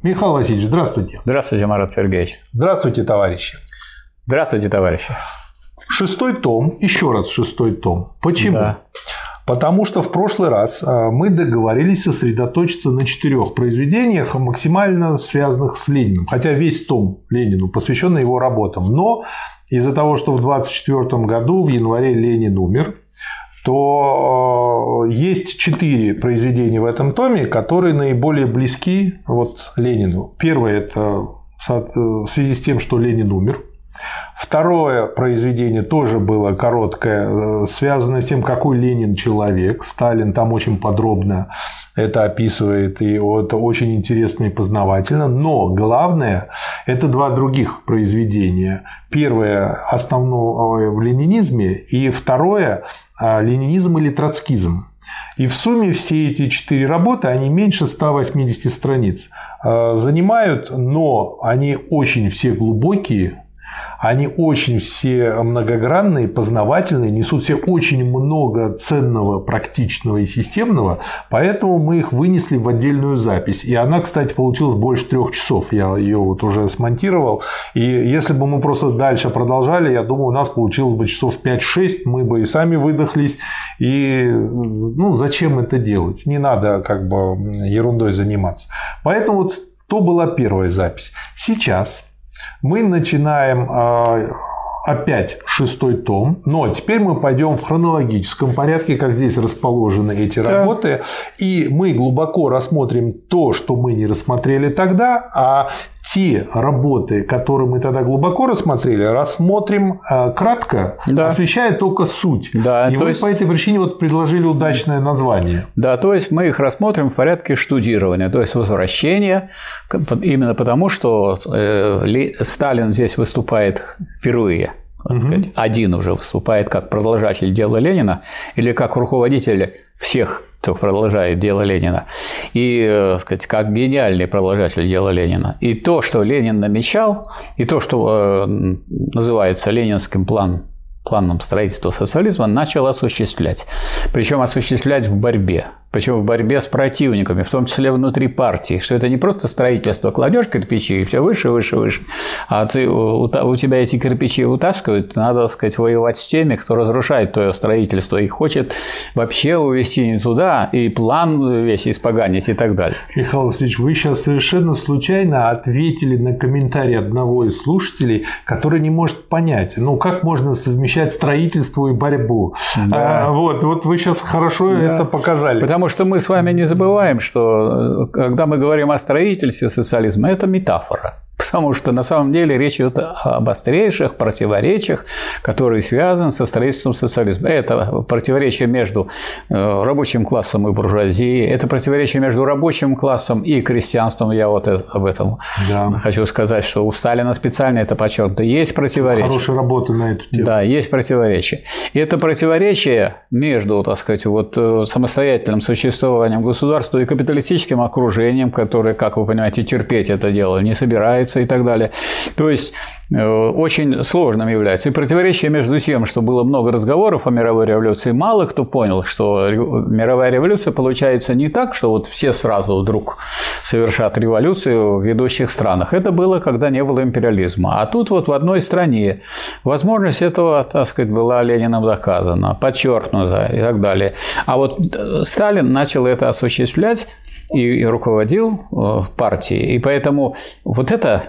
Михаил Васильевич, здравствуйте. Здравствуйте, Марат Сергеевич. Здравствуйте, товарищи. Здравствуйте, товарищи. 6-й том, еще раз 6-й том. Почему? Да. Потому что в прошлый раз мы договорились сосредоточиться на 4 произведениях, максимально связанных с Лениным. Хотя весь том Ленину посвящен его работам. Но из-за того, что в 1924 году, в январе, Ленин умер, то есть 4 произведения в этом томе, которые наиболее близки Ленину. Первое – это в связи с тем, что Ленин умер. Второе произведение тоже было короткое, связанное с тем, какой Ленин человек. Сталин там очень подробно это описывает, и это очень интересно и познавательно. Но главное – это 2 других произведения. Первое – основное в ленинизме, и второе – ленинизм или троцкизм. И в сумме все эти 4 работы, они меньше 180 страниц занимают, но они очень все глубокие. Они очень все многогранные, познавательные, несут все очень много ценного, практичного и системного, поэтому мы их вынесли в отдельную запись. И она, кстати, получилась больше 3 часов. Я ее уже смонтировал. И если бы мы просто дальше продолжали, я думаю, у нас получилось бы часов 5-6, мы бы и сами выдохлись. И зачем это делать? Не надо ерундой заниматься. Поэтому то была первая запись. Сейчас мы начинаем опять 6-й том, но теперь мы пойдем в хронологическом порядке, как здесь расположены эти работы, и мы глубоко рассмотрим то, что мы не рассмотрели тогда, а те работы, которые мы тогда глубоко рассмотрели, рассмотрим кратко, освещая только суть. Да, и вы по этой причине предложили удачное название. Да, то есть мы их рассмотрим в порядке штудирования, то есть возвращения, именно потому, что Сталин здесь выступает впервые. Сказать, один уже выступает как продолжатель дела Ленина или как руководитель всех, кто продолжает дело Ленина, и как гениальный продолжатель дела Ленина. И то, что Ленин намечал, и то, что называется ленинским планом строительства социализма, начал осуществлять. Причем осуществлять в борьбе. Причем в борьбе с противниками, в том числе внутри партии, что это не просто строительство, кладешь кирпичи и все выше, выше, выше, а у тебя эти кирпичи утаскивают, надо, воевать с теми, кто разрушает твое строительство и хочет вообще увести не туда, и план весь испоганить и так далее. Михаил Васильевич, вы сейчас совершенно случайно ответили на комментарий одного из слушателей, который не может понять, как можно совмещать строительство и борьбу. Да. Вот вы сейчас хорошо это показали. Потому что мы с вами не забываем, что когда мы говорим о строительстве социализма, это метафора. Потому что на самом деле речь идет об острейших противоречиях, которые связаны со строительством социализма. Это противоречие между рабочим классом и буржуазией, это противоречие между рабочим классом и крестьянством. Я об этом хочу сказать, что у Сталина специально это подчеркнуто. Есть противоречие. Хорошая работа на эту тему. Да, есть противоречие. И это противоречие между, самостоятельным существованием государства и капиталистическим окружением, которое, как вы понимаете, терпеть это дело не собирается, и так далее. То есть очень сложным является. И противоречие между тем, что было много разговоров о мировой революции, мало кто понял, что мировая революция получается не так, что все сразу вдруг совершат революцию в ведущих странах. Это было, когда не было империализма. А тут в одной стране возможность этого, была Лениным доказана, подчеркнута и так далее. А Сталин начал это осуществлять и руководил партией. И поэтому это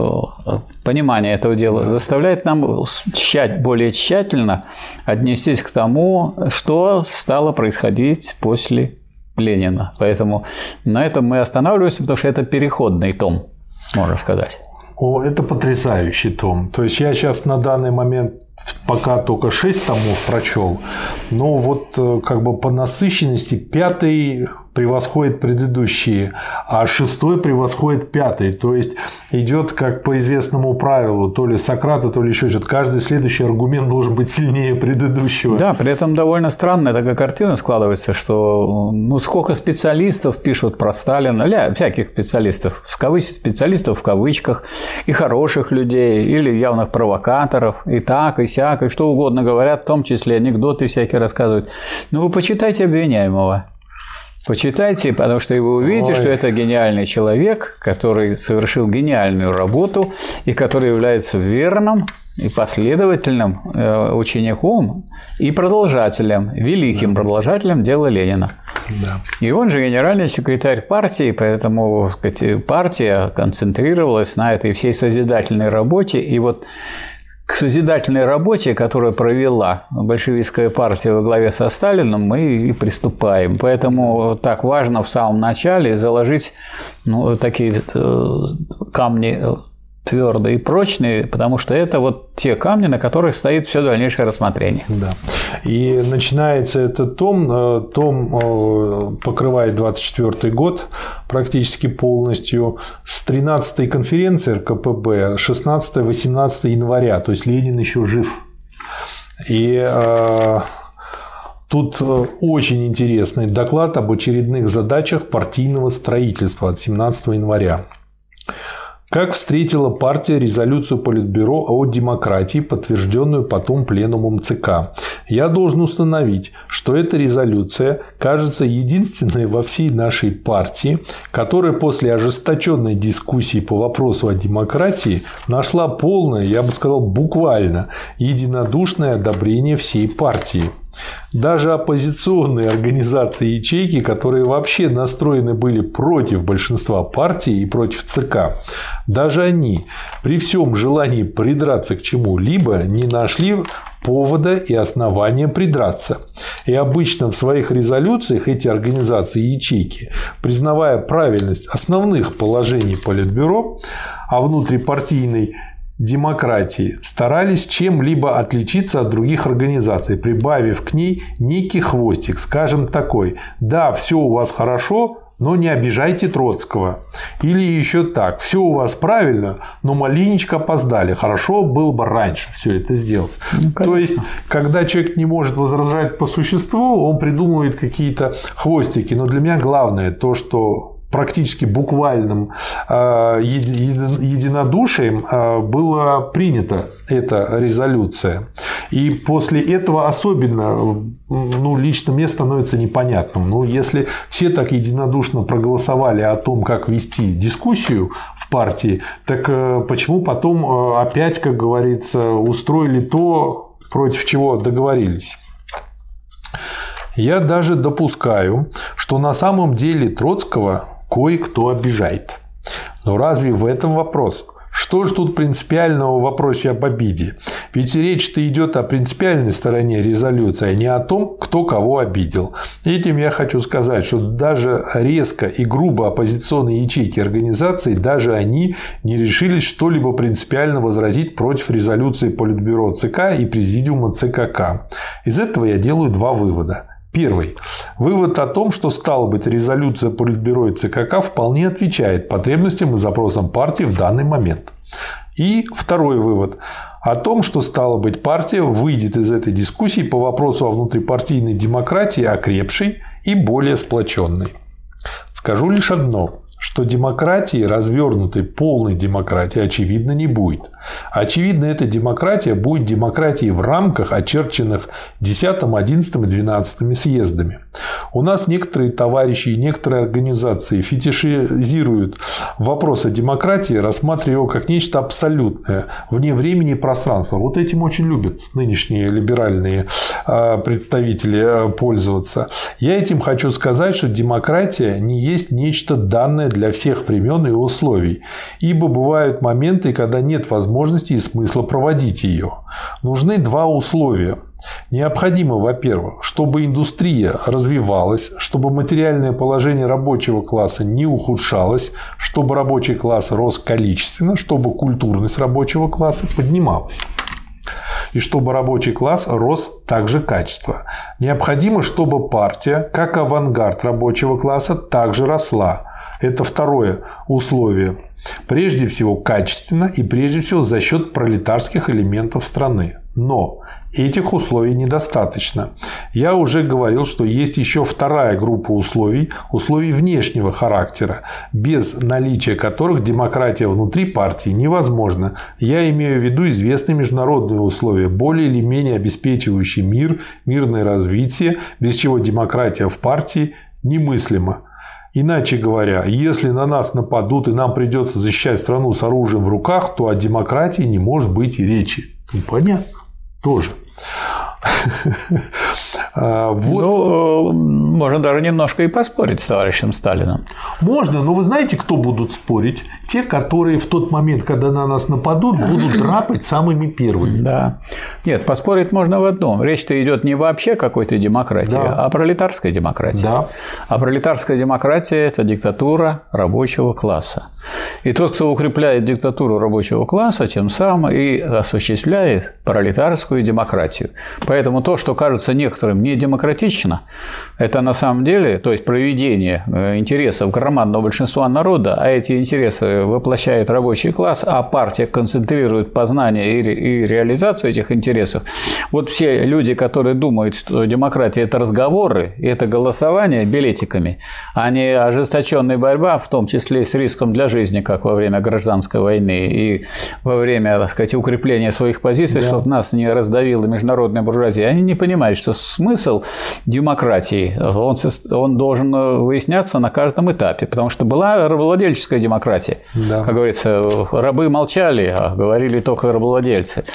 понимание этого дела заставляет нам более тщательно отнестись к тому, что стало происходить после Ленина. Поэтому на этом мы останавливаемся, потому что это переходный том, можно сказать. Это потрясающий том. То есть я сейчас на данный момент пока только 6 томов прочел, но по насыщенности 5-й превосходит предыдущие, а 6-й превосходит 5-й. То есть идет как по известному правилу, то ли Сократа, то ли еще что-то. Каждый следующий аргумент должен быть сильнее предыдущего. Да, при этом довольно странная такая картина складывается, что сколько специалистов пишут про Сталина, всяких специалистов, специалистов в кавычках, и хороших людей, или явных провокаторов, и так, и сяк, и что угодно говорят, в том числе анекдоты всякие рассказывают. Вы почитайте обвиняемого. Почитайте, потому что вы увидите, что это гениальный человек, который совершил гениальную работу и который является верным и последовательным учеником и продолжателем, великим продолжателем дела Ленина. Да. И он же генеральный секретарь партии, поэтому, так сказать, партия концентрировалась на этой всей созидательной работе. И вот к созидательной работе, которую провела большевистская партия во главе со Сталиным, мы и приступаем. Поэтому так важно в самом начале заложить такие камни твердые и прочные, потому что это вот те камни, на которых стоит все дальнейшее рассмотрение. Да. И начинается этот том покрывает 24-й год практически полностью, с 13-й конференции РКПБ, 16-18 января, то есть Ленин еще жив. И тут очень интересный доклад об очередных задачах партийного строительства от 17 января. Как встретила партия резолюцию Политбюро о демократии, подтвержденную потом пленумом ЦК? Я должен установить, что эта резолюция кажется единственной во всей нашей партии, которая после ожесточенной дискуссии по вопросу о демократии нашла полное, я бы сказал, буквально единодушное одобрение всей партии. Даже оппозиционные организации ячейки, которые вообще настроены были против большинства партий и против ЦК, даже они при всем желании придраться к чему-либо не нашли повода и основания придраться. И обычно в своих резолюциях эти организации ячейки, признавая правильность основных положений Политбюро о внутрипартийной демократии, старались чем-либо отличиться от других организаций, прибавив к ней некий хвостик, скажем, такой: да, все у вас хорошо, но не обижайте Троцкого. Или еще так: все у вас правильно, но маленечко опоздали, хорошо было бы раньше все это сделать. То есть, когда человек не может возражать по существу, он придумывает какие-то хвостики. Но для меня главное то, что практически буквальным единодушием была принята эта резолюция. И после этого особенно, лично мне становится непонятным. Если все так единодушно проголосовали о том, как вести дискуссию в партии, так почему потом опять, как говорится, устроили то, против чего договорились? Я даже допускаю, что на самом деле Троцкого кое-кто обижает. Но разве в этом вопрос? Что же тут принципиального в вопросе об обиде? Ведь речь-то идет о принципиальной стороне резолюции, а не о том, кто кого обидел. Этим я хочу сказать, что даже резко и грубо оппозиционные ячейки организации, даже они не решились что-либо принципиально возразить против резолюции Политбюро ЦК и Президиума ЦКК. Из этого я делаю два вывода. Первый. Вывод о том, что, стало быть, резолюция Политбюро и ЦКК вполне отвечает потребностям и запросам партии в данный момент. И второй вывод о том, что, стало быть, партия выйдет из этой дискуссии по вопросу о внутрипартийной демократии окрепшей и более сплоченной. Скажу лишь одно, что демократии, развернутой полной демократии, очевидно, не будет. Очевидно, эта демократия будет демократией в рамках, очерченных 10, 11 и 12 съездами. У нас некоторые товарищи и некоторые организации фетишизируют вопрос о демократии, рассматривая его как нечто абсолютное, вне времени и пространства. Вот этим очень любят нынешние либеральные представители пользоваться. Я этим хочу сказать, что демократия не есть нечто данное для всех времен и условий, ибо бывают моменты, когда нет возможности и смысла проводить ее. Нужны два условия. Необходимо, во-первых, чтобы индустрия развивалась, чтобы материальное положение рабочего класса не ухудшалось, чтобы рабочий класс рос количественно, чтобы культурность рабочего класса поднималась. И чтобы рабочий класс рос также качественно. Необходимо, чтобы партия, как авангард рабочего класса, также росла. Это второе условие. Прежде всего качественно и прежде всего за счет пролетарских элементов страны. Но этих условий недостаточно. Я уже говорил, что есть еще вторая группа условий внешнего характера, без наличия которых демократия внутри партии невозможна. Я имею в виду известные международные условия, более или менее обеспечивающие мир, мирное развитие, без чего демократия в партии немыслимо. Иначе говоря, если на нас нападут и нам придется защищать страну с оружием в руках, то о демократии не может быть и речи. Понятно? Тоже. Ну, можно даже немножко и поспорить с товарищем Сталиным. Можно, но вы знаете, кто будут спорить? Те, которые в тот момент, когда на нас нападут, будут драпать самыми первыми. Да. Нет, поспорить можно в одном. Речь-то идет не вообще о какой-то демократии, да, а о пролетарской демократии. Да. А пролетарская демократия – это диктатура рабочего класса. И тот, кто укрепляет диктатуру рабочего класса, тем самым и осуществляет пролетарскую демократию. Поэтому то, что кажется некоторым недемократично, это на самом деле, то есть проведение интересов громадного большинства народа, а эти интересы воплощает рабочий класс, а партия концентрирует познание и реализацию этих интересов. Вот все люди, которые думают, что демократия – это разговоры, и это голосование билетиками, а не ожесточенная борьба, в том числе с риском для жизни, как во время гражданской войны и во время, так сказать, укрепления своих позиций, да, чтобы нас не раздавила международная буржуазия, они не понимают, что смысл демократии, он должен выясняться на каждом этапе, потому что была рабовладельческая демократия. Да. Как говорится, рабы молчали, а говорили только рабовладельцы.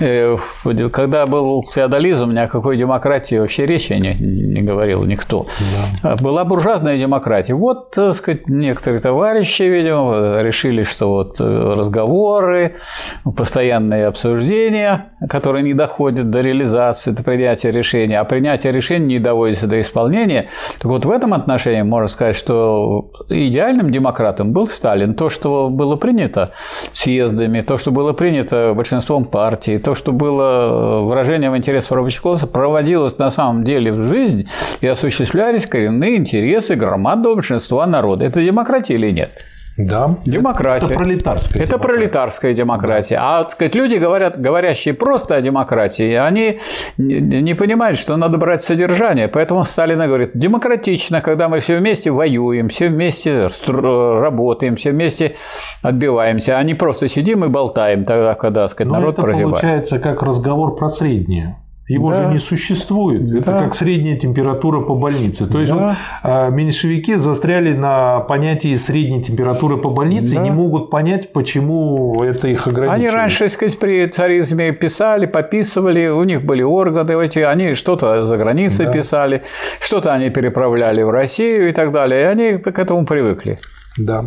Когда был феодализм, ни о какой демократии вообще речи не говорил никто. Да. Была буржуазная демократия. Вот, так сказать, некоторые товарищи, видимо, решили, что вот разговоры, постоянные обсуждения, которые не доходят до реализации, до принятия решения, а принятие решений не доводится до исполнения. Так вот, в этом отношении можно сказать, что идеальным демократом был Сталин. То, что было принято съездами, то, что было принято большинством партий, то, что было выражением интересов рабочего класса, проводилось на самом деле в жизнь и осуществлялись коренные интересы громадного большинства народа. Это демократия или нет? Да. Демократия. Это пролетарская демократия. Это пролетарская демократия. Да. А, так сказать, люди, говорящие просто о демократии, они не понимают, что надо брать содержание. Поэтому Сталин говорит, демократично, когда мы все вместе воюем, все вместе работаем, все вместе отбиваемся, а не просто сидим и болтаем тогда, когда, так сказать, народ прозябает. Это получается как разговор про среднее. Его же не существует. Это как средняя температура по больнице. То есть вот меньшевики застряли на понятии средней температуры по больнице и не могут понять, почему это их ограничивает. Они раньше, так сказать, при царизме писали, пописывали, у них были органы эти, они что-то за границей писали, что-то они переправляли в Россию и так далее, и они к этому привыкли. Да.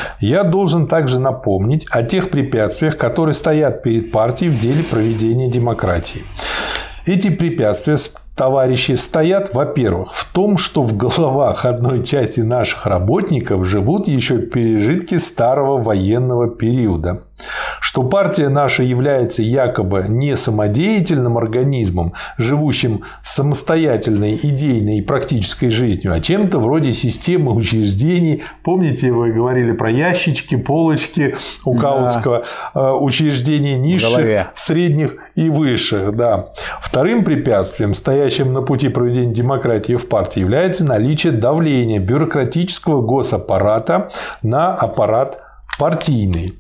Я должен также напомнить о тех препятствиях, которые стоят перед партией в деле проведения демократии. Эти препятствия, товарищи, стоят, во-первых, в том, что в головах одной части наших работников живут еще пережитки старого военного периода, что партия наша является якобы не самодеятельным организмом, живущим самостоятельной идейной и практической жизнью, а чем-то вроде системы учреждений. Помните, вы говорили про ящички, полочки у Каутского, учреждений низших, средних и высших. Да. Вторым препятствием, стоящим на пути проведения демократии в партии, является наличие давления бюрократического госаппарата на аппарат партийный.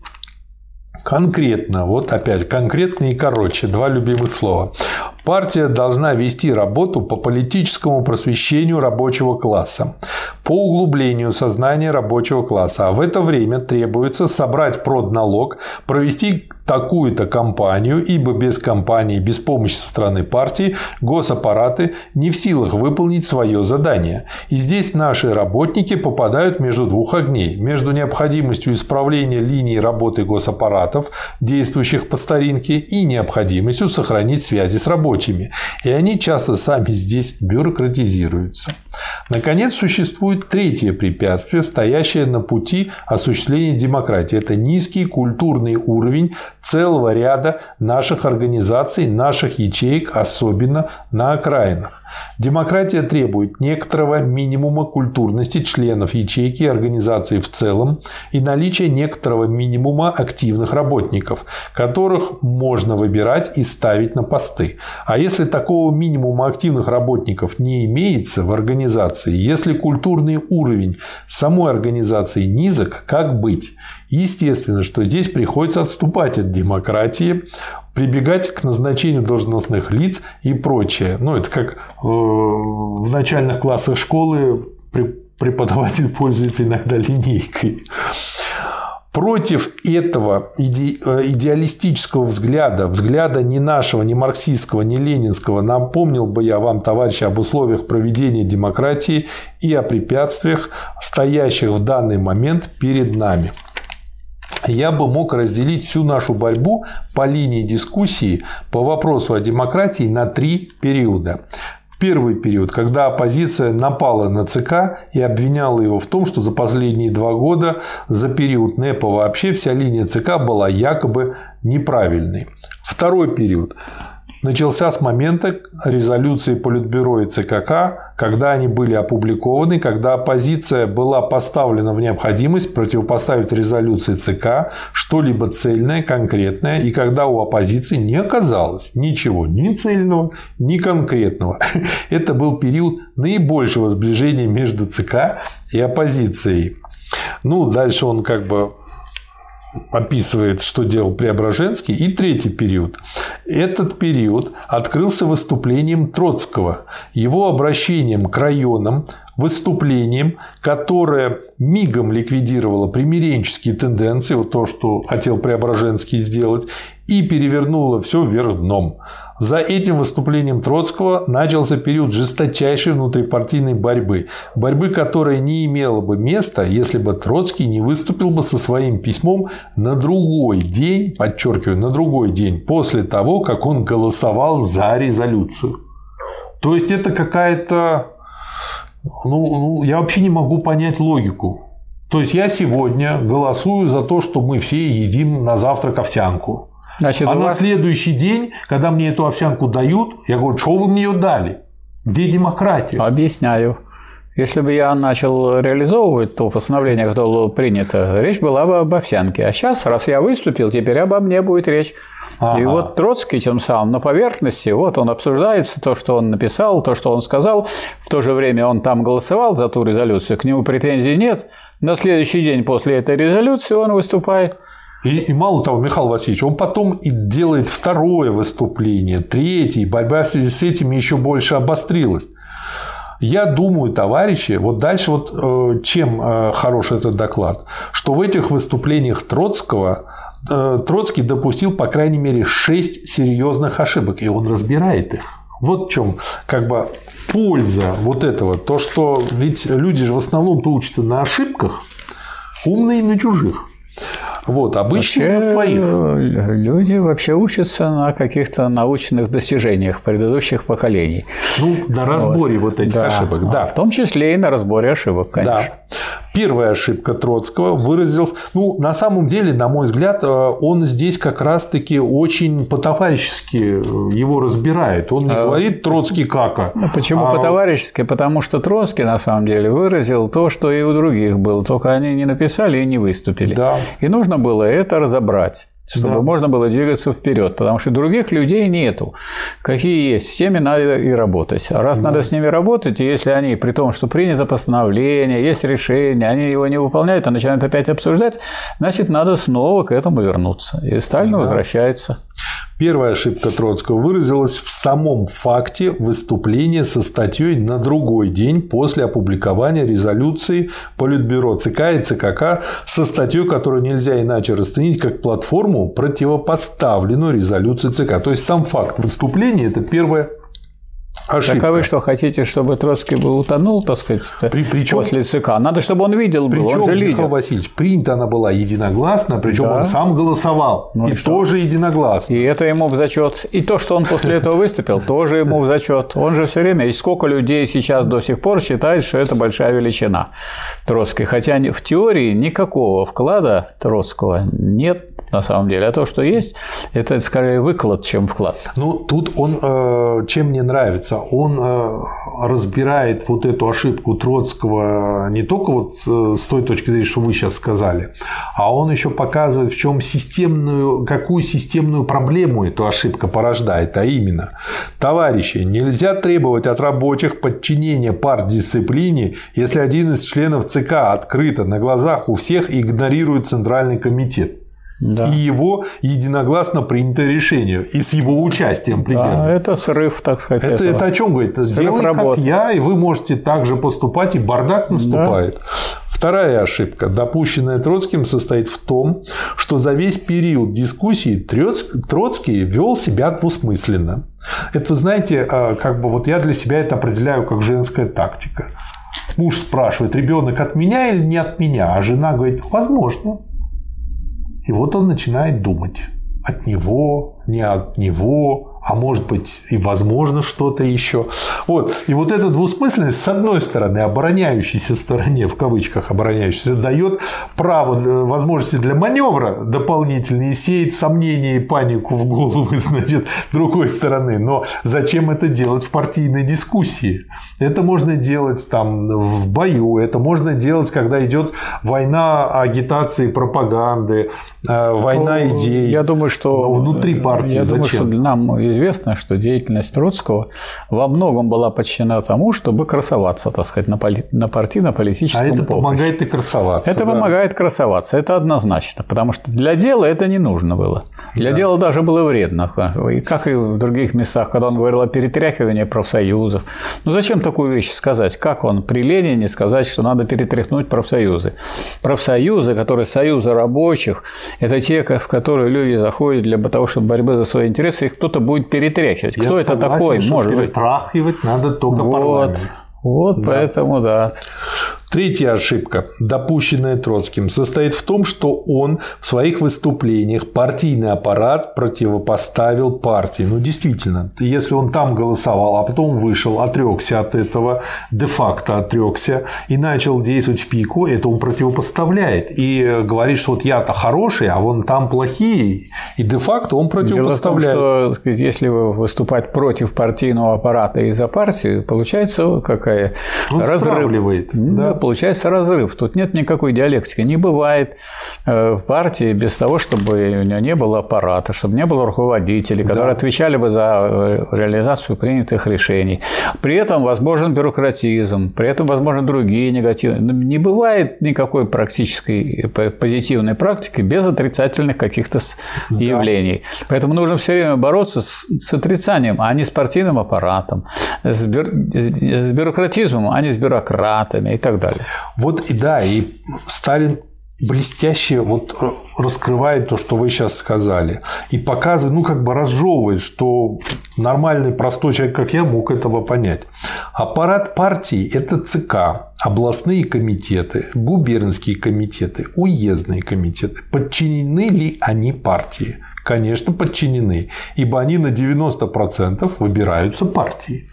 Конкретно, вот опять конкретно и короче, два любимых слова. Партия должна вести работу по политическому просвещению рабочего класса, по углублению сознания рабочего класса. А в это время требуется собрать продналог, провести такую-то кампанию, ибо без кампании, без помощи со стороны партии госаппараты не в силах выполнить свое задание. И здесь наши работники попадают между двух огней. Между необходимостью исправления линии работы госаппаратов, действующих по старинке, и необходимостью сохранить связи с рабочими. И они часто сами здесь бюрократизируются. Наконец, существует третье препятствие, стоящее на пути осуществления демократии. Это низкий культурный уровень целого ряда наших организаций, наших ячеек, особенно на окраинах. Демократия требует некоторого минимума культурности членов ячейки и организации в целом и наличия некоторого минимума активных работников, которых можно выбирать и ставить на посты. А если такого минимума активных работников не имеется в организации, если культурный уровень самой организации низок, как быть? Естественно, что здесь приходится отступать от демократии, прибегать к назначению должностных лиц и прочее. Ну, это как в начальных классах школы преподаватель пользуется иногда линейкой. Против этого идеалистического взгляда ни нашего, ни марксистского, ни ленинского, напомнил бы я вам, товарищи, об условиях проведения демократии и о препятствиях, стоящих в данный момент перед нами. Я бы мог разделить всю нашу борьбу по линии дискуссии по вопросу о демократии на 3 периода. Первый период, когда оппозиция напала на ЦК и обвиняла его в том, что за последние 2 года, за период НЭПа вообще вся линия ЦК была якобы неправильной. Второй период начался с момента резолюции Политбюро и ЦКК, когда они были опубликованы, когда оппозиция была поставлена в необходимость противопоставить резолюции ЦК что-либо цельное, конкретное, и когда у оппозиции не оказалось ничего ни цельного, ни конкретного. Это был период наибольшего сближения между ЦК и оппозицией. Дальше он описывает, что делал Преображенский. И третий период. Этот период открылся выступлением Троцкого, его обращением к районам, выступлением, которое мигом ликвидировало примиренческие тенденции, вот то, что хотел Преображенский сделать, и перевернуло все вверх дном. За этим выступлением Троцкого начался период жесточайшей внутрипартийной борьбы, которая не имела бы места, если бы Троцкий не выступил бы со своим письмом на другой день, подчеркиваю, на другой день после того, как он голосовал за резолюцию. То есть это какая-то... я вообще не могу понять логику. То есть я сегодня голосую за то, что мы все едим на завтрак овсянку. Значит, на следующий день, когда мне эту овсянку дают, я говорю, что вы мне ее дали? Где демократия? Объясняю. Если бы я начал реализовывать то постановление, которое было принято, речь была бы об овсянке. А сейчас, раз я выступил, теперь обо мне будет речь. И вот Троцкий тем самым на поверхности, вот он обсуждается, то, что он написал, то, что он сказал. В то же время он там голосовал за ту резолюцию, к нему претензий нет. На следующий день после этой резолюции он выступает. И мало того, Михаил Васильевич, он потом и делает второе выступление, третье, борьба в связи с этим еще больше обострилась. Я думаю, товарищи, вот дальше чем хорош этот доклад, что в этих выступлениях Троцкого Троцкий допустил, по крайней мере, 6 серьезных ошибок, и он разбирает их. Вот в чем польза вот этого. То, что ведь люди же в основном-то учатся на ошибках, умные на чужих. Обычно на своих. Люди вообще учатся на каких-то научных достижениях предыдущих поколений. На разборе этих ошибок. Да. В том числе и на разборе ошибок, конечно. Да. Первая ошибка Троцкого выразилась... на самом деле, на мой взгляд, он здесь как раз-таки очень по-товарищески его разбирает. Он не говорит Троцкий кака. Почему по-товарищески? Потому что Троцкий, на самом деле, выразил то, что и у других было. Только они не написали и не выступили. Да. И нужно было это разобрать, чтобы можно было двигаться вперед, потому что других людей нету. Какие есть, с теми надо и работать. А раз надо с ними работать, и если они, при том, что принято постановление, есть решение, они его не выполняют, а начинают опять обсуждать, значит, надо снова к этому вернуться. И Сталин возвращается. Первая ошибка Троцкого выразилась в самом факте выступления со статьей на другой день после опубликования резолюции Политбюро ЦК и ЦКК со статьей, которую нельзя иначе расценить как платформу, противопоставленную резолюции ЦК. То есть сам факт выступления – это первая ошибка. Так а вы что, хотите, чтобы Троцкий бы утонул, так сказать, после ЦК? Надо, чтобы он видел, он же лидер. Михаил Васильевич, принята она была единогласно, причем он сам голосовал, и тоже единогласно. И это ему в зачет. И то, что он после этого выступил, тоже ему в зачет. Он же все время, и сколько людей сейчас до сих пор считает, что это большая величина Троцкий. Хотя в теории никакого вклада Троцкого нет на самом деле. А то, что есть, это скорее выклад, чем вклад. Тут он, чем мне нравится, он разбирает эту ошибку Троцкого не только с той точки зрения, что вы сейчас сказали, а он еще показывает, в чем какую системную проблему эта ошибка порождает, а именно, товарищи, нельзя требовать от рабочих подчинения партдисциплине, если один из членов ЦК открыто на глазах у всех игнорирует Центральный комитет. Да. И его единогласно принятое решение. И с его участием примерно. Да, это срыв, так сказать. Это о чем говорит? Делай как я, и вы можете так же поступать, и бардак наступает. Да. Вторая ошибка, допущенная Троцким, состоит в том, что за весь период дискуссии Троцкий вел себя двусмысленно. Это, вы знаете, как бы вот я для себя это определяю как женская тактика. Муж спрашивает, ребенок от меня или не от меня, а жена говорит, возможно. И вот он начинает думать, от него, не от него, а может быть и возможно что-то еще. Вот. И вот эта двусмысленность, с одной стороны, обороняющейся стороне, в кавычках обороняющейся, дает право, возможности для маневра дополнительные, и сеет сомнения и панику в головы, значит, другой стороны. Но зачем это делать в партийной дискуссии? Это можно делать там в бою, это можно делать, когда идет война агитации, пропаганды, война идей. Я думаю, что внутри партии. Я зачем? Думаю, что нам известно, что деятельность Троцкого во многом была подчинена тому, чтобы красоваться, так сказать, на партийно-политическом поприще. А это помогает и красоваться. Это помогает красоваться, это однозначно, потому что для дела это не нужно было. Для дела даже было вредно. И как и в других местах, когда он говорил о перетряхивании профсоюзов. Ну зачем такую вещь сказать? Как он при Ленине сказать, что надо перетряхнуть профсоюзы? Профсоюзы, которые союзы рабочих, это те, в которые люди заходят для того, чтобы борьбы за свои интересы, их кто-то будет перетряхивать. Кто это такой? Может быть. Перетряхивать надо только парламент. Вот, поэтому да. Третья ошибка, допущенная Троцким, состоит в том, что он в своих выступлениях партийный аппарат противопоставил партии. Ну, действительно, если он там голосовал, а потом вышел, отрекся от этого, де-факто отрекся и начал действовать в пику, это он противопоставляет. И говорит, что вот я-то хороший, а вон там плохие. И де-факто он противопоставляет. Дело в том, что если выступать против партийного аппарата и за партию, получается какая? Он стравливает. Да. Получается разрыв. Тут нет никакой диалектики. Не бывает партии без того, чтобы у нее не было аппарата, чтобы не было руководителей, которые отвечали бы за реализацию принятых решений. При этом возможен бюрократизм, при этом возможны другие негативные. Не бывает никакой практической позитивной практики без отрицательных каких-то явлений. Поэтому нужно все время бороться с отрицанием, а не с партийным аппаратом, с бюрократизмом, а не с бюрократами и так далее. Вот и да, и Сталин блестяще вот раскрывает то, что вы сейчас сказали, и показывает, ну, как бы разжевывает, что нормальный, простой человек, как я, мог этого понять. Аппарат партии – это ЦК, областные комитеты, губернские комитеты, уездные комитеты. Подчинены ли они партии? Конечно, подчинены, ибо они на 90% выбираются партией.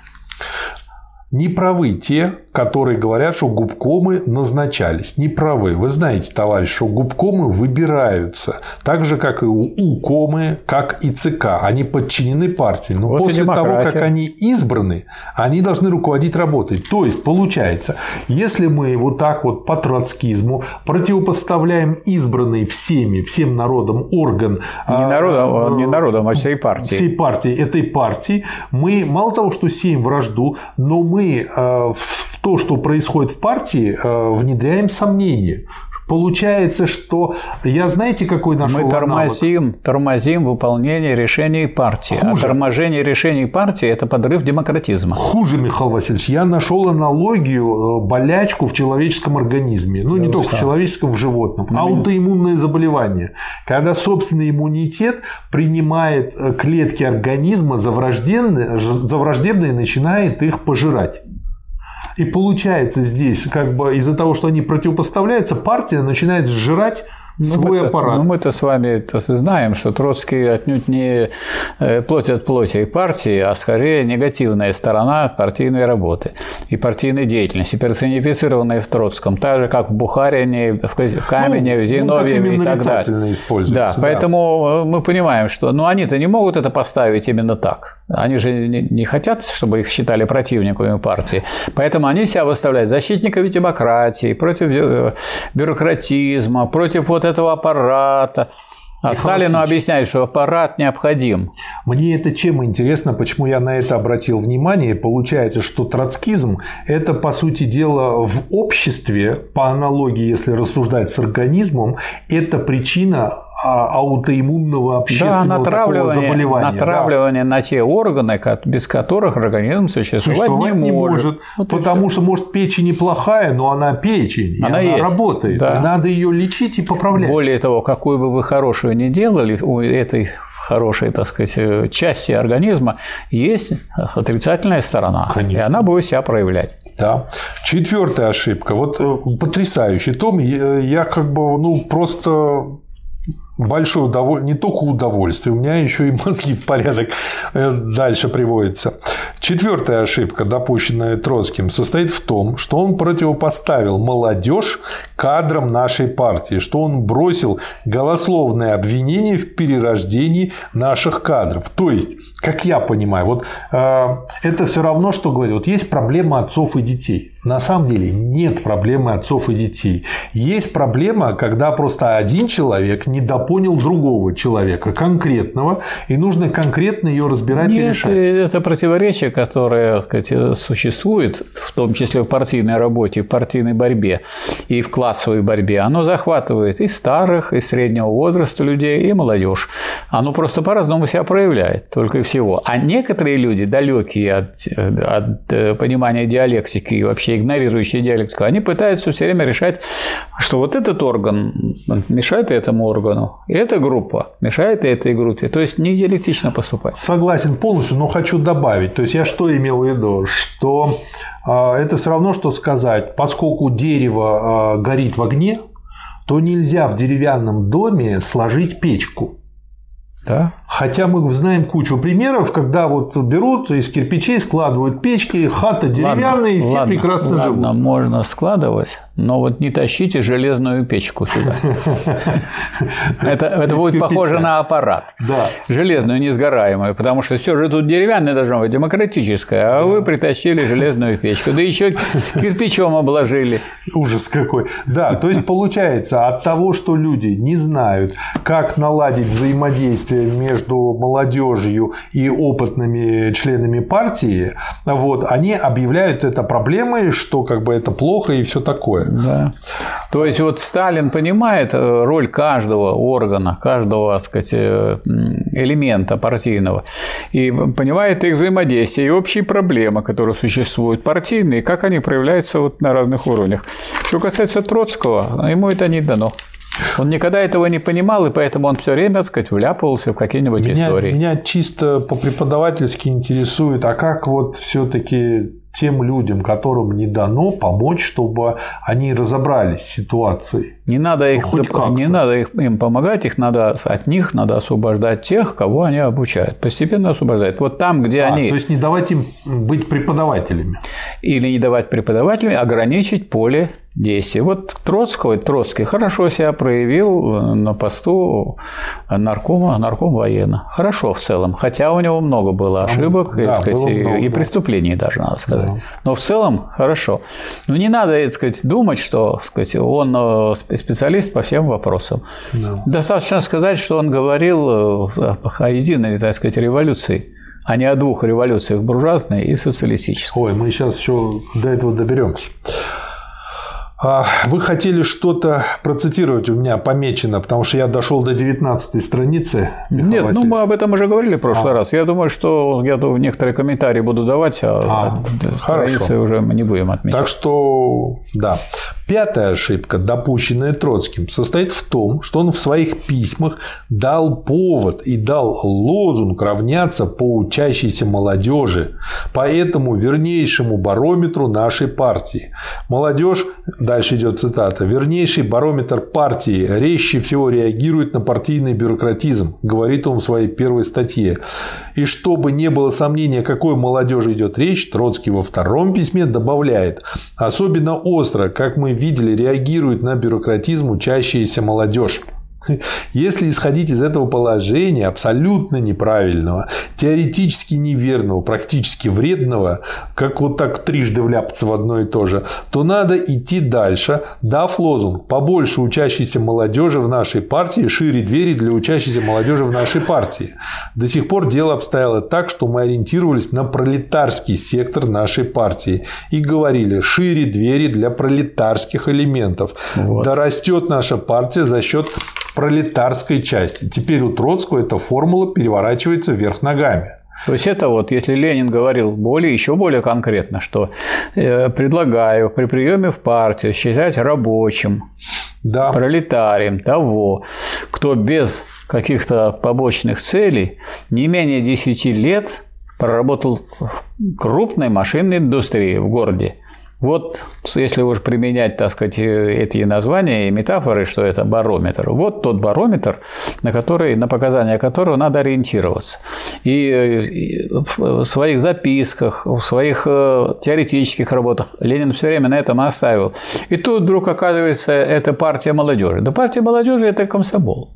Не правы те, которые говорят, что губкомы назначались. Не правы. Вы знаете, товарищ, что губкомы выбираются. Так же, как и укомы, как и ЦК. Они подчинены партии. Но вот после того, как они избраны, они должны руководить работой. То есть, получается, если мы вот так вот по троцкизму противопоставляем избранный всем народом орган... Не народом, а всей партии. Всей партии, этой партии, мы мало того, что сеем вражду, но мы в то, что происходит в партии, внедряем сомнения. Получается, что знаете, какой нашел аналог? Мы тормозим выполнение решений партии. Хуже. А торможение решений партии – это подрыв демократизма. Хуже, Михаил Васильевич. Я нашел аналогию, болячку в человеческом организме. Ну, не только в человеческом, в животном. Аутоиммунное заболевание. Когда собственный иммунитет принимает клетки организма за враждебные и начинает их пожирать. И получается здесь, как бы из-за того, что они противопоставляются, партия начинает сжирать свой аппарат. Мы-то с вами знаем, что Троцкий отнюдь не плоть от плоти партии, а скорее негативная сторона партийной работы и партийной деятельности, персонифицированная в Троцком, так же, как в Бухарине, в Каменеве, в Зиновьеве и так далее. Да, поэтому мы понимаем, что они-то не могут это поставить именно так. Они же не хотят, чтобы их считали противниками партии. Поэтому они себя выставляют защитниками демократии, против бюрократизма, против вот этого аппарата. А Сталину объясняет, что аппарат необходим. Мне это чем интересно, почему я на это обратил внимание. Получается, что троцкизм – это, по сути дела, в обществе, по аналогии, если рассуждать с организмом, это причина аутоиммунного общественного такого заболевания. Натравливание на те органы, без которых организм существовать не может. Вот потому что, может, печень неплохая, но она печень, она работает. Да. И надо ее лечить и поправлять. Более того, какую бы вы хорошую ни делали, у этой хорошей, так сказать, части организма есть отрицательная сторона. Конечно. И она будет себя проявлять. Да. 4-я ошибка. Вот потрясающий том. Я просто большое удовольствие, не только удовольствие, у меня еще и мозги в порядок дальше приводятся. 4-я ошибка, допущенная Троцким, состоит в том, что он противопоставил молодежь кадрам нашей партии, что он бросил голословное обвинение в перерождении наших кадров. То есть, как я понимаю, вот это все равно, что говорю, вот есть проблема отцов и детей. На самом деле нет проблемы отцов и детей. Есть проблема, когда просто один человек недопонял другого человека, конкретного, и нужно конкретно ее разбирать и решать. Это противоречие, которое, так сказать, существует, в том числе в партийной работе, в партийной борьбе и в классовой борьбе. Оно захватывает и старых, и среднего возраста людей, и молодежь. Оно просто по-разному себя проявляет, только и всего. А некоторые люди, далекие от понимания диалектики и вообще игнорирующие диалектику, они пытаются все время решать, что вот этот орган мешает этому органу, и эта группа мешает этой группе. То есть не диалектично поступать. Согласен полностью, но хочу добавить. То есть я что имел в виду? Что это все равно, что сказать, поскольку дерево горит в огне, то нельзя в деревянном доме сложить печку. Да. Хотя мы знаем кучу примеров, когда вот берут из кирпичей, складывают печки, хата деревянная, и все прекрасно живут. Ладно, можно складывать, но вот не тащите железную печку сюда. Это будет похоже на аппарат. Железную, несгораемую, потому что все же тут деревянное должно быть, демократическое, а вы притащили железную печку, да еще кирпичом обложили. Ужас какой. Да, то есть получается, от того, что люди не знают, как наладить взаимодействие между молодежью и опытными членами партии, вот, они объявляют это проблемой, что как бы это плохо и все такое. Да. То есть вот Сталин понимает роль каждого органа, каждого, так сказать, элемента партийного, и понимает их взаимодействие и общие проблемы, которые существуют партийные, как они проявляются вот на разных уровнях. Что касается Троцкого, ему это не дано. Он никогда этого не понимал, и поэтому он все время, так сказать, вляпывался в какие-нибудь истории. Меня чисто по-преподавательски интересует, а как вот все-таки тем людям, которым не дано, помочь, чтобы они разобрались с ситуацией? Не надо им помогать, от них надо освобождать тех, кого они обучают. Постепенно освобождать. Вот там, где они… То есть не давать им быть преподавателями. Или не давать преподавателям, ограничить поле действий. Вот Троцкий хорошо себя проявил на посту нарком военно. Хорошо в целом. Хотя у него много было ошибок и преступлений даже, надо сказать. Да. Но в целом хорошо. Но не надо, так сказать, думать, что, так сказать, он специалист по всем вопросам. Да. Достаточно сказать, что он говорил о единой, так сказать, революции, а не о двух революциях: буржуазной и социалистической. Ой, мы сейчас еще до этого доберемся. Вы хотели что-то процитировать, у меня помечено, потому что я дошел до 19-й страницы. Нет, мы об этом уже говорили в прошлый раз. Я думаю, что я некоторые комментарии буду давать, страницы уже мы не будем отмечать. Так что, да. 5-я ошибка, допущенная Троцким, состоит в том, что он в своих письмах дал повод и дал лозунг равняться по учащейся молодежи, по этому вернейшему барометру нашей партии. Молодежь, дальше идет цитата, вернейший барометр партии резче всего реагирует на партийный бюрократизм, говорит он в своей первой статье. И чтобы не было сомнения, о какой молодежи идет речь, Троцкий во 2-м письме добавляет: особенно остро, как мы видели, реагирует на бюрократизм учащаяся молодежь. Если исходить из этого положения, абсолютно неправильного, теоретически неверного, практически вредного, как вот так трижды вляпаться в одно и то же, то надо идти дальше, дав лозунг: побольше учащейся молодежи в нашей партии, шире двери для учащейся молодежи в нашей партии. До сих пор дело обстояло так, что мы ориентировались на пролетарский сектор нашей партии и говорили: шире двери для пролетарских элементов. Вот. Да растет наша партия за счет пролетарской части. Теперь у Троцкого эта формула переворачивается вверх ногами. То есть это вот, если Ленин говорил еще более конкретно, что предлагаю при приеме в партию считать рабочим, пролетарием того, кто без каких-то побочных целей не менее 10 лет проработал в крупной машинной индустрии в городе. Вот если уж применять, так сказать, эти названия и метафоры, что это барометр, вот тот барометр, на показания которого надо ориентироваться. И в своих записках, в своих теоретических работах Ленин все время на этом оставил. И тут вдруг оказывается, это партия молодежи. Да партия молодежи – это комсомол.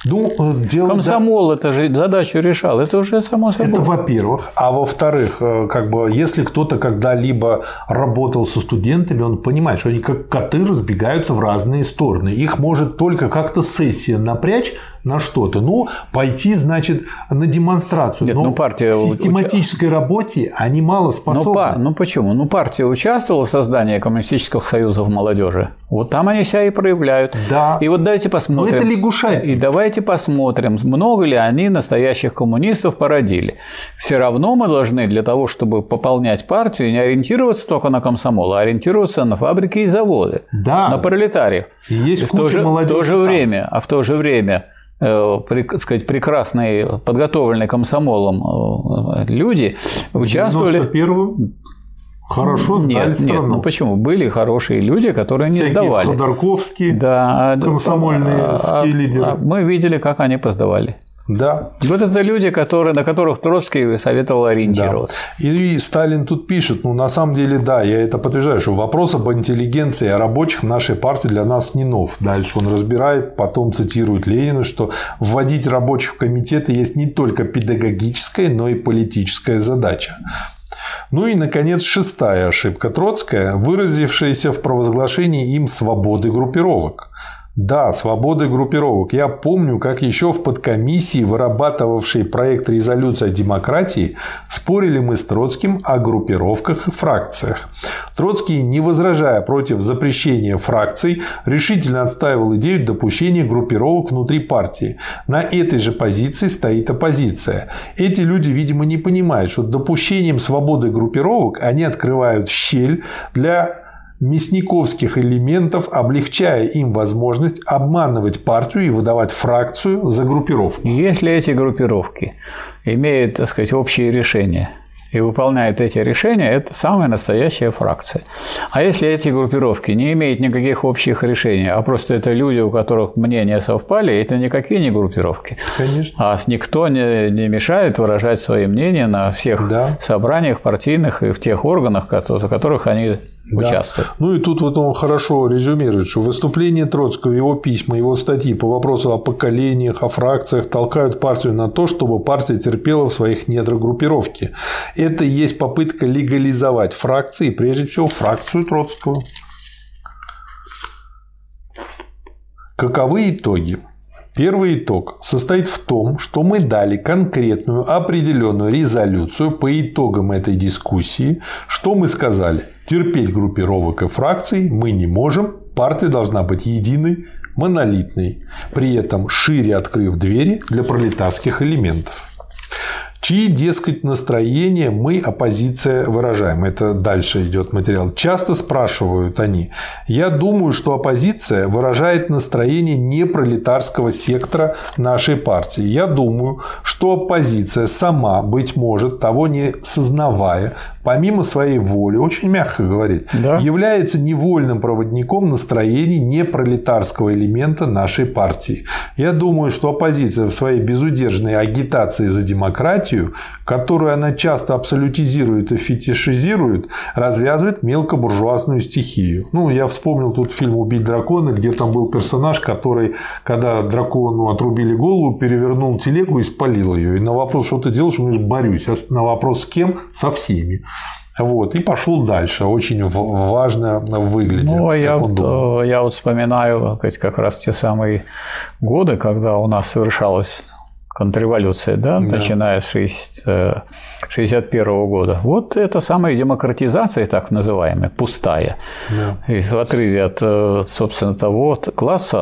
Комсомол это же задачу решал, это уже само собой. Это во-первых. А во-вторых, если кто-то когда-либо работал со студентами, он понимает, что они как коты разбегаются в разные стороны. Их может только как-то сессия напрячь на что-то. Пойти, значит, на демонстрацию. Нет, партия в систематической работе они мало способны. Почему? Партия участвовала в создании коммунистических союзов молодежи. Вот там они себя и проявляют. Да. И вот давайте посмотрим. Это лягушатник. И давайте посмотрим, много ли они настоящих коммунистов породили. Все равно мы должны для того, чтобы пополнять партию, не ориентироваться только на комсомол, а ориентироваться на фабрики и заводы, на пролетариев. И есть куча молодежи. В то же время сказать, прекрасные, подготовленные комсомолом люди участвовали. В 91-м хорошо сдали страну. Нет, почему? Были хорошие люди, которые не сдавали. Ходорковский, комсомольные лидеры. Мы видели, как они поздавали. Да. Вот это люди, на которых Троцкий советовал ориентироваться. Да. И Сталин тут пишет, на самом деле, я это подтверждаю, что вопрос об интеллигенции и о рабочих в нашей партии для нас не нов. Дальше он разбирает, потом цитирует Ленина, что вводить рабочих в комитеты есть не только педагогическая, но и политическая задача. И, наконец, шестая ошибка Троцкая, выразившаяся в провозглашении им свободы группировок. Да, свободы группировок. Я помню, как еще в подкомиссии, вырабатывавшей проект резолюции о демократии, спорили мы с Троцким о группировках и фракциях. Троцкий, не возражая против запрещения фракций, решительно отстаивал идею допущения группировок внутри партии. На этой же позиции стоит оппозиция. Эти люди, видимо, не понимают, что допущением свободы группировок они открывают щель для мясниковских элементов, облегчая им возможность обманывать партию и выдавать фракцию за группировку. Если эти группировки имеют, так сказать, общие решения и выполняют эти решения, это самая настоящая фракция. А если эти группировки не имеют никаких общих решений, а просто это люди, у которых мнения совпали, это никакие не группировки. Конечно. А никто не мешает выражать свои мнения на всех собраниях партийных и в тех органах, в которых они участвуют. И тут он хорошо резюмирует, что выступление Троцкого, его письма, его статьи по вопросу о поколениях, о фракциях толкают партию на то, чтобы партия терпела в своих недрах группировки. Это и есть попытка легализовать фракции, прежде всего фракцию Троцкого. Каковы итоги? Первый итог состоит в том, что мы дали конкретную определенную резолюцию по итогам этой дискуссии. Что мы сказали? Терпеть группировок и фракций мы не можем. Партия должна быть единой, монолитной, при этом шире открыв двери для пролетарских элементов. Чьи, дескать, настроения мы, оппозиция, выражаем. Это дальше идет материал. Часто спрашивают они. Я думаю, что оппозиция выражает настроение непролетарского сектора нашей партии. Я думаю, что оппозиция сама, быть может, того не сознавая, помимо своей воли, очень мягко говорит, является невольным проводником настроений непролетарского элемента нашей партии. Я думаю, что оппозиция в своей безудержной агитации за демократию, которую она часто абсолютизирует и фетишизирует, развязывает мелкобуржуазную стихию. Я вспомнил тут фильм «Убить дракона», где там был персонаж, который, когда дракону отрубили голову, перевернул телегу и спалил ее. И на вопрос, что ты делаешь, он говорит, борюсь. А на вопрос, с кем? Со всеми. И пошел дальше. Очень важно выглядит. Я вспоминаю как раз те самые годы, когда у нас совершалась контрреволюция, начиная с 1961 года. Вот это самая демократизация, так называемая, пустая. И в отрыве от, собственно, того класса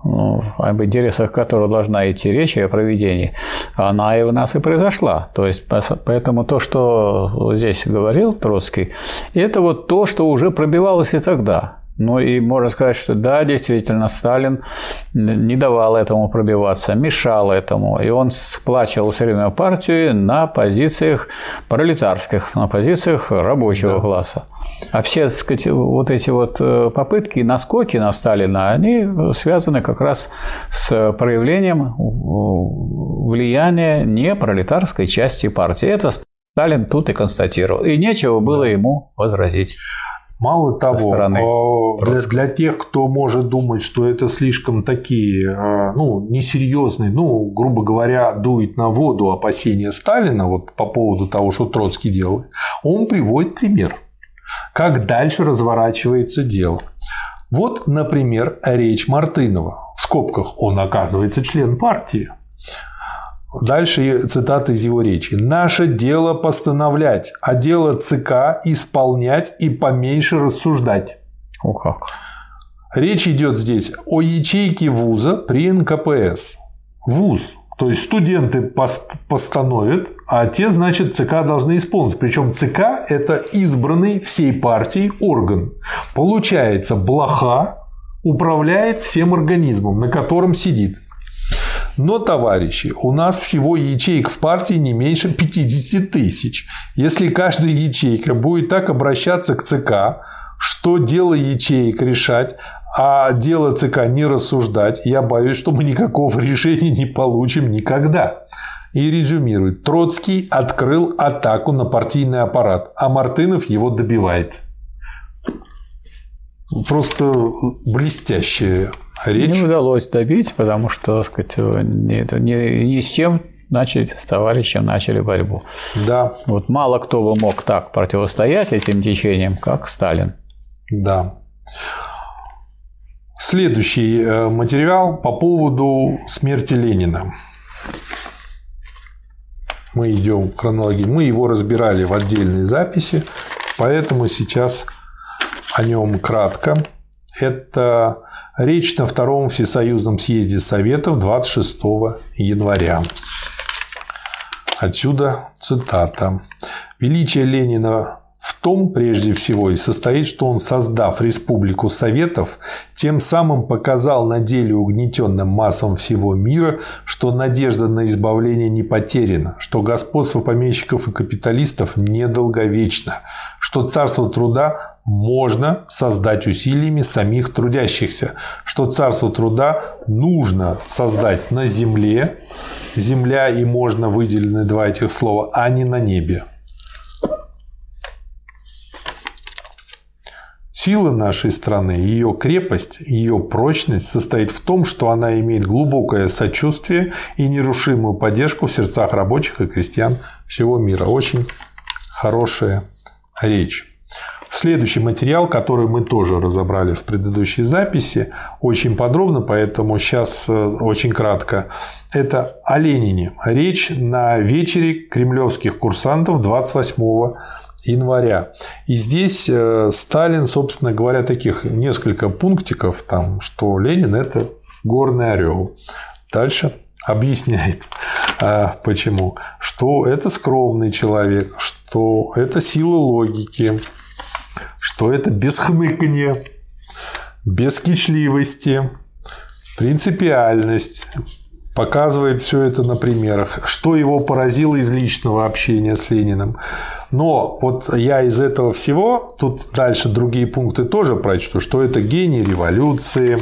об интересах которого должна идти речь о проведении, она и у нас и произошла. То есть, поэтому то, что здесь говорил Троцкий, это вот то, что уже пробивалось и тогда. Ну и можно сказать, что да, действительно, Сталин не давал этому пробиваться, мешал этому. И он сплачивал все время партию на позициях пролетарских, на позициях рабочего класса. А все, так сказать, вот эти вот попытки, наскоки на Сталина, они связаны как раз с проявлением влияния непролетарской части партии. Это Сталин тут и констатировал. И нечего было ему возразить. Мало того, для тех, кто может думать, что это слишком такие, несерьезные, грубо говоря, дует на воду опасения Сталина вот по поводу того, что Троцкий делает, он приводит пример, как дальше разворачивается дело. Вот, например, речь Мартынова. В скобках он, оказывается, член партии. Дальше цитата из его речи. «Наше дело постановлять, а дело ЦК исполнять и поменьше рассуждать». О как. Речь идет здесь о ячейке вуза при НКПС. Вуз, то есть студенты постановят, а те, значит, ЦК должны исполнить. Причем ЦК – это избранный всей партией орган. Получается, блоха управляет всем организмом, на котором сидит. Но, товарищи, у нас всего ячеек в партии не меньше 50 тысяч. Если каждая ячейка будет так обращаться к ЦК, что дело ячеек решать, а дело ЦК не рассуждать, я боюсь, что мы никакого решения не получим никогда. И резюмирует. Троцкий открыл атаку на партийный аппарат, а Мартынов его добивает. Просто блестящая речь. Не удалось добить, потому что, так сказать, ни с чем начали, с товарищем начали борьбу. Да. Вот мало кто бы мог так противостоять этим течениям, как Сталин. Да. Следующий материал по поводу смерти Ленина. Мы идем в хронологии. Мы его разбирали в отдельной записи, поэтому сейчас о нем кратко. Это речь на Втором Всесоюзном съезде Советов 26 января. Отсюда цитата. «Величие Ленина в том, прежде всего, и состоит, что он, создав Республику Советов, тем самым показал на деле угнетенным массам всего мира, что надежда на избавление не потеряна, что господство помещиков и капиталистов недолговечно, что царство труда можно создать усилиями самих трудящихся, что царство труда нужно создать на земле, земля и можно выделены два этих слова, а не на небе. Сила нашей страны, ее крепость, ее прочность состоит в том, что она имеет глубокое сочувствие и нерушимую поддержку в сердцах рабочих и крестьян всего мира. Очень хорошая речь. Следующий материал, который мы тоже разобрали в предыдущей записи, очень подробно, поэтому сейчас очень кратко. Это о Ленине. Речь на вечере кремлевских курсантов 28 января. И здесь Сталин, собственно говоря, таких несколько пунктиков, там, что Ленин – это горный орел. Дальше объясняет, почему. Что это скромный человек, что это сила логики, что это без хныканья, без кичливости, принципиальность. Показывает все это на примерах, что его поразило из личного общения с Лениным. Но вот я из этого всего, тут дальше другие пункты тоже прочту, что это гений революции,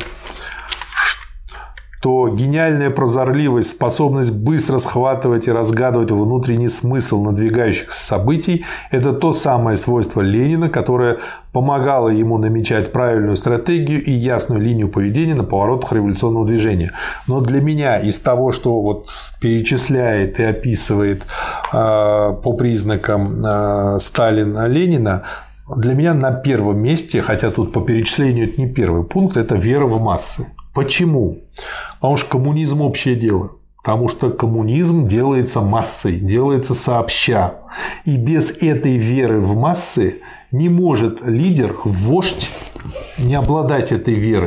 что гениальная прозорливость, способность быстро схватывать и разгадывать внутренний смысл надвигающихся событий – это то самое свойство Ленина, которое помогало ему намечать правильную стратегию и ясную линию поведения на поворотах революционного движения. Но для меня из того, что вот перечисляет и описывает по признакам Сталина-Ленина, для меня на первом месте, хотя тут по перечислению это не первый пункт, это вера в массы. Почему? Потому что коммунизм – общее дело. Потому что коммунизм делается массой, делается сообща. И без этой веры в массы не может лидер, вождь не обладать этой верой.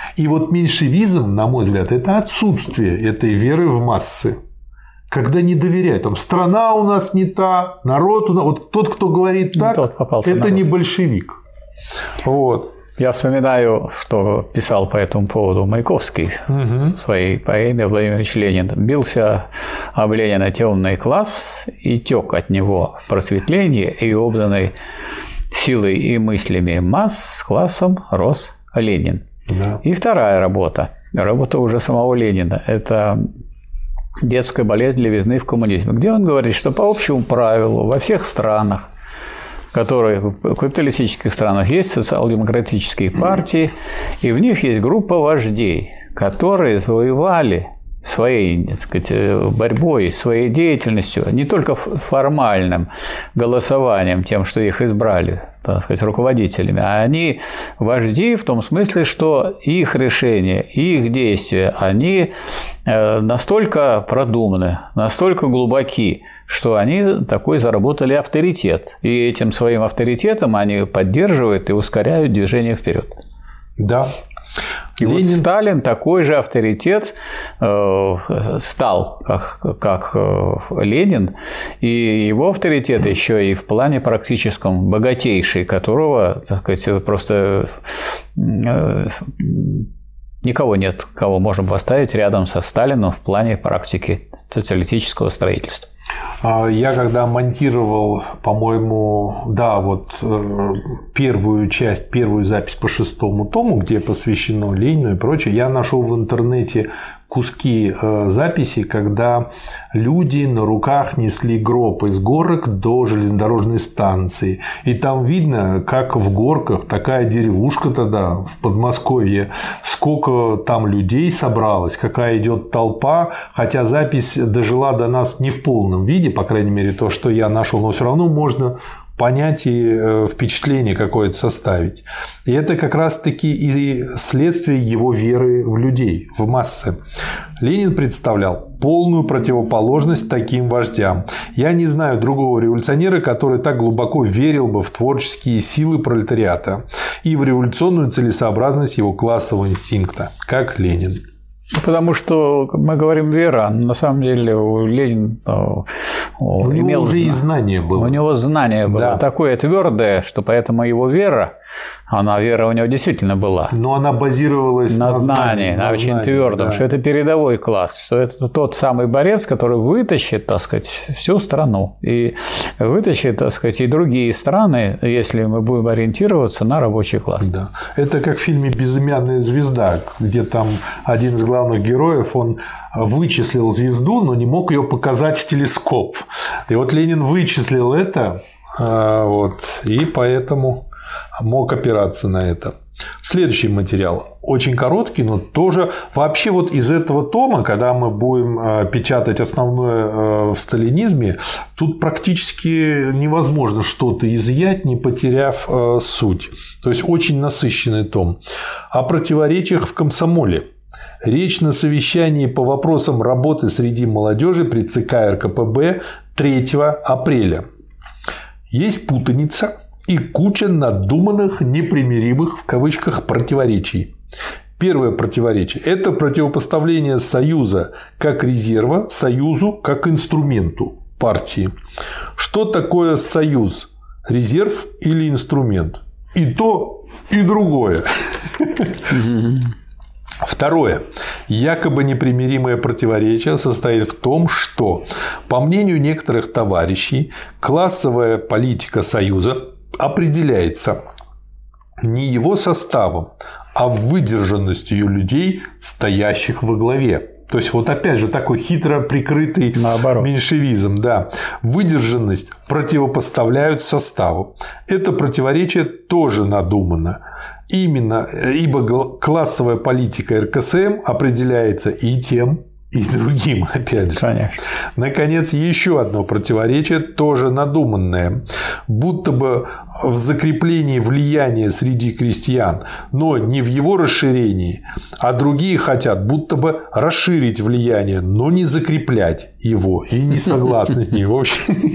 И вот меньшевизм, на мой взгляд, это отсутствие этой веры в массы. Когда не доверяют, там, страна у нас не та, народ у нас… Вот тот, кто говорит так, это не большевик. Вот. Я вспоминаю, что писал по этому поводу Маяковский в своей поэме «Владимир Ильич Ленин». Бился об Ленина темный класс и тек от него в просветлении, и обданный силой и мыслями масс с классом рос Ленин. Да. И вторая работа уже самого Ленина – это «Детская болезнь левизны в коммунизме», где он говорит, что по общему правилу во всех странах, которые в капиталистических странах есть социал-демократические партии, и в них есть группа вождей, которые завоевали своей, так сказать, борьбой, своей деятельностью, не только формальным голосованием, тем, что их избрали, так сказать, руководителями, а они вожди в том смысле, что их решения, их действия, они настолько продуманы, настолько глубоки, что они такой заработали авторитет. И этим своим авторитетом они поддерживают и ускоряют движение вперед. Да. И Ленин... вот Сталин такой же авторитет стал, как Ленин, и его авторитет еще и в плане практическом богатейший, которого, так сказать, просто никого нет, кого можно поставить рядом со Сталином в плане практики социалистического строительства. Я когда монтировал, по-моему, да, вот первую запись по 6-му тому, где посвящено Ленину и прочее, я нашел в интернете куски записей, когда люди на руках несли гроб из горок до железнодорожной станции. И там видно, как в горках такая деревушка тогда в Подмосковье, сколько там людей собралось, какая идет толпа, хотя запись дожила до нас не в полном виде, по крайней мере, то, что я нашел, но все равно можно понять и впечатление какое-то составить. И это как раз-таки и следствие его веры в людей, в массы. Ленин представлял полную противоположность таким вождям. Я не знаю другого революционера, который так глубоко верил бы в творческие силы пролетариата и в революционную целесообразность его классового инстинкта, как Ленин. Потому что мы говорим вера, на самом деле у Ленина у него уже и знание было. У него знание было, да, такое твердое, что поэтому его вера, вера у него действительно была. Но она базировалась на знании, на очень твердом, да, что это передовой класс, что это тот самый борец, который вытащит, так сказать, всю страну и вытащит, так сказать, и другие страны, если мы будем ориентироваться на рабочий класс. Да. Это как в фильме «Безымянная звезда», где там один из главных героев, он вычислил звезду, но не мог ее показать в телескоп. И вот Ленин вычислил это, и поэтому мог опираться на это. Следующий материал очень короткий, но тоже вообще вот из этого тома, когда мы будем печатать основное в сталинизме, тут практически невозможно что-то изъять, не потеряв суть. То есть очень насыщенный том. О противоречиях в комсомоле. Речь на совещании по вопросам работы среди молодежи при ЦК РКПБ 3 апреля. Есть путаница и куча надуманных, непримиримых в кавычках противоречий. Первое противоречие – это противопоставление Союза как резерва Союзу как инструменту партии. Что такое Союз? Резерв или инструмент? И то, и другое. Второе. Якобы непримиримое противоречие состоит в том, что, по мнению некоторых товарищей, классовая политика Союза определяется не его составом, а выдержанностью людей, стоящих во главе. То есть, вот опять же такой хитро прикрытый меньшевизм. Да. Выдержанность противопоставляют составу. Это противоречие тоже надумано. Ибо классовая политика РКСМ определяется и тем, и другим, опять же. Конечно. Наконец, еще одно противоречие, тоже надуманное. Будто бы в закреплении влияния среди крестьян, но не в его расширении, а другие хотят будто бы расширить влияние, но не закреплять его, и не согласны с ним. В общем,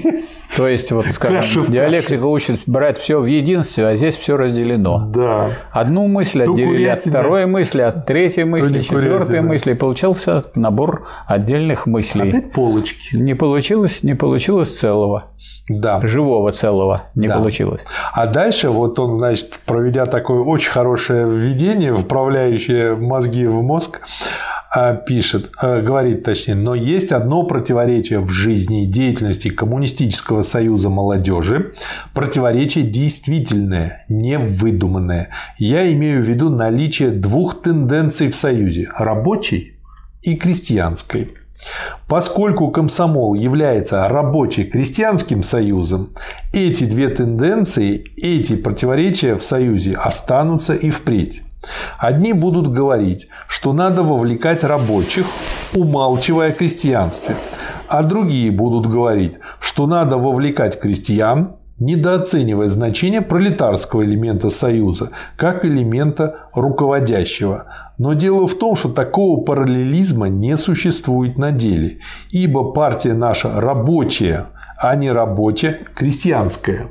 То есть, вот, скажем, диалектика учит брать все в единстве, а здесь все разделено. Да. Одну мысль отделили от второй мысли, от третьей мысли, четвертой мысли, и получился набор отдельных мыслей. Опять полочки. Не получилось целого. Да. Живого целого не получилось. А дальше вот он, значит, проведя такое очень хорошее введение, вправляющее мозги в мозг, пишет, говорит точнее, но есть одно противоречие в жизни и деятельности Коммунистического союза молодежи, противоречие действительное, не выдуманное. Я имею в виду наличие двух тенденций в союзе – рабочей и крестьянской. Поскольку комсомол является рабоче-крестьянским союзом, эти две тенденции, эти противоречия в союзе останутся и впредь. Одни будут говорить, что надо вовлекать рабочих, умалчивая о крестьянстве, а другие будут говорить, что надо вовлекать крестьян, недооценивая значение пролетарского элемента союза как элемента руководящего. Но дело в том, что такого параллелизма не существует на деле, ибо партия наша рабочая, а не рабоче-крестьянская.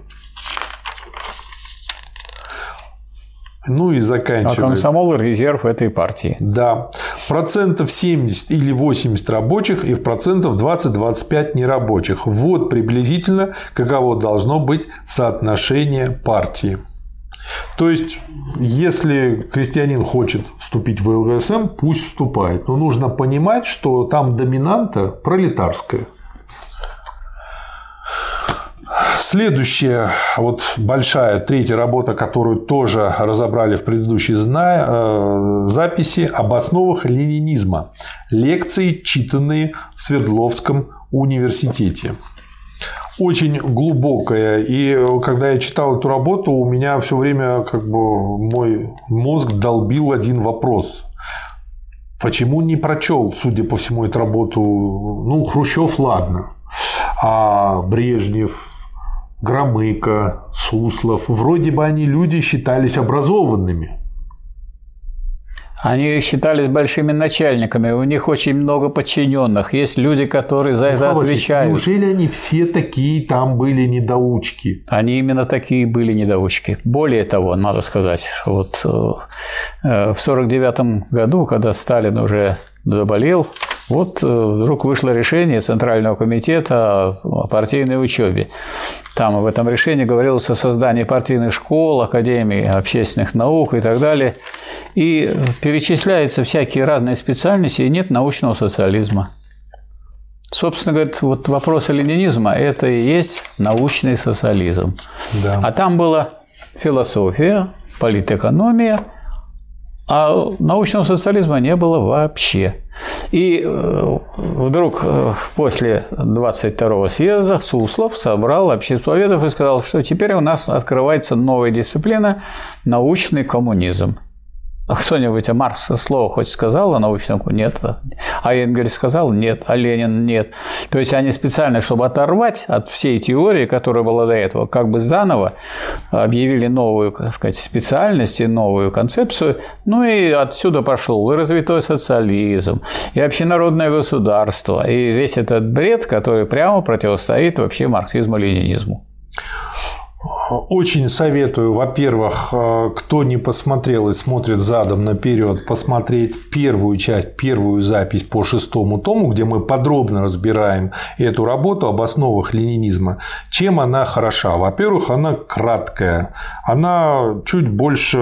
Ну и заканчивает. А комсомол – резерв этой партии. Да. 70% или 80% рабочих и 20-25% нерабочих. Вот приблизительно каково должно быть соотношение партии. То есть, если крестьянин хочет вступить в ЛГСМ, пусть вступает. Но нужно понимать, что там доминанта пролетарская. Следующая, вот большая, третья работа, которую тоже разобрали в предыдущей записи, об основах ленинизма. Лекции, читанные в Свердловском университете. Очень глубокая. И когда я читал эту работу, у меня все время мой мозг долбил один вопрос. Почему не прочел, судя по всему, эту работу, Хрущев, ладно, а Брежнев, Громыко, Суслов, вроде бы они люди считались образованными. Они считались большими начальниками, у них очень много подчиненных, есть люди, которые за это отвечают. Неужели они все такие там были недоучки? Они именно такие были недоучки. Более того, надо сказать, вот в 1949 году, когда Сталин уже заболел, вот вдруг вышло решение Центрального комитета о партийной учебе. Там в этом решении говорилось о создании партийных школ, академий общественных наук и так далее. И перечисляются всякие разные специальности, и нет научного социализма. Собственно говоря, вот вопросы ленинизма – это и есть научный социализм. Да. А там была философия, политэкономия, а научного социализма не было вообще. И вдруг после 22-го съезда Суслов собрал обществоведов и сказал, что теперь у нас открывается новая дисциплина – научный коммунизм. А кто-нибудь, а Маркс слово хоть сказал о научном? Нет. А Энгельс сказал? Нет. А Ленин? Нет. То есть, они специально, чтобы оторвать от всей теории, которая была до этого, как бы заново объявили новую, так сказать, специальность и новую концепцию. Ну и отсюда пошел и развитой социализм, и общенародное государство, и весь этот бред, который прямо противостоит вообще марксизму-ленинизму. Очень советую, во-первых, кто не посмотрел и смотрит задом наперед, посмотреть первую часть, первую запись по 6-му тому, где мы подробно разбираем эту работу об основах ленинизма. Чем она хороша? Во-первых, она краткая, она чуть больше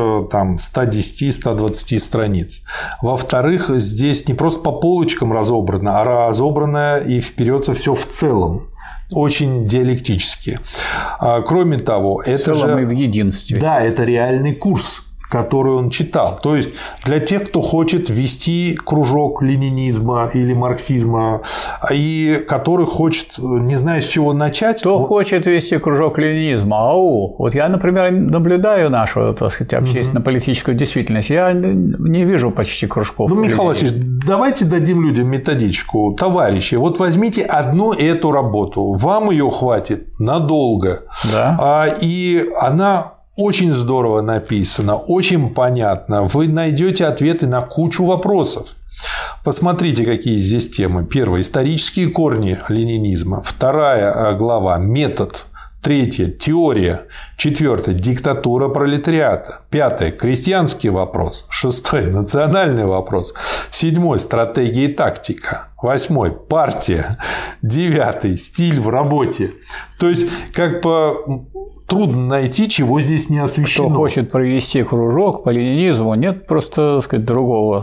110-120 страниц. Во-вторых, здесь не просто по полочкам разобрано, а разобрано и берется все в целом. Очень диалектически. Кроме того, это же в единстве. Да, это реальный курс, который он читал. То есть, для тех, кто хочет вести кружок ленинизма или марксизма, и который хочет, не знаю, с чего начать. Кто хочет вести кружок ленинизма? Вот я, например, наблюдаю нашу, так сказать, общественно-политическую действительность. Я не вижу почти кружков. Михаил Васильевич, давайте дадим людям методичку. Товарищи, вот возьмите одну эту работу. Вам ее хватит надолго. Да. И она очень здорово написано, очень понятно. Вы найдете ответы на кучу вопросов. Посмотрите, какие здесь темы. Первое – исторические корни ленинизма. Вторая глава – метод. Третье – теория. Четвертое – диктатура пролетариата. Пятое – крестьянский вопрос. Шестое – национальный вопрос. Седьмой – стратегия и тактика. Восьмой – партия. Девятый – стиль в работе. То есть, как бы трудно найти, чего здесь не освещено. Кто хочет провести кружок по ленинизму, нет просто, так сказать, другого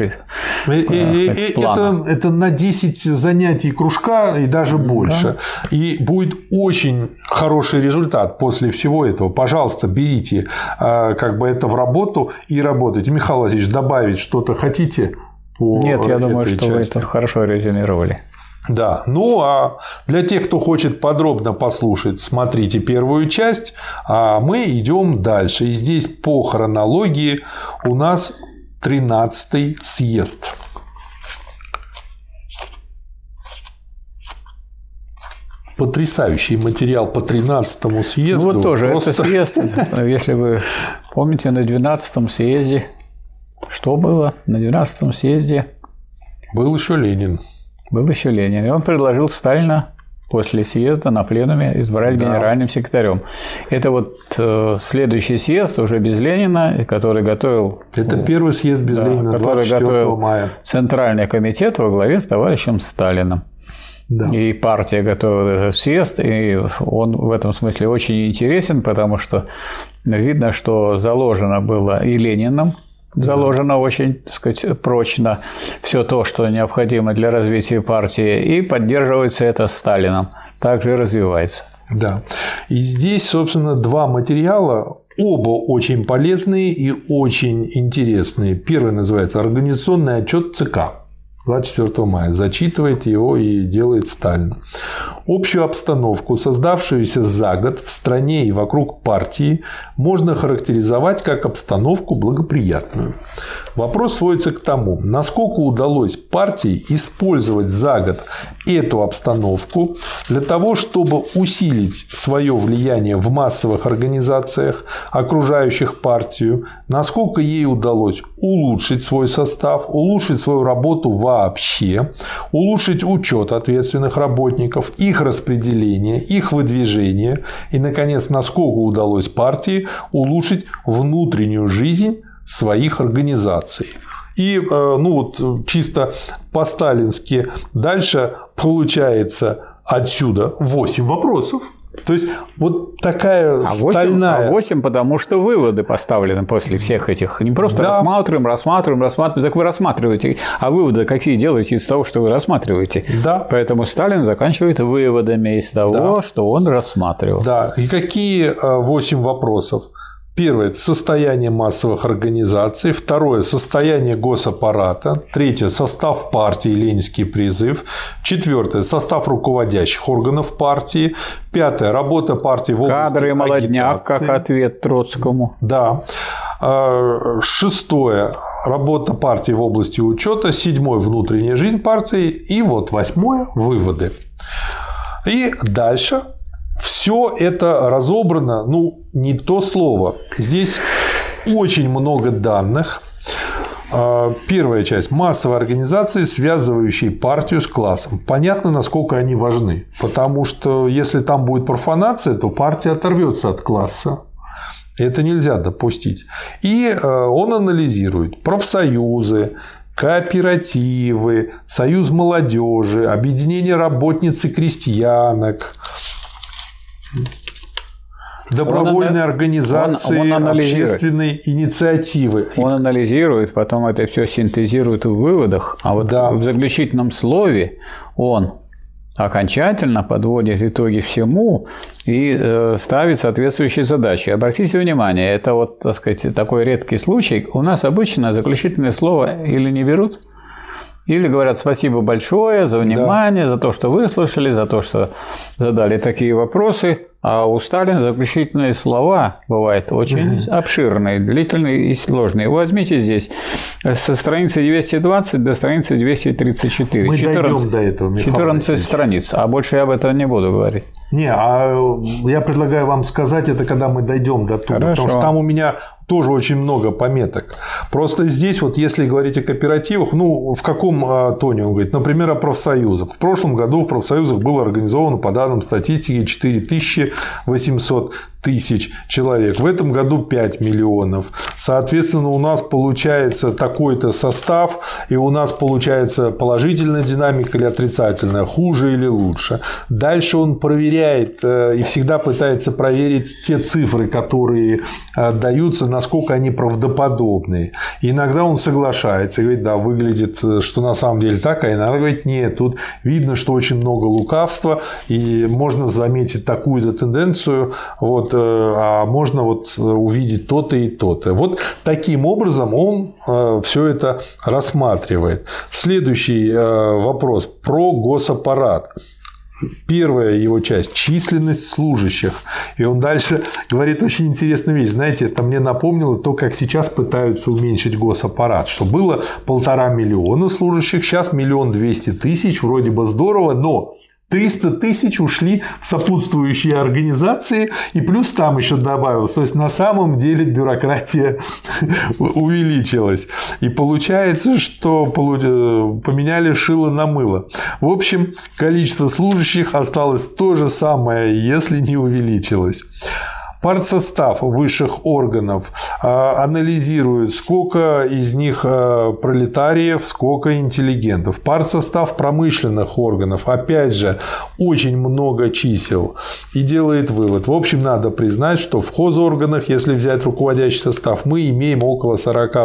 плана. Это на 10 занятий кружка и даже больше. Да. И будет очень хороший результат после всего этого. Пожалуйста, берите как бы это в работу и работайте. Михаил Васильевич, добавить что-то хотите по этой части? Нет, я думаю, что вы это хорошо резюмировали. Да, ну а для тех, кто хочет подробно послушать, смотрите первую часть, а мы идем дальше. И здесь по хронологии у нас 13-й съезд. Потрясающий материал по 13-му съезду. Ну, вот тоже просто... это съезд, если вы помните, на 12-м съезде, что было на 12-м съезде? Был еще Ленин. Был еще Ленин. И он предложил Сталина после съезда на пленуме избрать генеральным секретарем. Это вот следующий съезд уже без Ленина, который готовил... Это первый съезд без Ленина, 24 мая. Центральный комитет во главе с товарищем Сталиным. Да. И партия готовила этот съезд, и он в этом смысле очень интересен, потому что видно, что заложено было и Лениным, заложено очень, так сказать, прочно все то, что необходимо для развития партии, и поддерживается это Сталином, также и развивается. Да. И здесь, собственно, два материала, оба очень полезные и очень интересные. Первый называется «Организационный отчет ЦК». 24 мая. Зачитывает его и делает Сталин. Общую обстановку, создавшуюся за год в стране и вокруг партии, можно характеризовать как обстановку благоприятную. Вопрос сводится к тому, насколько удалось партии использовать за год эту обстановку для того, чтобы усилить свое влияние в массовых организациях, окружающих партию, насколько ей удалось улучшить свой состав, улучшить свою работу вообще, улучшить учет ответственных работников, их распределение, их выдвижение и, наконец, насколько удалось партии улучшить внутреннюю жизнь своих организаций. И ну вот чисто по-сталински дальше получается отсюда 8 вопросов. То есть вот такая стальная... 8, потому что выводы поставлены после всех этих. Не просто рассматриваем. Так вы рассматриваете. А выводы какие делаете из того, что вы рассматриваете? Да. Поэтому Сталин заканчивает выводами из того, что он рассматривал. Да. И какие 8 вопросов? Первое – это состояние массовых организаций. Второе – состояние госаппарата. Третье – состав партии, ленинский призыв. Четвертое – состав руководящих органов партии. Пятое – работа партии в области кадры и молодняк, как ответ Троцкому. Да. Шестое – работа партии в области учета. Седьмое – внутренняя жизнь партии. И вот восьмое – выводы. И дальше все это разобрано, ну, не то слово. Здесь очень много данных. Первая часть – массовые организации, связывающие партию с классом. Понятно, насколько они важны. Потому что если там будет профанация, то партия оторвется от класса. Это нельзя допустить. И он анализирует профсоюзы, кооперативы, союз молодежи, объединение работниц и крестьянок, добровольные организации, общественные инициативы. Он анализирует, потом это все синтезирует в выводах, а вот в заключительном слове он окончательно подводит итоги всему и ставит соответствующие задачи. Обратите внимание, это вот, так сказать, такой редкий случай. У нас обычно заключительное слово или не берут, или говорят спасибо большое за внимание, за то, что выслушали, за то, что задали такие вопросы. А у Сталина заключительные слова бывают очень обширные, длительные и сложные. Возьмите здесь со страницы 220 до страницы 234. Мы дойдем до этого, Михаил 14 страниц, а больше я об этом не буду говорить. Не, а я предлагаю вам сказать это, когда мы дойдем до туда. Потому что там у меня тоже очень много пометок. Просто здесь, вот если говорить о кооперативах, в каком тоне он говорит? Например, о профсоюзах. В прошлом году в профсоюзах было организовано, по данным статистики, 4800 тысяч человек. В этом году 5 миллионов. Соответственно, у нас получается такой-то состав, и у нас получается положительная динамика или отрицательная, хуже или лучше. Дальше он проверяет и всегда пытается проверить те цифры, которые даются, насколько они правдоподобные. И иногда он соглашается и говорит, да, выглядит, что на самом деле так, а иногда говорит, нет, тут видно, что очень много лукавства, и можно заметить такую-то тенденцию, а можно увидеть то-то и то-то. Вот таким образом он все это рассматривает. Следующий вопрос про госаппарат. Первая его часть – численность служащих. И он дальше говорит очень интересную вещь. Знаете, это мне напомнило то, как сейчас пытаются уменьшить госаппарат. Что было 1,5 миллиона служащих, сейчас 1 200 000. Вроде бы здорово, но 300 тысяч ушли в сопутствующие организации, и плюс там еще добавилось. То есть, на самом деле бюрократия увеличилась. И получается, что поменяли шило на мыло. В общем, количество служащих осталось то же самое, если не увеличилось. Партсостав высших органов анализирует, сколько из них пролетариев, сколько интеллигентов. Партсостав промышленных органов, опять же, очень много чисел. И делает вывод. В общем, надо признать, что в хозорганах, если взять руководящий состав, мы имеем около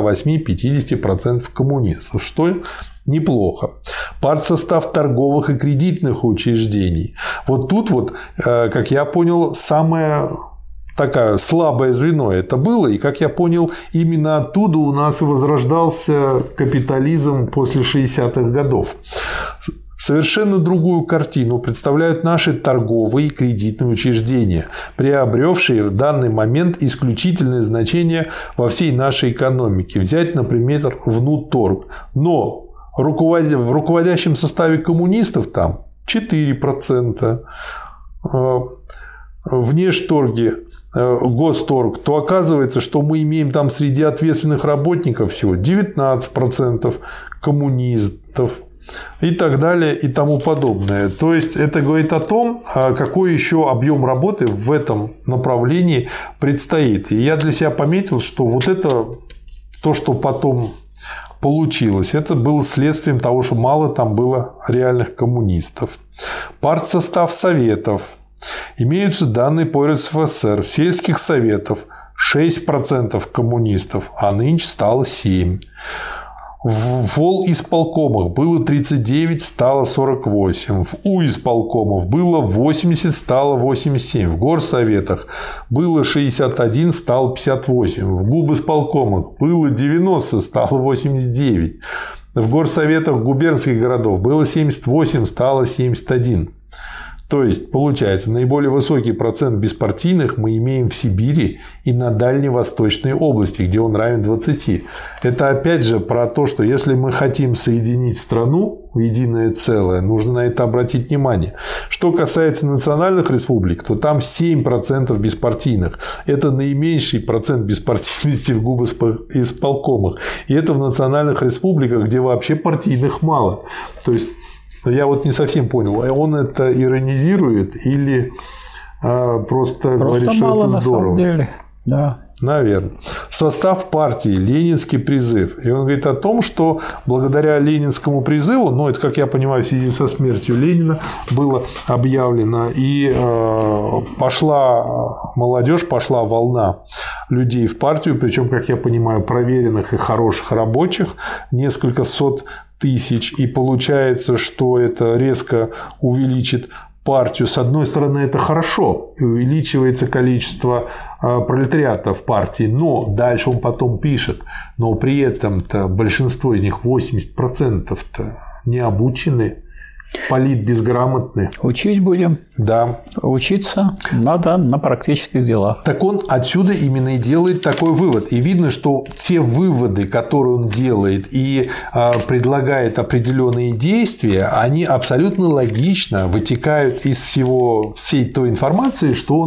48-50% коммунистов. Что неплохо. Партсостав торговых и кредитных учреждений. Вот тут, как я понял, самое такое слабое звено это было, и, как я понял, именно оттуда у нас возрождался капитализм после 60-х годов. Совершенно другую картину представляют наши торговые и кредитные учреждения, приобретшие в данный момент исключительное значение во всей нашей экономике. Взять, например, Внуторг. Но в руководящем составе коммунистов там 4%, Внешторге, Госторг, то оказывается, что мы имеем там среди ответственных работников всего 19% коммунистов и так далее и тому подобное. То есть это говорит о том, какой еще объем работы в этом направлении предстоит. И я для себя пометил, что вот это то, что потом получилось, это было следствием того, что мало там было реальных коммунистов. Партсостав советов. Имеются данные по РСФСР. В сельских советах 6% коммунистов, а нынче стало 7%. В волисполкомах было 39, стало 48. В уисполкомах было 80, стало 87. В горсоветах было 61, стало 58. В губисполкомах было 90, стало 89. В горсоветах губернских городов было 78, стало 71. То есть, получается, наиболее высокий процент беспартийных мы имеем в Сибири и на Дальневосточной области, где он равен 20. Это опять же про то, что если мы хотим соединить страну в единое целое, нужно на это обратить внимание. Что касается национальных республик, то там 7% беспартийных. Это наименьший процент беспартийности в губисполкомах. И это в национальных республиках, где вообще партийных мало. То есть, я не совсем понял, он это иронизирует или просто говорит, что мало, это здорово? На самом деле. Да. Наверное. Состав партии, ленинский призыв. И он говорит о том, что благодаря ленинскому призыву, это, как я понимаю, в связи со смертью Ленина было объявлено, и пошла молодежь, пошла волна людей в партию, причем, как я понимаю, проверенных и хороших рабочих, несколько сот тысяч, и получается, что это резко увеличит партию. С одной стороны, это хорошо, и увеличивается количество пролетариата в партии, но дальше он потом пишет, но при этом-то большинство из них, 80%-то не обучены, политбезграмотны. Учить будем. Да. Учиться надо на практических делах. Так он отсюда именно и делает такой вывод. И видно, что те выводы, которые он делает и предлагает определенные действия, они абсолютно логично вытекают из всей той информации, что он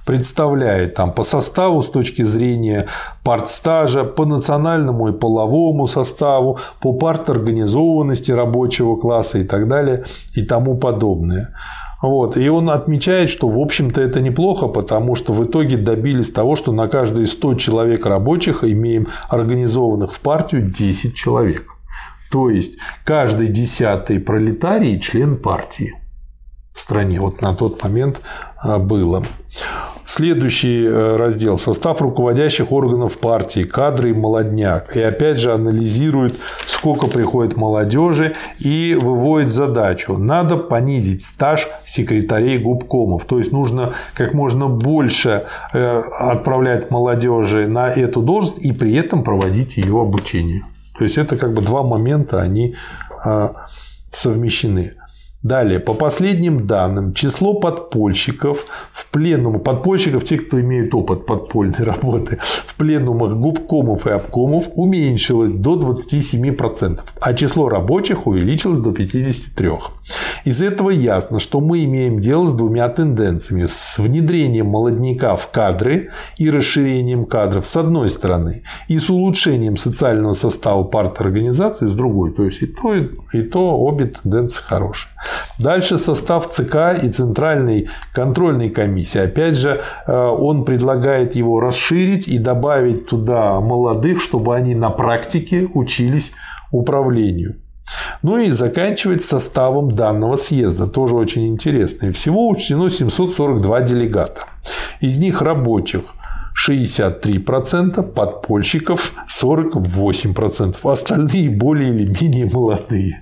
представляет там по составу с точки зрения партстажа, по национальному и половому составу, по парторганизованности рабочего класса и так далее и тому подобное. Вот. И он отмечает, что, в общем-то, это неплохо, потому что в итоге добились того, что на каждые 100 человек рабочих имеем организованных в партию 10 человек. То есть, каждый 10-й пролетарий – член партии в стране. Вот на тот момент было. Следующий раздел – состав руководящих органов партии, кадры и молодняк. И опять же анализирует, сколько приходит молодежи и выводит задачу. Надо понизить стаж секретарей губкомов. То есть, нужно как можно больше отправлять молодежи на эту должность и при этом проводить ее обучение. То есть, это как бы два момента, они совмещены. Далее, по последним данным, число подпольщиков в пленумах, подпольщиков, те, кто имеет опыт подпольной работы, в пленумах губкомов и обкомов уменьшилось до 27%, а число рабочих увеличилось до 53%. Из этого ясно, что мы имеем дело с двумя тенденциями: с внедрением молодняка в кадры и расширением кадров с одной стороны, и с улучшением социального состава парторганизации с другой. То есть, и то обе тенденции хорошие. Дальше состав ЦК и Центральной контрольной комиссии. Опять же, он предлагает его расширить и добавить туда молодых, чтобы они на практике учились управлению. Ну и заканчивать составом данного съезда. Тоже очень интересно. И всего учтено 742 делегата. Из них рабочих 63%, подпольщиков 48%. Остальные более или менее молодые.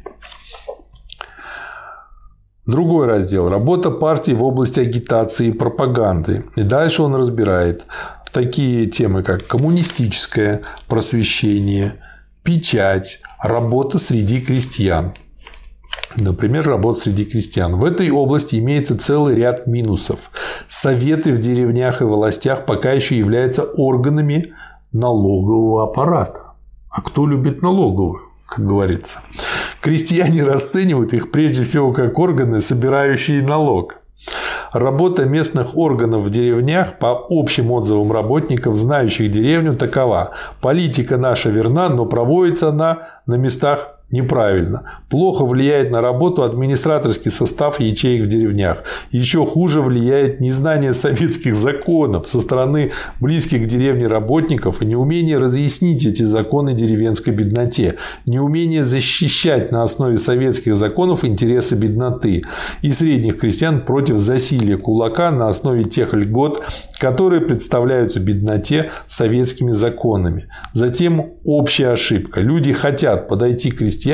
Другой раздел – работа партии в области агитации и пропаганды. И дальше он разбирает такие темы, как коммунистическое просвещение, печать, работа среди крестьян. Например, работа среди крестьян. В этой области имеется целый ряд минусов. Советы в деревнях и властях пока еще являются органами налогового аппарата. А кто любит налоговую, как говорится? Крестьяне расценивают их прежде всего как органы, собирающие налог. Работа местных органов в деревнях, по общим отзывам работников, знающих деревню, такова: политика наша верна, но проводится она на местах неправильно. Плохо влияет на работу администраторский состав ячеек в деревнях. Еще хуже влияет незнание советских законов со стороны близких к деревне работников и неумение разъяснить эти законы деревенской бедноте, неумение защищать на основе советских законов интересы бедноты и средних крестьян против засилья кулака на основе тех льгот, которые представляются бедноте советскими законами. Затем общая ошибка. Люди хотят подойти к крестьянину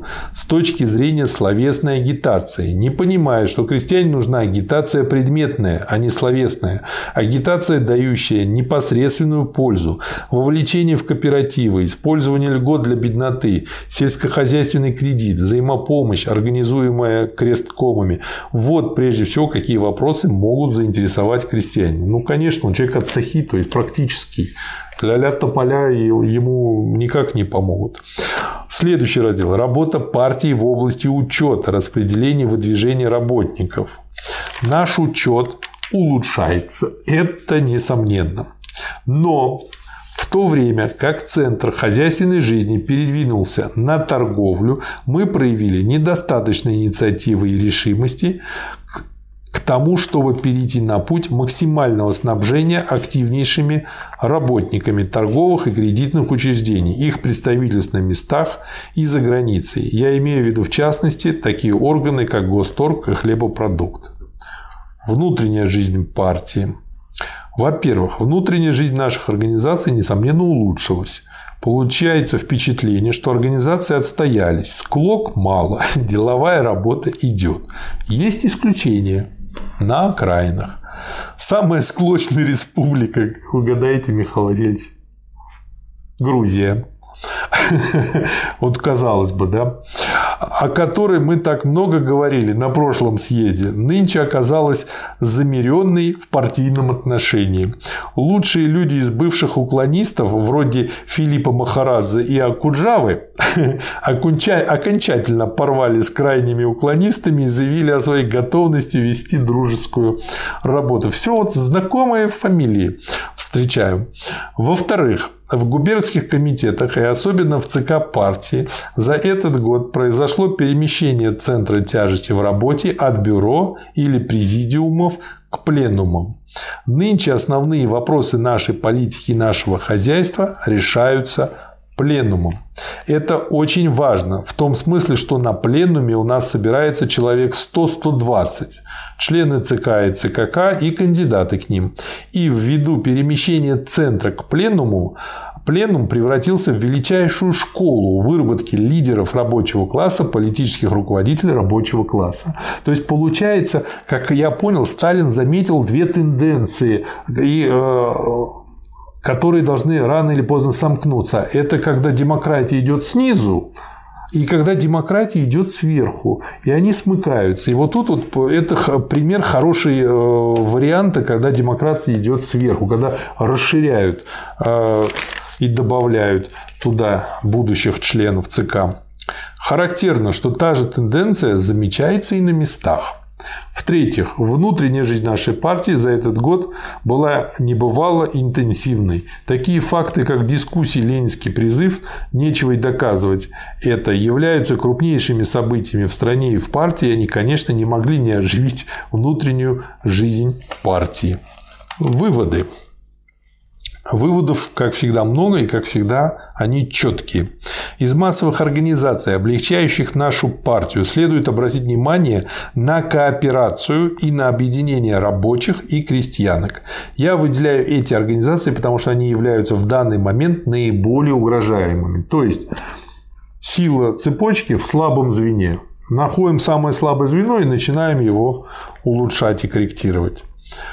с точки зрения словесной агитации, не понимая, что крестьянину нужна агитация предметная, а не словесная. Агитация, дающая непосредственную пользу, вовлечение в кооперативы, использование льгот для бедноты, сельскохозяйственный кредит, взаимопомощь, организуемая кресткомами. Вот прежде всего какие вопросы могут заинтересовать крестьянина. Ну, конечно, он человек от цехи, то есть практический. Ля-ля тополя ему никак не помогут. Следующий раздел – работа партии в области учета, распределения и выдвижения работников. Наш учет улучшается, это несомненно. Но в то время как центр хозяйственной жизни передвинулся на торговлю, мы проявили недостаточно инициативы и решимости к тому, чтобы перейти на путь максимального снабжения активнейшими работниками торговых и кредитных учреждений, их представительств на местах и за границей. Я имею в виду, в частности, такие органы, как Госторг и Хлебопродукт. Внутренняя жизнь партии. Во-первых, внутренняя жизнь наших организаций, несомненно, улучшилась. Получается впечатление, что организации отстоялись, склок мало, деловая работа идет. Есть исключения на окраинах. Самая склочная республика, угадайте, Михаил Владимирович? Грузия. Вот казалось бы, да. о которой мы так много говорили на прошлом съезде, нынче оказалась замеренной в партийном отношении. Лучшие люди из бывших уклонистов, вроде Филиппа Махарадзе и Окуджавы, окончательно порвали с крайними уклонистами и заявили о своей готовности вести дружескую работу. Все вот знакомые фамилии встречаю. Во-вторых, в губернских комитетах и особенно в ЦК партии за этот год произошло перемещение центра тяжести в работе от бюро или президиумов к пленумам. Нынче основные вопросы нашей политики и нашего хозяйства решаются пленумом. Это очень важно в том смысле, что на пленуме у нас собирается человек 100-120, члены ЦК и ЦКК и кандидаты к ним. И ввиду перемещения центра к пленуму, пленум превратился в величайшую школу выработки лидеров рабочего класса, политических руководителей рабочего класса. То есть получается, как я понял, Сталин заметил две тенденции, которые должны рано или поздно сомкнуться. Это когда демократия идет снизу, и когда демократия идет сверху, и они смыкаются. И вот тут вот это пример хороший варианта, когда демократия идет сверху, когда расширяют и добавляют туда будущих членов ЦК. Характерно, что та же тенденция замечается и на местах. В-третьих, внутренняя жизнь нашей партии за этот год была небывало интенсивной. Такие факты, как дискуссии «Ленинский призыв», нечего и доказывать. Это являются крупнейшими событиями в стране и в партии, и они, конечно, не могли не оживить внутреннюю жизнь партии. Выводы. Выводов, как всегда, много, и, как всегда, они четкие. Из массовых организаций, облегчающих нашу партию, следует обратить внимание на кооперацию и на объединение рабочих и крестьянок. Я выделяю эти организации, потому что они являются в данный момент наиболее угрожаемыми. То есть, сила цепочки в слабом звене. Находим самое слабое звено и начинаем его улучшать и корректировать.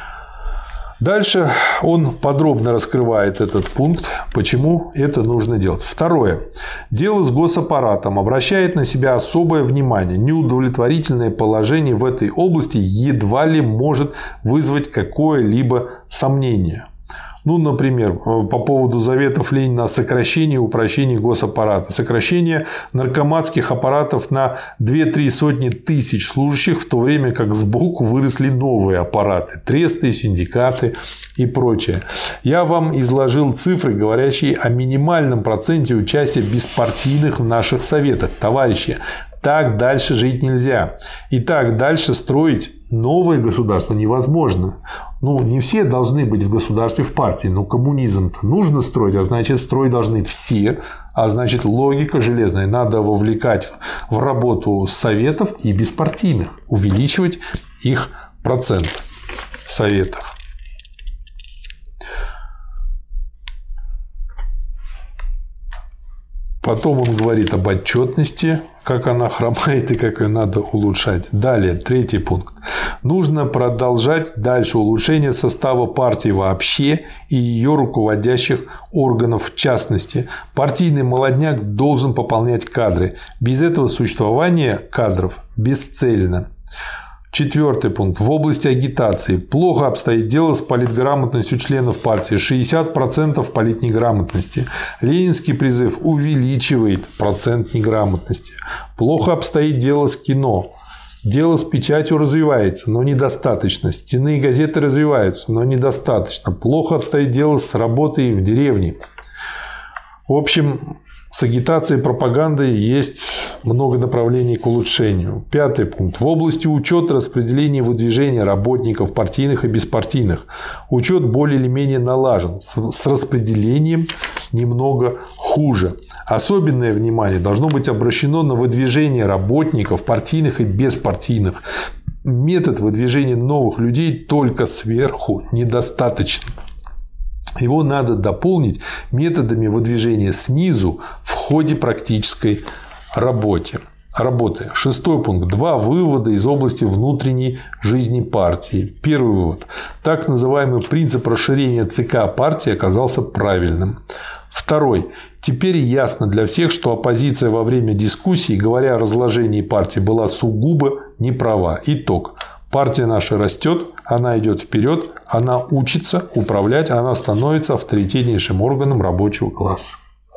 Дальше он подробно раскрывает этот пункт, почему это нужно делать. Второе. Дело с госаппаратом обращает на себя особое внимание. Неудовлетворительное положение в этой области едва ли может вызвать какое-либо сомнение. Ну, например, по поводу заветов Ленина о сокращении и упрощении госаппарата. Сокращение наркоматских аппаратов на 2-3 сотни тысяч служащих, в то время как сбоку выросли новые аппараты. Тресты, синдикаты и прочее. Я вам изложил цифры, говорящие о минимальном проценте участия беспартийных в наших советах. Товарищи, так дальше жить нельзя. И так дальше строить новое государство невозможно. Ну, не все должны быть в государстве, в партии, но коммунизм-то нужно строить, а значит, строить должны все, а значит, логика железная. Надо вовлекать в работу советов и беспартийных, увеличивать их процент в советах. Потом он говорит об отчетности, как она хромает и как ее надо улучшать. Далее, третий пункт. Нужно продолжать дальше улучшение состава партии вообще и ее руководящих органов в частности. Партийный молодняк должен пополнять кадры. Без этого существование кадров бесцельно. Четвертый пункт. В области агитации. Плохо обстоит дело с политграмотностью членов партии. 60% политнеграмотности. Ленинский призыв увеличивает процент неграмотности. Плохо обстоит дело с кино. Дело с печатью развивается, но недостаточно. Стенные газеты развиваются, но недостаточно. Плохо обстоит дело с работой в деревне. В общем, с агитацией и пропагандой есть много направлений к улучшению. Пятый пункт. В области учета, распределения и выдвижения работников партийных и беспартийных. Учет более или менее налажен. С распределением немного хуже. Особенное внимание должно быть обращено на выдвижение работников партийных и беспартийных. Метод выдвижения новых людей только сверху недостаточно. Его надо дополнить методами выдвижения снизу в ходе практической работы. Шестой пункт. 2 вывода из области внутренней жизни партии. Первый вывод. Так называемый принцип расширения ЦК партии оказался правильным. Второй. Теперь ясно для всех, что оппозиция во время дискуссий, говоря о разложении партии, была сугубо неправа. Итог. Партия наша растет, она идет вперед, она учится управлять, она становится авторитетнейшим органом рабочего класса.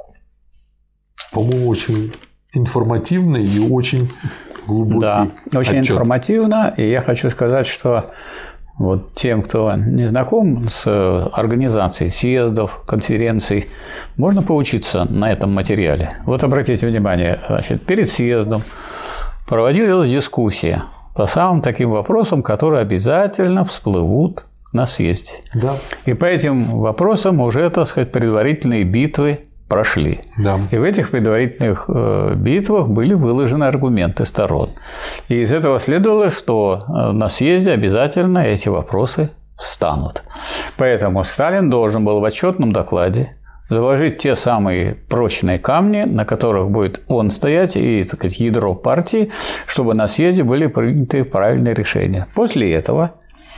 По-моему, очень информативный и очень глубокий Да, очень отчет. информативно. И я хочу сказать, что вот тем, кто не знаком с организацией съездов, конференций, можно поучиться на этом материале. Вот обратите внимание, значит, перед съездом проводилась дискуссия по самым таким вопросам, которые обязательно всплывут на съезде. Да. И по этим вопросам уже, так сказать, предварительные битвы прошли. Да. И в этих предварительных битвах были выложены аргументы сторон. И из этого следовало, что на съезде обязательно эти вопросы встанут. Поэтому Сталин должен был в отчетном докладе заложить те самые прочные камни, на которых будет он стоять, и, так сказать, ядро партии, чтобы на съезде были приняты правильные решения. После этого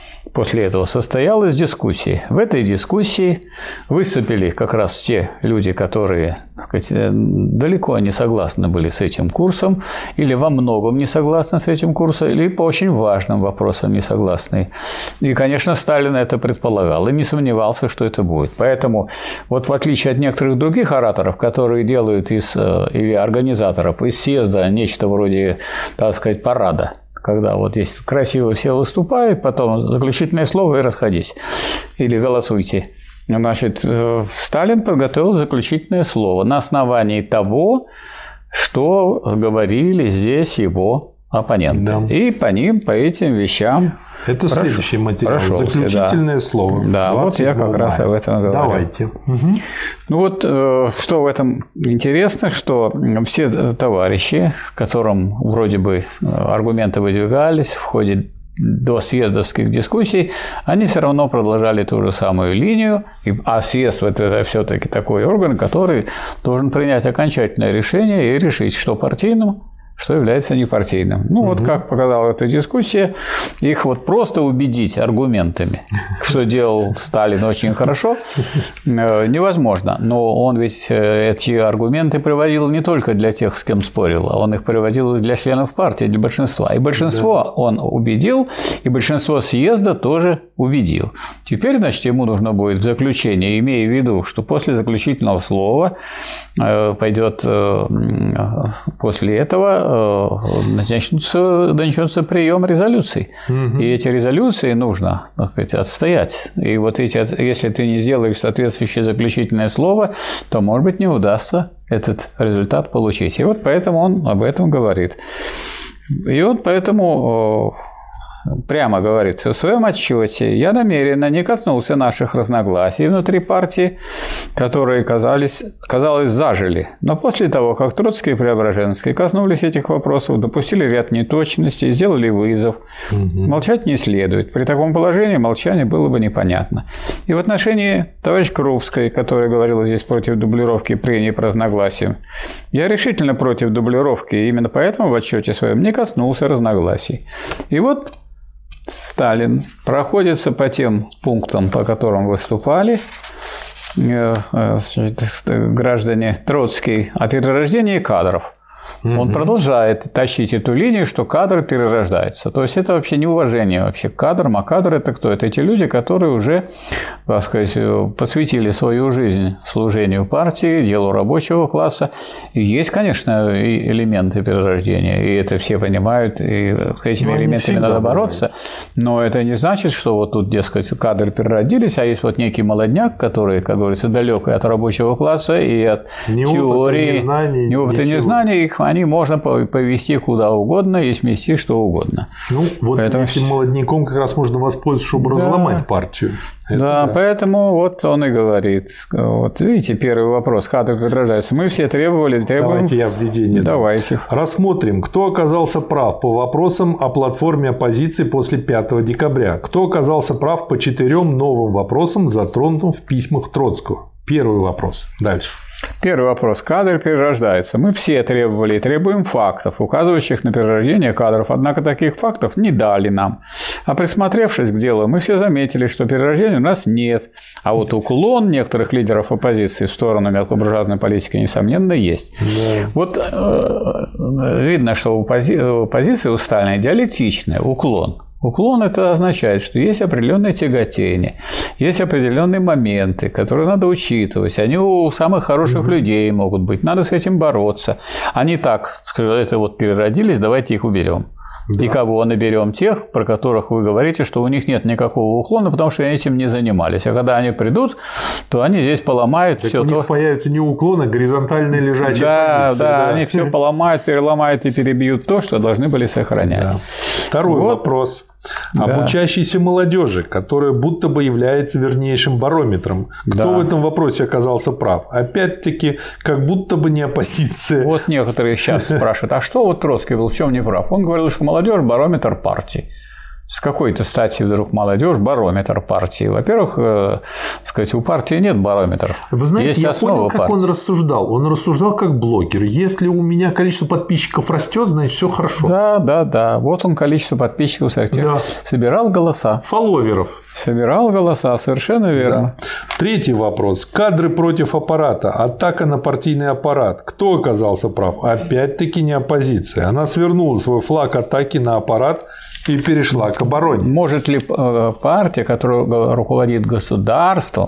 состоялась дискуссия. В этой дискуссии выступили как раз те люди, которые, так сказать, далеко не согласны были с этим курсом, или во многом не согласны с этим курсом, или по очень важным вопросам не согласны. И, конечно, Сталин это предполагал и не сомневался, что это будет. Поэтому, вот в отличие от некоторых других ораторов, которые делают или организаторов из съезда нечто вроде, так сказать, парада, когда вот здесь красиво все выступают, потом заключительное слово и расходись. Или голосуйте. Значит, Сталин подготовил заключительное слово на основании того, что говорили здесь его оппоненты. Да. И по этим вещам это следующий материал. Заключительное слово. Да, вот я как раз об этом говорю. Давайте. Угу. Ну вот, что в этом интересно, что все товарищи, которым вроде бы аргументы выдвигались в ходе досъездовских дискуссий, они все равно продолжали ту же самую линию, а съезд – это все-таки такой орган, который должен принять окончательное решение и решить, что партийным, что является непартийным. Ну, вот как показала эта дискуссия, их вот просто убедить аргументами, что делал Сталин очень хорошо, невозможно. Но он ведь эти аргументы приводил не только для тех, с кем спорил, а он их приводил и для членов партии, для большинства. И большинство он убедил, и большинство съезда тоже убедил. Теперь, значит, ему нужно будет в заключение, имея в виду, что после заключительного слова пойдет после этого начнется прием резолюций. Угу. И эти резолюции нужно, так сказать, отстоять. И вот если ты не сделаешь соответствующее заключительное слово, то, может быть, не удастся этот результат получить. И вот поэтому он об этом говорит. И вот поэтому прямо говорит: в своем отчете я намеренно не коснулся наших разногласий внутри партии, которые, казалось, зажили. Но после того, как Троцкий и Преображенский коснулись этих вопросов, допустили ряд неточностей, сделали вызов, молчать не следует. При таком положении молчание было бы непонятно. И в отношении товарища Крупской, которая говорила здесь против дублировки прений по разногласиям, я решительно против дублировки, и именно поэтому в отчете своем не коснулся разногласий. И вот Сталин проходится по тем пунктам, по которым выступали граждане Троцкий, о перерождении кадров. Он продолжает тащить эту линию, что кадры перерождаются. То есть это вообще неуважение вообще к кадрам. А кадры – это кто? Это те люди, которые уже, так сказать, посвятили свою жизнь служению партии, делу рабочего класса. И есть, конечно, и элементы перерождения, и это все понимают, и с этими элементами надо бороться. Но это не значит, что вот тут, дескать, кадры переродились, а есть вот некий молодняк, который, как говорится, далек и от рабочего класса, и от теории, ни опыта, ни знаний, они можно повести куда угодно и смести что угодно. Ну, вот этим молодняком как раз можно воспользоваться, чтобы разломать партию. Да, поэтому вот он и говорит. Вот видите, первый вопрос, кадры перерождаются. Мы все требуем. Давайте я введение. Давайте. Рассмотрим, кто оказался прав по вопросам о платформе оппозиции после 5 декабря. Кто оказался прав по 4 новым вопросам, затронутым в письмах Троцкого. Первый вопрос. Дальше. Первый вопрос. Кадры перерождаются. Мы все требовали и требуем фактов, указывающих на перерождение кадров. Однако таких фактов не дали нам. А присмотревшись к делу, мы все заметили, что перерождения у нас нет. А вот уклон некоторых лидеров оппозиции в сторону мелкобуржуазной политики, несомненно, есть. Да. Вот видно, что у оппозиции у Сталина диалектичный уклон. Уклон – это означает, что есть определенное тяготение, есть определенные моменты, которые надо учитывать. Они у самых хороших людей могут быть. Надо с этим бороться. Они так, это вот переродились, давайте их уберем. Да. И кого наберем? Тех, про которых вы говорите, что у них нет никакого уклона, потому что они этим не занимались. А когда они придут, то они здесь поломают все. У них появится не уклон, а горизонтальная лежачая позиция. Да, они все поломают, переломают и перебьют то, что должны были сохранять. Да. Второй вопрос. Об учащейся молодежи, которая будто бы является вернейшим барометром. Кто в этом вопросе оказался прав? Опять-таки, как будто бы не оппозиция. Вот некоторые сейчас спрашивают, а что вот Троцкий был, в чем не прав? Он говорил, что молодежь – барометр партии. С какой-то стати вдруг молодежь барометр партии? Во-первых, сказать, у партии нет барометра. Вы знаете, есть я понял, как он рассуждал. Он рассуждал как блогер. Если у меня количество подписчиков растет, значит, все хорошо. Да. Вот он количество подписчиков собирал голоса. Фолловеров. Собирал голоса, совершенно верно. Да. Третий вопрос. Кадры против аппарата. Атака на партийный аппарат. Кто оказался прав? Опять-таки не оппозиция. Она свернула свой флаг атаки на аппарат и перешла к обороне. Может ли партия, которая руководит государством,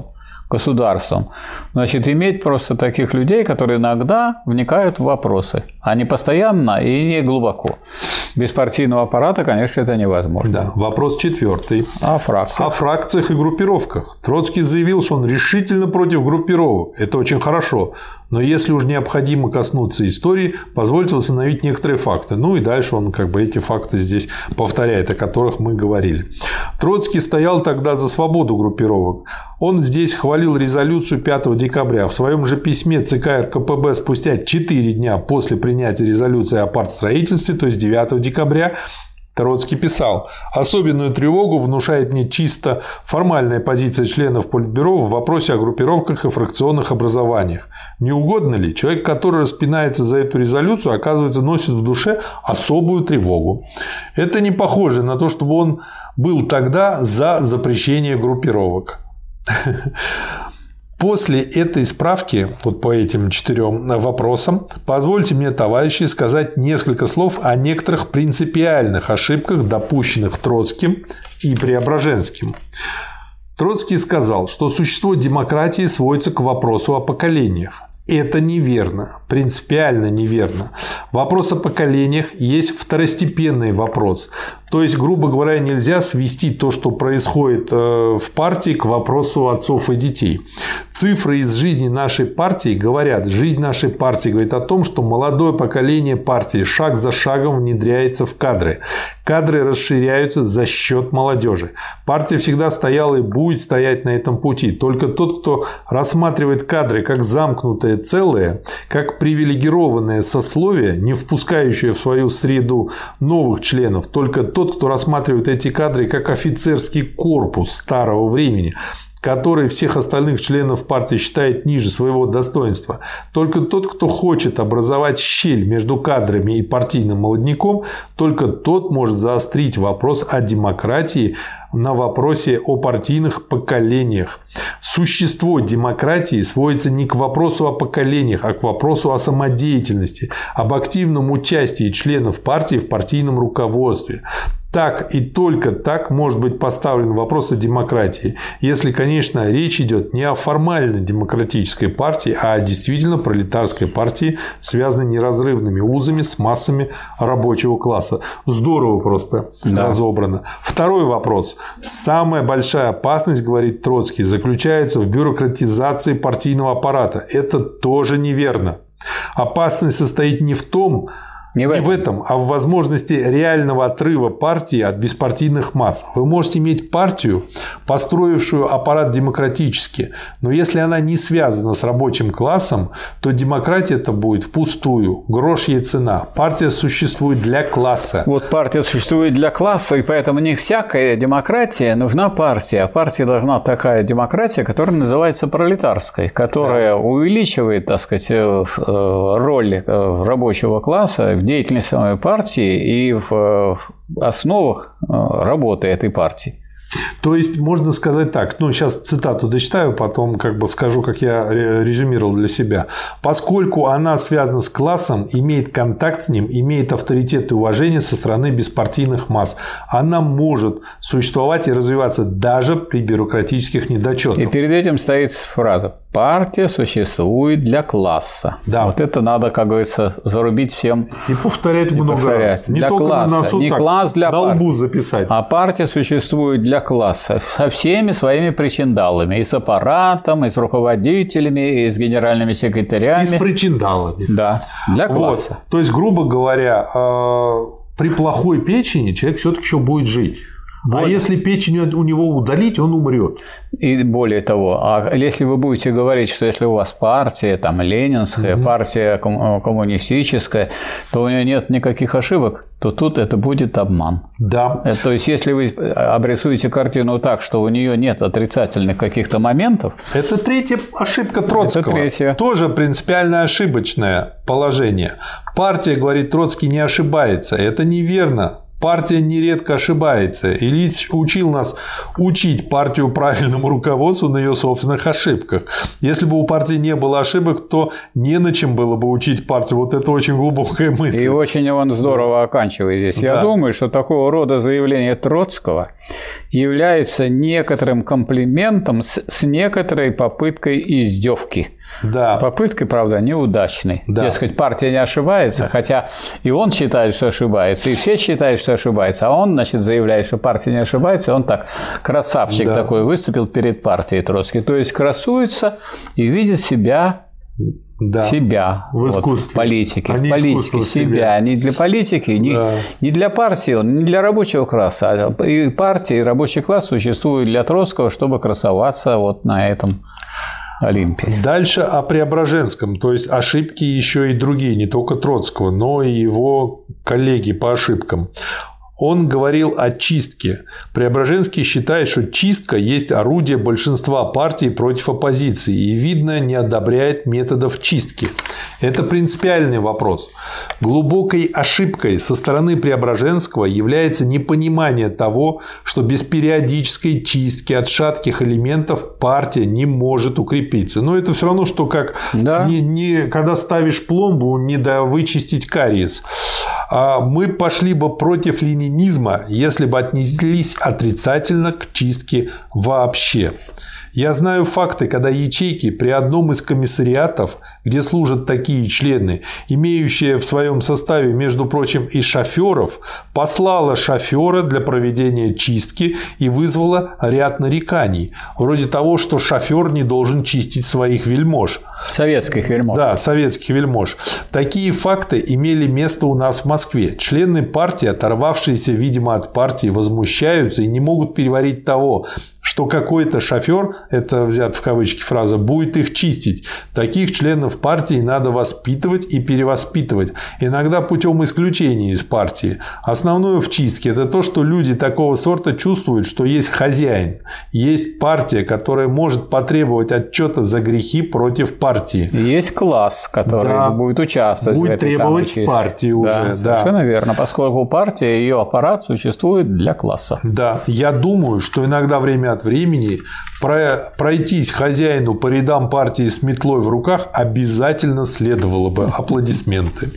значит, иметь просто таких людей, которые иногда вникают в вопросы, а не постоянно и не глубоко? Без партийного аппарата, конечно, это невозможно. Да. Вопрос четвертый. О фракциях. О фракциях и группировках. Троцкий заявил, что он решительно против группировок. Это очень хорошо. Но если уж необходимо коснуться истории, позвольте восстановить некоторые факты. Ну и дальше он эти факты здесь повторяет, о которых мы говорили. Троцкий стоял тогда за свободу группировок. Он здесь хвалил резолюцию 5 декабря. В своем же письме ЦК РКПБ спустя 4 дня после принятия резолюции о партстроительстве, то есть 9 декабря, Троцкий писал: «Особенную тревогу внушает мне чисто формальная позиция членов Политбюро в вопросе о группировках и фракционных образованиях. Не угодно ли? Человек, который распинается за эту резолюцию, оказывается, носит в душе особую тревогу. Это не похоже на то, чтобы он был тогда за запрещение группировок». После этой справки, вот по этим 4 вопросам, позвольте мне, товарищи, сказать несколько слов о некоторых принципиальных ошибках, допущенных Троцким и Преображенским. Троцкий сказал, что существо демократии сводится к вопросу о поколениях. Это неверно, принципиально неверно. Вопрос о поколениях есть второстепенный вопрос. То есть, грубо говоря, нельзя свести то, что происходит в партии, к вопросу отцов и детей. Цифры из жизни нашей партии говорят, жизнь нашей партии говорит о том, что молодое поколение партии шаг за шагом внедряется в кадры. Кадры расширяются за счет молодежи. Партия всегда стояла и будет стоять на этом пути. Только тот, кто рассматривает кадры как замкнутое целое, как привилегированное сословие, не впускающее в свою среду новых членов, только тот, кто рассматривает эти кадры как офицерский корпус старого времени, который всех остальных членов партии считает ниже своего достоинства. Только тот, кто хочет образовать щель между кадрами и партийным молодняком, только тот может заострить вопрос о демократии на вопросе о партийных поколениях. Существо демократии сводится не к вопросу о поколениях, а к вопросу о самодеятельности, об активном участии членов партии в партийном руководстве. Так и только так может быть поставлен вопрос о демократии, если, конечно, речь идет не о формально демократической партии, а о действительно пролетарской партии, связанной неразрывными узами с массами рабочего класса. Здорово просто разобрано. Второй вопрос. Самая большая опасность, говорит Троцкий, заключается в бюрократизации партийного аппарата. Это тоже неверно. Опасность состоит не в том, не в этом, а в возможности реального отрыва партии от беспартийных масс. Вы можете иметь партию, построившую аппарат демократически, но если она не связана с рабочим классом, то демократия-то будет впустую. Грош ей цена. Партия существует для класса. Вот партия существует для класса, и поэтому не всякая демократия нужна партия. А партия должна такая демократия, которая называется пролетарской, которая увеличивает, так сказать, роль рабочего класса в деятельности самой партии и в основах работы этой партии. То есть, можно сказать так, сейчас цитату дочитаю, потом скажу, как я резюмировал для себя. Поскольку она связана с классом, имеет контакт с ним, имеет авторитет и уважение со стороны беспартийных масс, она может существовать и развиваться даже при бюрократических недочетах. И перед этим стоит фраза: партия существует для класса. Да. Вот это надо, как говорится, зарубить всем. И повторять много раз. Не для только класса. на носу, Не класс для на партии. лбу записать. А партия существует для класса со всеми своими причиндалами. И с аппаратом, и с руководителями, и с генеральными секретарями. И с причиндалами. Да, для класса. Вот. То есть, грубо говоря, при плохой печени человек все-таки еще будет жить. А если печень у него удалить, он умрет. И более того, а если вы будете говорить, что если у вас партия там, ленинская, партия коммунистическая, то у нее нет никаких ошибок, то тут это будет обман. Да. То есть, если вы обрисуете картину так, что у нее нет отрицательных каких-то моментов. Это третья ошибка Троцкого. Это третья. Тоже принципиально ошибочное положение. Партия, говорит Троцкий, не ошибается. Это неверно. Партия нередко ошибается. Ильич учил нас учить партию правильному руководству на ее собственных ошибках. Если бы у партии не было ошибок, то не на чем было бы учить партию. Вот это очень глубокая мысль. И очень он здорово оканчивает здесь. Я думаю, что такого рода заявление Троцкого является некоторым комплиментом с некоторой попыткой издевки. Да. Попыткой, правда, неудачной. Да. Дескать, партия не ошибается, хотя и он считает, что ошибается, и все считают, что ошибается, а он, значит, заявляет, что партия не ошибается, он так, красавчик такой, выступил перед партией Троцкий, то есть красуется и видит себя в искусстве. В политике, в политике себя, не для политики, не для партии, не для рабочего класса, а и партия, и рабочий класс существуют для Троцкого, чтобы красоваться вот на этом Олимпе. Дальше о Преображенском, то есть ошибки еще и другие, не только Троцкого, но и его коллеги по ошибкам. Он говорил о чистке. Преображенский считает, что чистка есть орудие большинства партий против оппозиции и, видно, не одобряет методов чистки. Это принципиальный вопрос. Глубокой ошибкой со стороны Преображенского является непонимание того, что без периодической чистки от шатких элементов партия не может укрепиться. Но это все равно, что как когда ставишь пломбу, не вычистить кариес. Мы пошли бы против ленинизма, если бы отнеслись отрицательно к чистке вообще. Я знаю факты, когда ячейки при одном из комиссариатов, где служат такие члены, имеющие в своем составе, между прочим, и шоферов, послала шофера для проведения чистки и вызвала ряд нареканий. Вроде того, что шофер не должен чистить своих вельмож. Советских вельмож. Да, советских вельмож. Такие факты имели место у нас в Москве. Члены партии, оторвавшиеся, видимо, от партии, возмущаются и не могут переварить того, что какой-то шофер, это взят в кавычки фраза, будет их чистить. Таких членов партии надо воспитывать и перевоспитывать. Иногда путем исключения из партии. Основное в чистке – это то, что люди такого сорта чувствуют, что есть хозяин. Есть партия, которая может потребовать отчета за грехи против партии. Есть класс, который будет участвовать будет в этой требовать с партии уже. Совершенно верно, поскольку партия и ее аппарат существует для класса. Да, я думаю, что иногда время от времени пройтись хозяину по рядам партии с метлой в руках обязательно следовало бы. Аплодисменты.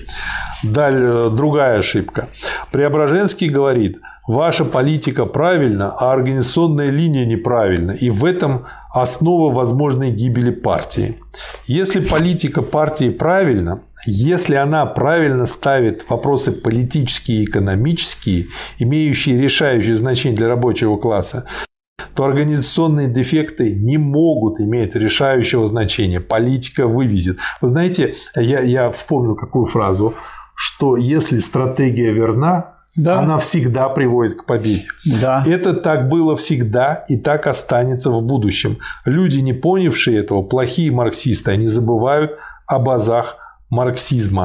Далее другая ошибка. Преображенский говорит: ваша политика правильна, а организационная линия неправильна, и в этом основа возможной гибели партии. Если политика партии правильна, если она правильно ставит вопросы политические и экономические, имеющие решающее значение для рабочего класса, то организационные дефекты не могут иметь решающего значения. Политика вывезет. Вы знаете, я вспомнил какую фразу, что если стратегия верна, она всегда приводит к победе. Да. Это так было всегда и так останется в будущем. Люди, не понявшие этого, плохие марксисты, они забывают об азах марксизма.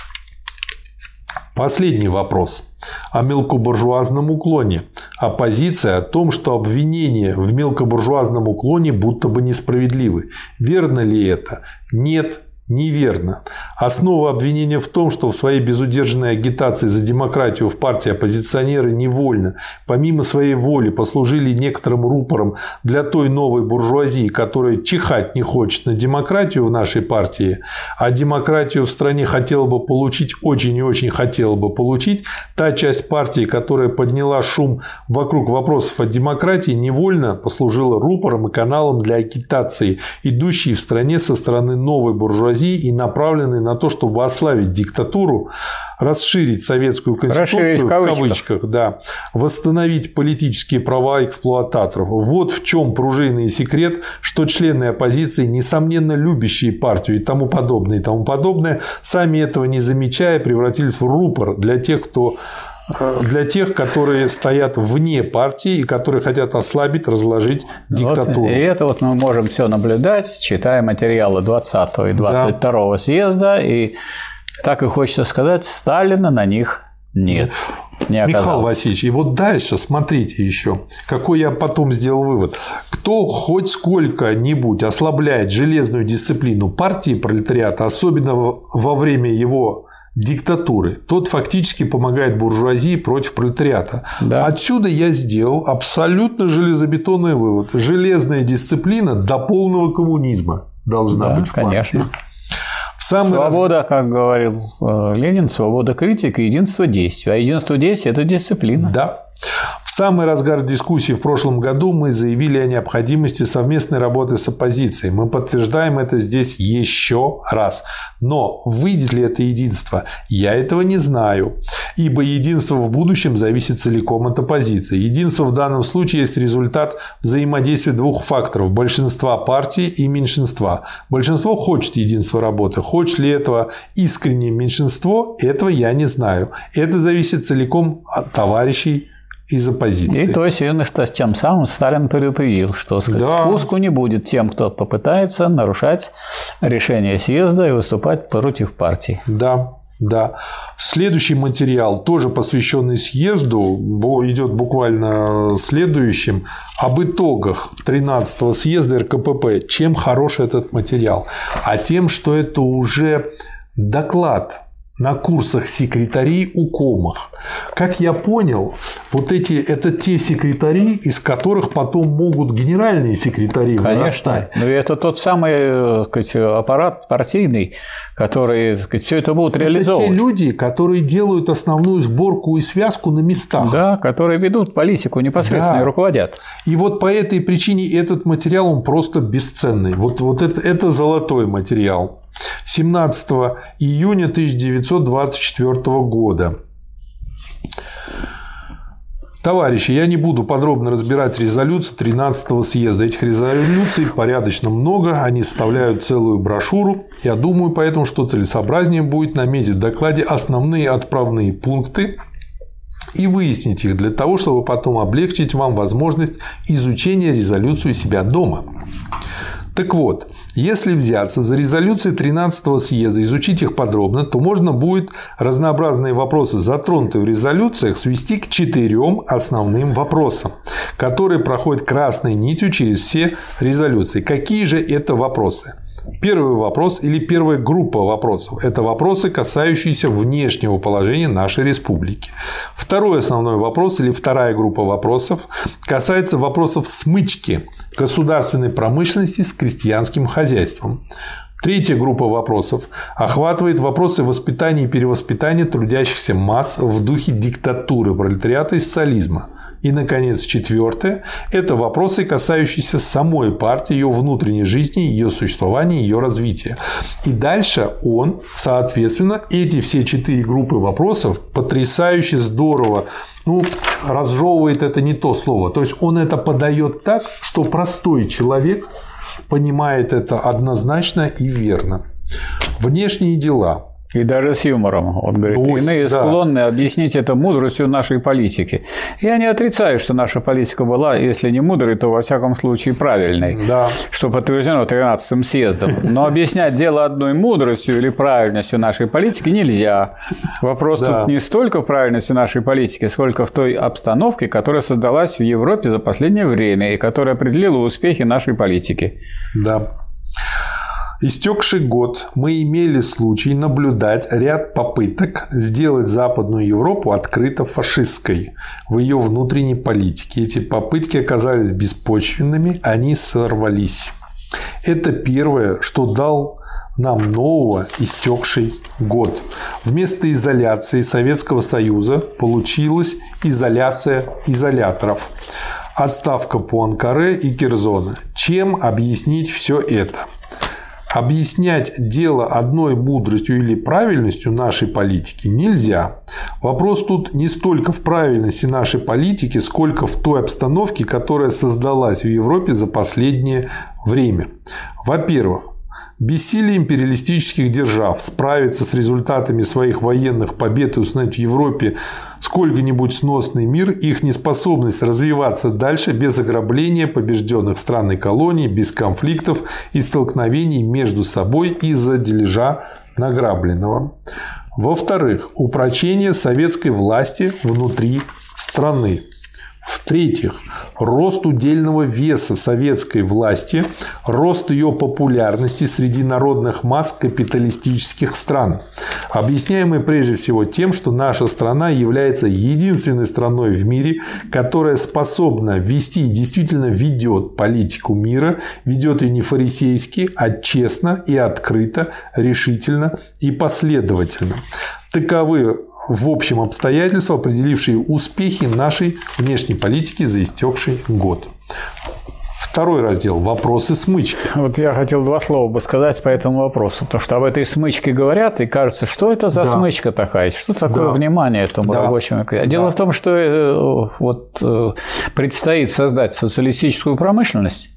Последний вопрос о мелкобуржуазном уклоне. Оппозиция о том, что обвинения в мелкобуржуазном уклоне будто бы несправедливы. Верно ли это? Нет, Неверно. Основа обвинения в том, что в своей безудержной агитации за демократию в партии оппозиционеры невольно, помимо своей воли, послужили некоторым рупором для той новой буржуазии, которая чихать не хочет на демократию в нашей партии, а демократию в стране хотела бы получить, очень и очень хотела бы получить, та часть партии, которая подняла шум вокруг вопросов о демократии, невольно послужила рупором и каналом для агитации, идущей в стране со стороны новой буржуазии и направленный на то, чтобы ослабить диктатуру, расширить советскую конституцию, в кавычках, да, восстановить политические права эксплуататоров. Вот в чем пружинный секрет, что члены оппозиции, несомненно любящие партию и тому подобное, сами этого не замечая, превратились в рупор для тех, которые стоят вне партии и которые хотят ослабить, разложить диктатуру. Вот, и это вот мы можем все наблюдать, читая материалы 20-го и 22-го съезда, и так и хочется сказать, Сталина на них нет. Не оказалось. Михаил Васильевич, и вот дальше смотрите еще, какой я потом сделал вывод. Кто хоть сколько-нибудь ослабляет железную дисциплину партии пролетариата, особенно во время его диктатуры, тот фактически помогает буржуазии против пролетариата. Да. Отсюда я сделал абсолютно железобетонный вывод. Железная дисциплина до полного коммунизма должна быть в партии. Конечно. Свобода, как говорил Ленин, свобода критики, единство действий. А единство действий – это дисциплина. Да. В самый разгар дискуссий в прошлом году мы заявили о необходимости совместной работы с оппозицией. Мы подтверждаем это здесь еще раз. Но выйдет ли это единство? Я этого не знаю. Ибо единство в будущем зависит целиком от оппозиции. Единство в данном случае есть результат взаимодействия двух факторов – большинства партии и меньшинства. Большинство хочет единства работы. Хочет ли этого искреннее меньшинство? Этого я не знаю. Это зависит целиком от товарищей из оппозиции. И то есть, тем самым Сталин предупредил, что спуску не будет тем, кто попытается нарушать решение съезда и выступать против партии. Да. Да. Следующий материал, тоже посвященный съезду, идет буквально следующим, об итогах 13-го съезда РКПП. Чем хорош этот материал? А тем, что это уже доклад на курсах секретарей УКОМах. Как я понял, вот это те секретари, из которых потом могут генеральные секретари вырастать. Конечно. Но это тот самый, аппарат партийный, который, все это будут реализовывать. Это те люди, которые делают основную сборку и связку на местах. Да, которые ведут политику непосредственно и руководят. И вот по этой причине этот материал, он просто бесценный. Вот это золотой материал. 17 июня 1924 года. Товарищи, я не буду подробно разбирать резолюции 13-го съезда. Этих резолюций порядочно много, они составляют целую брошюру. Я думаю поэтому, что целесообразнее будет наметить в докладе основные отправные пункты и выяснить их для того, чтобы потом облегчить вам возможность изучения резолюции у себя дома. Так вот, если взяться за резолюции 13-го съезда, изучить их подробно, то можно будет разнообразные вопросы, затронутые в резолюциях, свести к 4 основным вопросам, которые проходят красной нитью через все резолюции. Какие же это вопросы? Первый вопрос или первая группа вопросов – это вопросы, касающиеся внешнего положения нашей республики. Второй основной вопрос или вторая группа вопросов касается вопросов смычки государственной промышленности с крестьянским хозяйством. Третья группа вопросов охватывает вопросы воспитания и перевоспитания трудящихся масс в духе диктатуры пролетариата и социализма. И, наконец, четвертое – это вопросы, касающиеся самой партии, ее внутренней жизни, ее существования, ее развития. И дальше он, соответственно, эти все 4 группы вопросов потрясающе здорово, разжевывает — это не то слово. То есть он это подает так, что простой человек понимает это однозначно и верно. Внешние дела. И даже с юмором. Он говорит, иные склонны объяснить это мудростью нашей политики. Я не отрицаю, что наша политика была, если не мудрой, то во всяком случае правильной, что подтверждено 13-м съездом. Но объяснять дело одной мудростью или правильностью нашей политики нельзя. Вопрос тут не столько в правильности нашей политики, сколько в той обстановке, которая создалась в Европе за последнее время и которая определила успехи нашей политики. Да. истекший год мы имели случай наблюдать ряд попыток сделать Западную Европу открыто фашистской в ее внутренней политике. Эти попытки оказались беспочвенными, они сорвались. Это первое, что дал нам нового истекший год. Вместо изоляции Советского Союза получилась изоляция изоляторов. Отставка Пуанкаре и Керзона. Чем объяснить все это? Объяснять дело одной мудростью или правильностью нашей политики нельзя. Вопрос тут не столько в правильности нашей политики, сколько в той обстановке, которая создалась в Европе за последнее время. Во-первых, бессилие империалистических держав справиться с результатами своих военных побед и установить в Европе сколько-нибудь сносный мир, их неспособность развиваться дальше без ограбления побежденных стран и колоний, без конфликтов и столкновений между собой из-за дележа награбленного. Во-вторых, упрочение советской власти внутри страны. В-третьих, рост удельного веса советской власти, рост ее популярности среди народных масс капиталистических стран, объясняемый прежде всего тем, что наша страна является единственной страной в мире, которая способна вести и действительно ведет политику мира, ведет ее не фарисейски, а честно и открыто, решительно и последовательно. Таковы в общем обстоятельства, определившие успехи нашей внешней политики за истекший год. Второй раздел – вопросы смычки. Вот я хотел два слова бы сказать по этому вопросу, потому что об этой смычке говорят, и кажется, что это за смычка такая, что такое внимание этому рабочему. Дело в том, что предстоит создать социалистическую промышленность,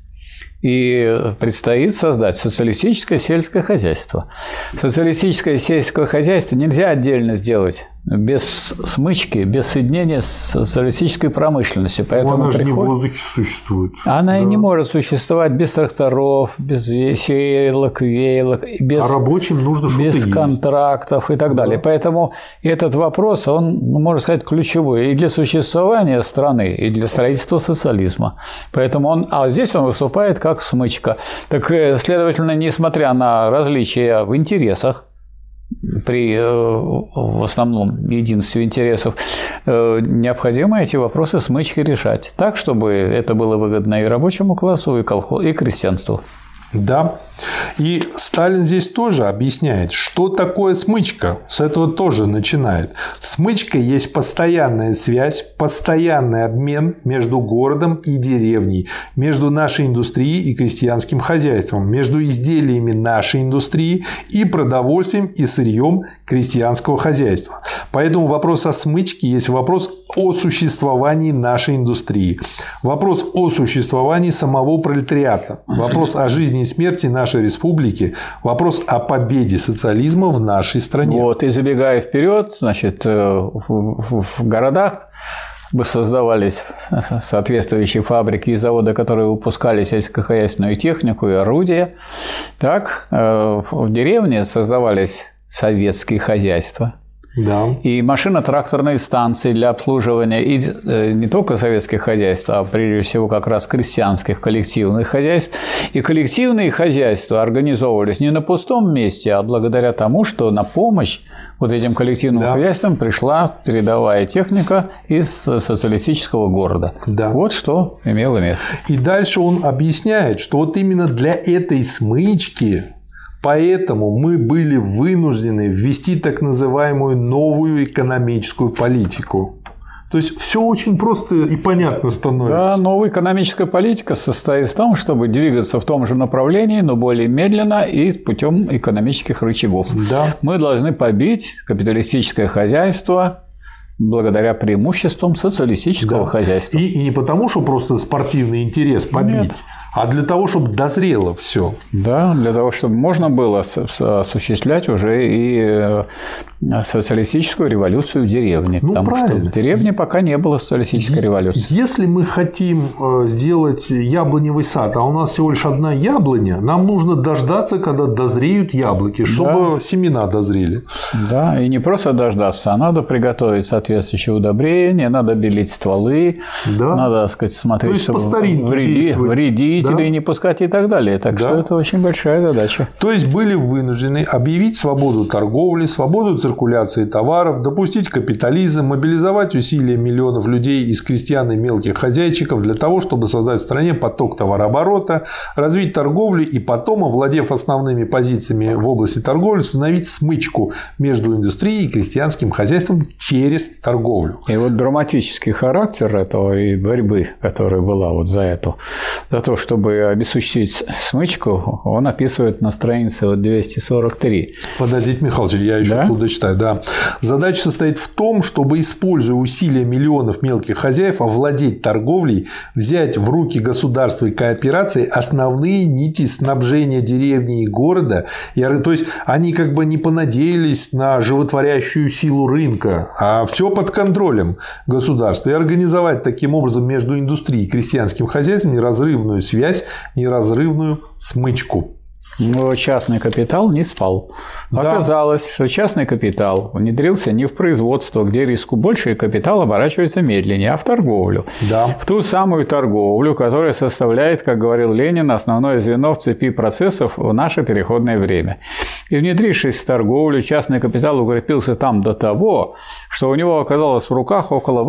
и предстоит создать социалистическое сельское хозяйство. Социалистическое сельское хозяйство нельзя отдельно сделать без смычки, без соединения с социалистической промышленностью. Поэтому она же не в воздухе существует. Она и не может существовать без тракторов, без сеялок, веялок, без, рабочим нужно что-то без контрактов и так далее. Поэтому этот вопрос, он, можно сказать, ключевой и для существования страны, и для строительства социализма. Поэтому здесь он выступает как смычка. Так, следовательно, несмотря на различия в интересах, при в основном единстве интересов, необходимо эти вопросы смычки решать так, чтобы это было выгодно и рабочему классу, и колхозу, и крестьянству. Да. И Сталин здесь тоже объясняет, что такое смычка. С этого тоже начинает. Смычка есть постоянная связь, постоянный обмен между городом и деревней, между нашей индустрией и крестьянским хозяйством, между изделиями нашей индустрии и продовольствием и сырьем крестьянского хозяйства. Поэтому вопрос о смычке есть вопрос о существовании нашей индустрии, вопрос о существовании самого пролетариата, вопрос о жизни и смерти нашей республики, вопрос о победе социализма в нашей стране. Вот, и забегая вперед, значит, в городах бы создавались соответствующие фабрики и заводы, которые выпускали сельскохозяйственную технику и орудия. Так, в деревне создавались советские хозяйства. Да. И машино-тракторные станции для обслуживания и не только советских хозяйств, а прежде всего как раз крестьянских коллективных хозяйств. И коллективные хозяйства организовывались не на пустом месте, а благодаря тому, что на помощь вот этим коллективным хозяйствам пришла передовая техника из социалистического города. Да. Вот что имело место. И дальше он объясняет, что вот именно для этой смычки поэтому мы были вынуждены ввести так называемую новую экономическую политику. То есть все очень просто и понятно становится. Да, новая экономическая политика состоит в том, чтобы двигаться в том же направлении, но более медленно и путем экономических рычагов. Да. Мы должны побить капиталистическое хозяйство благодаря преимуществам социалистического хозяйства. И не потому, что просто спортивный интерес побить. Нет. А для того, чтобы дозрело все. Да, для того, чтобы можно было осуществлять уже и социалистическую революцию в деревне. Потому правильно. что в деревне пока не было социалистической революции. Если мы хотим сделать яблоневый сад, а у нас всего лишь одна яблоня, нам нужно дождаться, когда дозреют яблоки, чтобы семена дозрели. Да, и не просто дождаться, а надо приготовить соответствующее удобрение, надо белить стволы, надо, так сказать, смотреть, чтобы вредить потребителей не пускать и так далее. Так что это очень большая задача. То есть были вынуждены объявить свободу торговли, свободу циркуляции товаров, допустить капитализм, мобилизовать усилия миллионов людей из крестьян и мелких хозяйчиков для того, чтобы создать в стране поток товарооборота, развить торговлю и потом, овладев основными позициями в области торговли, установить смычку между индустрией и крестьянским хозяйством через торговлю. И вот драматический характер этого и борьбы, которая была вот за то, чтобы обессуществить смычку, он описывает на странице 243. Подождите, Михалыч, я еще тут дочитаю. Да. Задача состоит в том, чтобы, используя усилия миллионов мелких хозяев, овладеть торговлей, взять в руки государства и кооперации основные нити снабжения деревни и города. То есть они как бы не понадеялись на животворящую силу рынка, а все под контролем государства, и организовать таким образом между индустрией и крестьянским хозяйством неразрывную связь, неразрывную смычку. Но частный капитал не спал. Оказалось, что частный капитал внедрился не в производство, где риску больше, и капитал оборачивается медленнее, а в торговлю. В ту самую торговлю, которая составляет, как говорил Ленин, основное звено в цепи процессов в наше переходное время. И внедрившись в торговлю, частный капитал укрепился там до того, что у него оказалось в руках около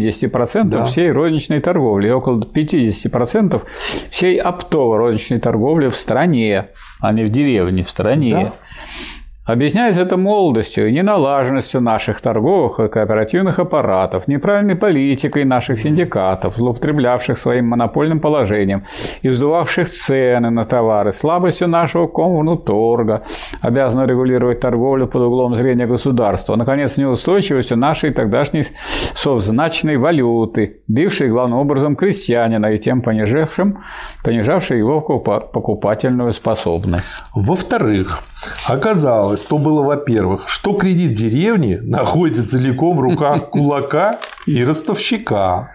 80% всей розничной торговли и около 50% всей оптово-розничной торговли в стране, а не в деревне, в стране. Объясняется это молодостью и неналаженностью наших торговых и кооперативных аппаратов, неправильной политикой наших синдикатов, злоупотреблявших своим монопольным положением и вздувавших цены на товары, слабостью нашего Комвнуторга, обязанного регулировать торговлю под углом зрения государства, наконец, неустойчивостью нашей тогдашней совзначной валюты, бившей главным образом крестьянина и тем понижавшей его покупательную способность. Во-вторых, оказалось, то было, во-первых, что кредит в деревне находится целиком в руках кулака и ростовщика.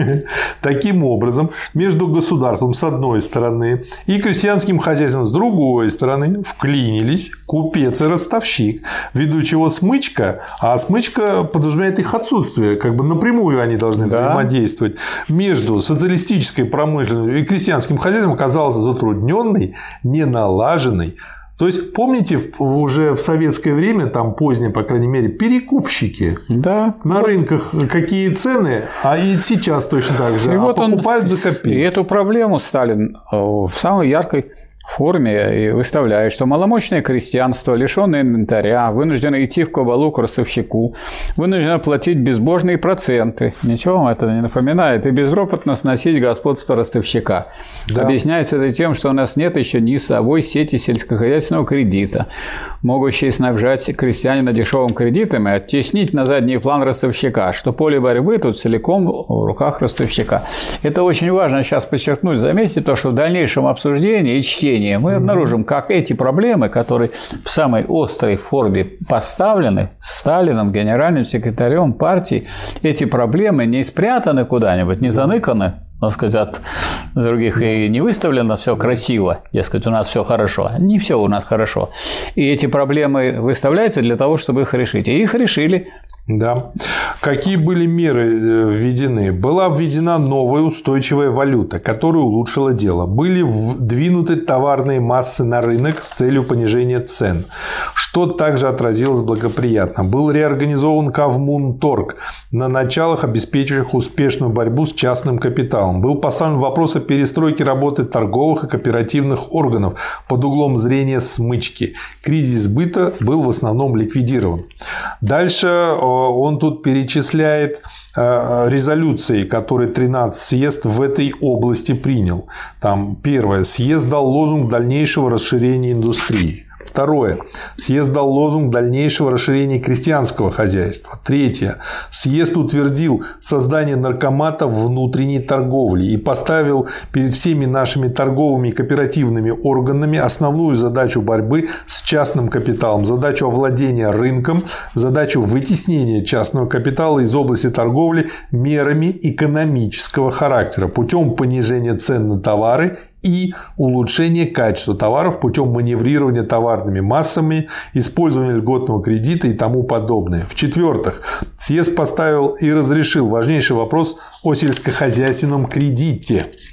Таким образом, между государством с одной стороны и крестьянским хозяйством с другой стороны вклинились купец и ростовщик, ввиду чего смычка, а смычка подразумевает их отсутствие, как бы напрямую они должны взаимодействовать, между социалистической промышленностью и крестьянским хозяйством оказалась затрудненной, неналаженной. То есть, помните, уже в советское время, там позднее, по крайней мере, перекупщики на рынках какие цены, а и сейчас точно так же, покупают за копейки. И эту проблему Сталин в самой яркой форме и выставляет, что маломощное крестьянство, лишенное инвентаря, вынуждено идти в кабалу к ростовщику, вынуждено платить безбожные проценты. Ничего вам это не напоминает. И безропотно сносить господство ростовщика. Объясняется это тем, что у нас нет еще ни совой сети сельскохозяйственного кредита, могущей снабжать крестьянина дешевым кредитом и оттеснить на задний план ростовщика, что поле борьбы тут целиком в руках ростовщика. Это очень важно сейчас подчеркнуть. Заметьте то, что в дальнейшем обсуждении и чтении мы обнаружим, как эти проблемы, которые в самой острой форме поставлены Сталином, генеральным секретарем партии, эти проблемы не спрятаны куда-нибудь, не заныканы, так сказать, от других, и не выставлено все красиво, дескать, у нас все хорошо. Не все у нас хорошо. И эти проблемы выставляются для того, чтобы их решить. И их решили. Какие были меры введены? Была введена новая устойчивая валюта, которая улучшила дело. Были вдвинуты товарные массы на рынок с целью понижения цен, что также отразилось благоприятно. Был реорганизован Комвнуторг на началах, обеспечивающих успешную борьбу с частным капиталом. Был поставлен вопрос о перестройке работы торговых и кооперативных органов под углом зрения смычки. Кризис сбыта был в основном ликвидирован. Дальше он тут перечисляет резолюции, которые 13 съезд в этой области принял. Там первое. Съезд дал лозунг дальнейшего расширения индустрии. Второе. Съезд дал лозунг дальнейшего расширения крестьянского хозяйства. Третье. Съезд утвердил создание наркомата внутренней торговли и поставил перед всеми нашими торговыми и кооперативными органами основную задачу борьбы с частным капиталом, задачу овладения рынком, задачу вытеснения частного капитала из области торговли мерами экономического характера путем понижения цен на товары и улучшение качества товаров путем маневрирования товарными массами, использования льготного кредита и тому подобное. В-четвертых, съезд поставил и разрешил важнейший вопрос о сельскохозяйственном кредите.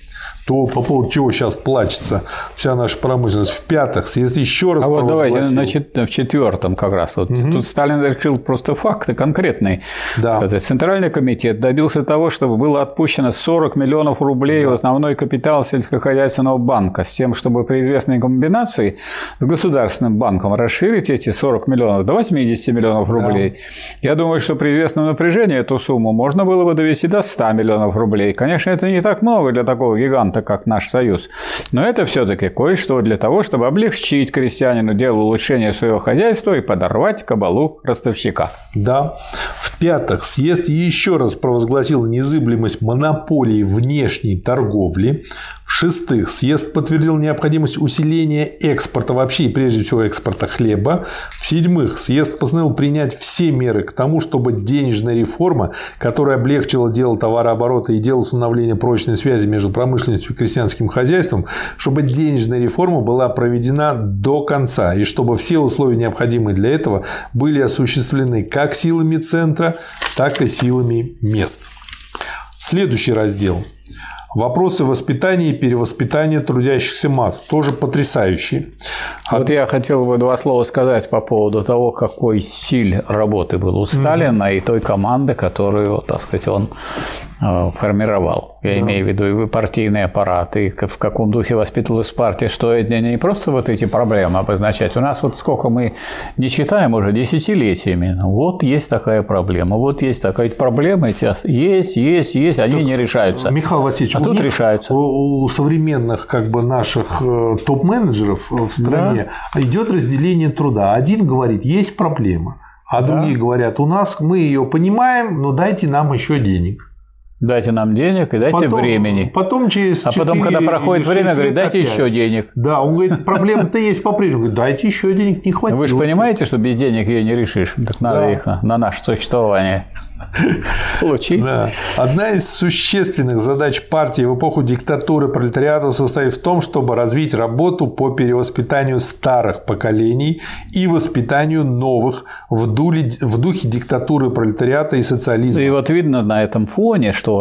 то, по поводу чего сейчас плачется вся наша промышленность. В-пятых, съезд еще раз провозгласил. Вот давайте, значит, в четвертом как раз. Вот тут Сталин решил просто факты конкретные. Да. Сказать. Центральный комитет добился того, чтобы было отпущено 40 миллионов рублей в основной капитал сельскохозяйственного банка, с тем, чтобы при известной комбинации с государственным банком расширить эти 40 миллионов до 80 миллионов рублей. Да. Я думаю, что при известном напряжении эту сумму можно было бы довести до 100 миллионов рублей. Конечно, это не так много для такого гиганта, как наш Союз, но это все-таки кое-что для того, чтобы облегчить крестьянину дело улучшения своего хозяйства и подорвать кабалу ростовщика. Да. В-пятых, съезд еще раз провозгласил незыблемость монополии внешней торговли. В-шестых, съезд подтвердил необходимость усиления экспорта вообще и прежде всего экспорта хлеба. В-седьмых, съезд постановил принять все меры к тому, чтобы денежная реформа, которая облегчила дело товарооборота и дело установления прочной связи между промышленностью и крестьянским хозяйством, чтобы денежная реформа была проведена до конца и чтобы все условия, необходимые для этого, были осуществлены как силами центра, так и силами мест. Следующий раздел. Вопросы воспитания и перевоспитания трудящихся масс. Тоже потрясающие. Вот я хотел бы два слова сказать по поводу того, какой стиль работы был у Сталина и той команды, которую, так сказать, он формировал. Я имею в виду и партийный аппарат, и в каком духе воспитывалась партия, что это не просто вот эти проблемы обозначать. У нас вот сколько мы не читаем уже десятилетиями. Вот есть такая проблема, вот есть такая проблема, есть, они не решаются. Михаил Васильевич, а тут решаются. У современных как бы наших топ-менеджеров в стране идет разделение труда. Один говорит, есть проблема, а другие говорят, у нас мы ее понимаем, но дайте нам еще денег. Дайте нам денег и дайте времени. Потом когда проходит время, говорит, дайте еще денег. Да, он говорит, проблема-то есть по-прежнему. Говорит, дайте еще денег, не хватит. Вы же понимаете, что без денег ее не решишь. Так надо их на наше существование получить. Да. Одна из существенных задач партии в эпоху диктатуры пролетариата состоит в том, чтобы развить работу по перевоспитанию старых поколений и воспитанию новых в духе диктатуры пролетариата и социализма. И вот видно на этом фоне, что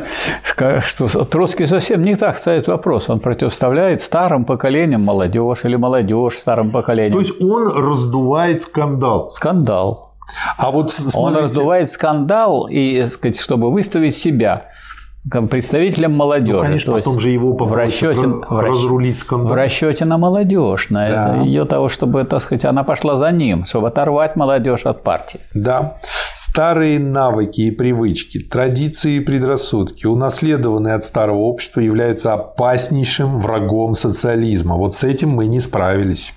Троцкий совсем не так ставит вопрос. Он противоставляет старым поколениям молодежь или молодежь старым поколениям. То есть он раздувает скандал. Скандал. А вот смотрите... Он раздувает скандал, и, так сказать, чтобы выставить себя представителем молодежи. Конечно, то есть потом же его попросят разрулить скандал. В расчете на молодежь, на ее того, чтобы, так сказать, она пошла за ним, чтобы оторвать молодежь от партии. Да. Старые навыки и привычки, традиции и предрассудки, унаследованные от старого общества, являются опаснейшим врагом социализма. Вот с этим мы не справились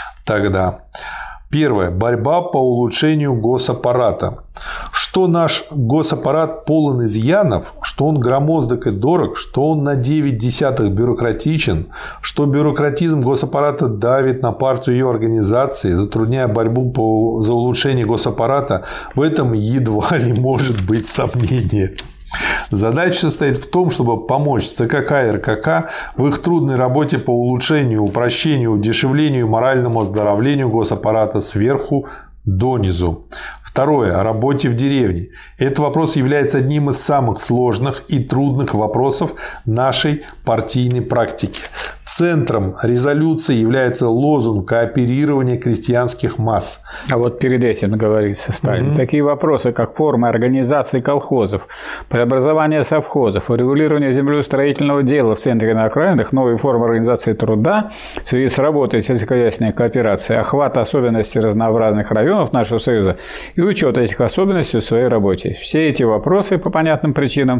тогда. Первое. Борьба по улучшению госаппарата. Что наш госаппарат полон изъянов, что он громоздок и дорог, что он на 9/10 бюрократичен, что бюрократизм госаппарата давит на партию и ее организации, затрудняя борьбу за улучшение госаппарата, в этом едва ли может быть сомнение. Задача состоит в том, чтобы помочь ЦКК и РКК в их трудной работе по улучшению, упрощению, удешевлению и моральному оздоровлению госаппарата сверху донизу. Второе. О работе в деревне. Этот вопрос является одним из самых сложных и трудных вопросов нашей партийной практики. Центром резолюции является лозунг кооперирования крестьянских масс. А вот перед этим говорится Сталин. Такие вопросы, как форма организации колхозов, преобразование совхозов, урегулирование землеустроительного дела в центре и на окраинах, новые формы организации труда в связи с работой сельскохозяйственной кооперации, охват особенностей разнообразных районов нашего Союза и учет этих особенностей в своей работе. Все эти вопросы по понятным причинам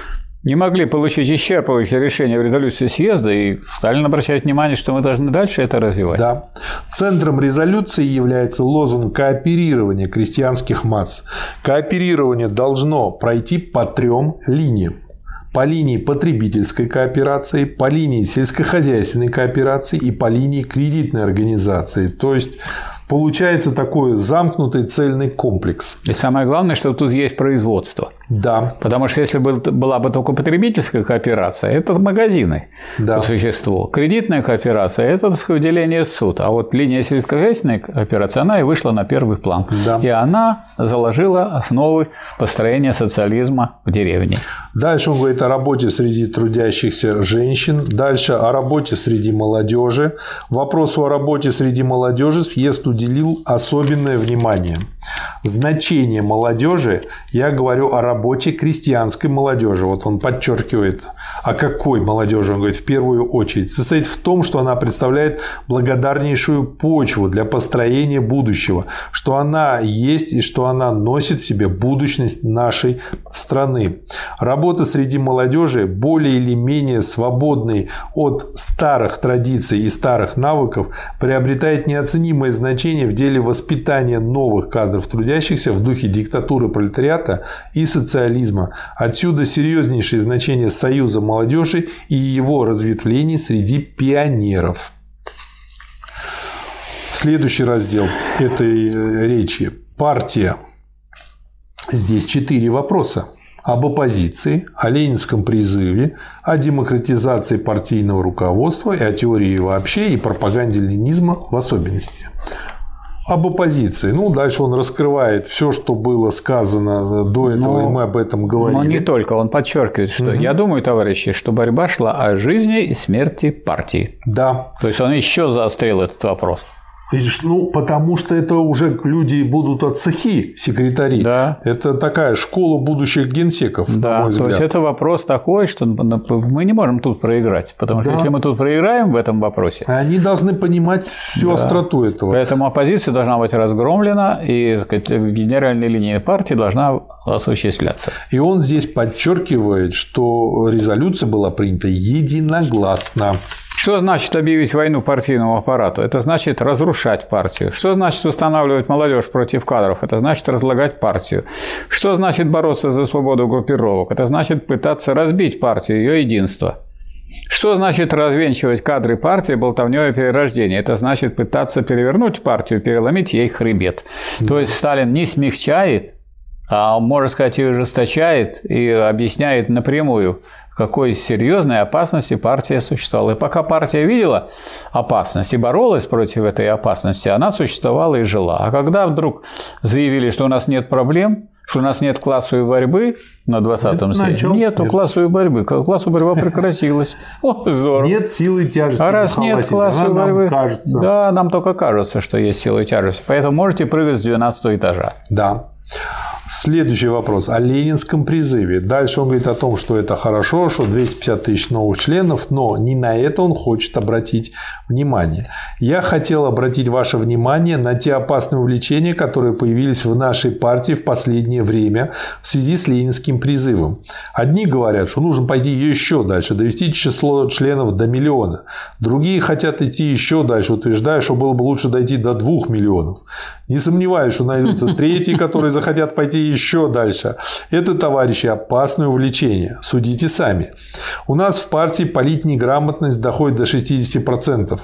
не могли получить исчерпывающее решение в резолюции съезда, и Сталин обращает внимание, что мы должны дальше это развивать. Да. Центром резолюции является лозунг кооперирования крестьянских масс. Кооперирование должно пройти по 3 линиям. По линии потребительской кооперации, по линии сельскохозяйственной кооперации и по линии кредитной организации. То есть Получается такой замкнутый цельный комплекс. И самое главное, что тут есть производство. Да. Потому что если бы была бы только потребительская кооперация, это магазины по существу. Кредитная кооперация – это, так сказать, деление суд. А вот линия сельскохозяйственной кооперации, она и вышла на первый план. Да. И она заложила основы построения социализма в деревне. Дальше он говорит о работе среди трудящихся женщин. Дальше о работе среди молодежи. Вопросу о работе среди молодежи съезд уделил особенное внимание. Значение молодежи, я говорю о работе крестьянской молодежи. Вот он подчеркивает, о какой молодежи, он говорит, в первую очередь, состоит в том, что она представляет благодарнейшую почву для построения будущего, что она есть и что она носит в себе будущность нашей страны. Работа среди молодежи, более или менее свободной от старых традиций и старых навыков, приобретает неоценимое значение в деле воспитания новых кадров трудящихся в духе диктатуры пролетариата и социализма. Отсюда серьезнейшее значение союза молодежи и его разветвлений среди пионеров. Следующий раздел этой речи. Партия. Здесь 4 вопроса. Об оппозиции, о ленинском призыве, о демократизации партийного руководства и о теории вообще и пропаганде ленинизма в особенности. Об оппозиции. Ну, дальше он раскрывает все, что было сказано до этого, и мы об этом говорили. Но не только. Он подчеркивает, что я думаю, товарищи, что борьба шла о жизни и смерти партии. Да. То есть он еще заострил этот вопрос. Ну, потому что это уже люди будут от цехи, секретари. Да. Это такая школа будущих генсеков, на мой взгляд. То есть это вопрос такой, что мы не можем тут проиграть. Потому что если мы тут проиграем в этом вопросе, они должны понимать всю остроту этого. Поэтому оппозиция должна быть разгромлена, и генеральная линия партии должна осуществляться. И он здесь подчеркивает, что резолюция была принята единогласно. Что значит объявить войну партийному аппарату? Это значит разрушать партию. Что значит восстанавливать молодежь против кадров? Это значит разлагать партию. Что значит бороться за свободу группировок? Это значит пытаться разбить партию, ее единство. Что значит развенчивать кадры партии болтовнёй о перерождении? Это значит пытаться перевернуть партию, переломить ей хребет. То есть Сталин не смягчает, а, можно сказать, и ужесточает, и объясняет напрямую, какой серьезной опасности партия существовала. И пока партия видела опасность и боролась против этой опасности, она существовала и жила. А когда вдруг заявили, что у нас нет проблем, что у нас нет классовой борьбы на 20-м съезде, нету классовой борьбы. Классовая борьба прекратилась. О, здорово. Нет силы тяжести. А раз нет классовой борьбы, кажется. Да, нам только кажется, что есть сила тяжести. Поэтому можете прыгать с 12-го этажа. Да. Следующий вопрос о ленинском призыве. Дальше он говорит о том, что это хорошо, что 250 тысяч новых членов, но не на это он хочет обратить внимание. Я хотел обратить ваше внимание на те опасные увлечения, которые появились в нашей партии в последнее время в связи с ленинским призывом. Одни говорят, что нужно пойти еще дальше, довести число членов до 1 миллиона. Другие хотят идти еще дальше, утверждая, что было бы лучше дойти до 2 миллионов. Не сомневаюсь, что найдутся третьи, которые захотят пойти еще дальше. Это, товарищи, опасное увлечение. Судите сами. У нас в партии политнеграмотность доходит до 60%.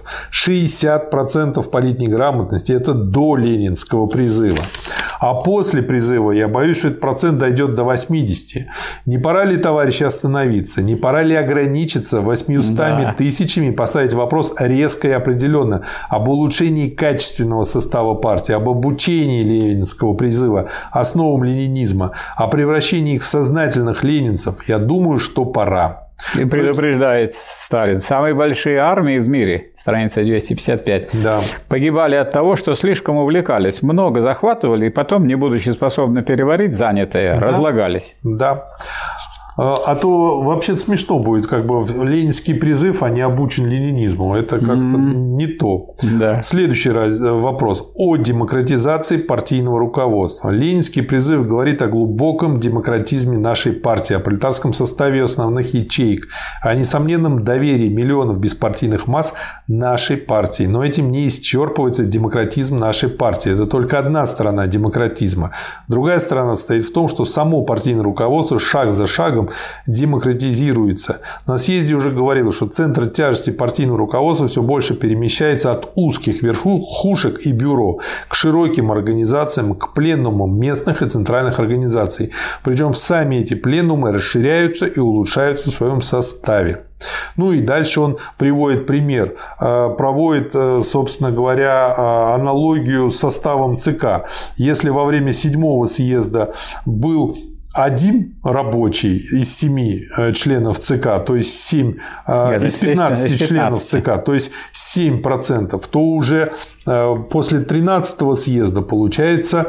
60% политнеграмотности – это до ленинского призыва. А после призыва, я боюсь, что этот процент дойдет до 80%. Не пора ли, товарищи, остановиться? Не пора ли ограничиться 800 тысячами и поставить вопрос резко и определенно об улучшении качественного состава партии, об обучении ленинского призыва основам ленинизма, о превращении их в сознательных ленинцев? Я думаю, что пора. И предупреждает Сталин. Самые большие армии в мире, страница 255, погибали от того, что слишком увлекались, много захватывали и потом, не будучи способны переварить занятое, разлагались. Да. А то вообще смешно будет, как бы ленинский призыв, а не обучен ленинизму. Это как-то не то. Да. Следующий вопрос о демократизации партийного руководства. Ленинский призыв говорит о глубоком демократизме нашей партии, о пролетарском составе основных ячеек, о несомненном доверии миллионов беспартийных масс нашей партии. Но этим не исчерпывается демократизм нашей партии. Это только одна сторона демократизма. Другая сторона состоит в том, что само партийное руководство шаг за шагом шагом демократизируется. На съезде уже говорил, что центр тяжести партийного руководства все больше перемещается от узких верхушек и бюро к широким организациям, к пленумам местных и центральных организаций. Причем сами эти пленумы расширяются и улучшаются в своем составе. Ну и дальше он приводит пример, проводит, собственно говоря, аналогию с составом ЦК. Если во время 7-го съезда был один рабочий из 7 членов ЦК, то есть 7 из 15 членов ЦК, то есть 7%, то уже после 13-го съезда, получается,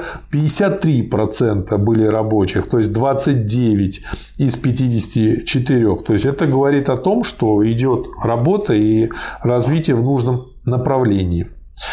53% были рабочих, то есть 29 из 54. То есть это говорит о том, что идет работа и развитие в нужном направлении.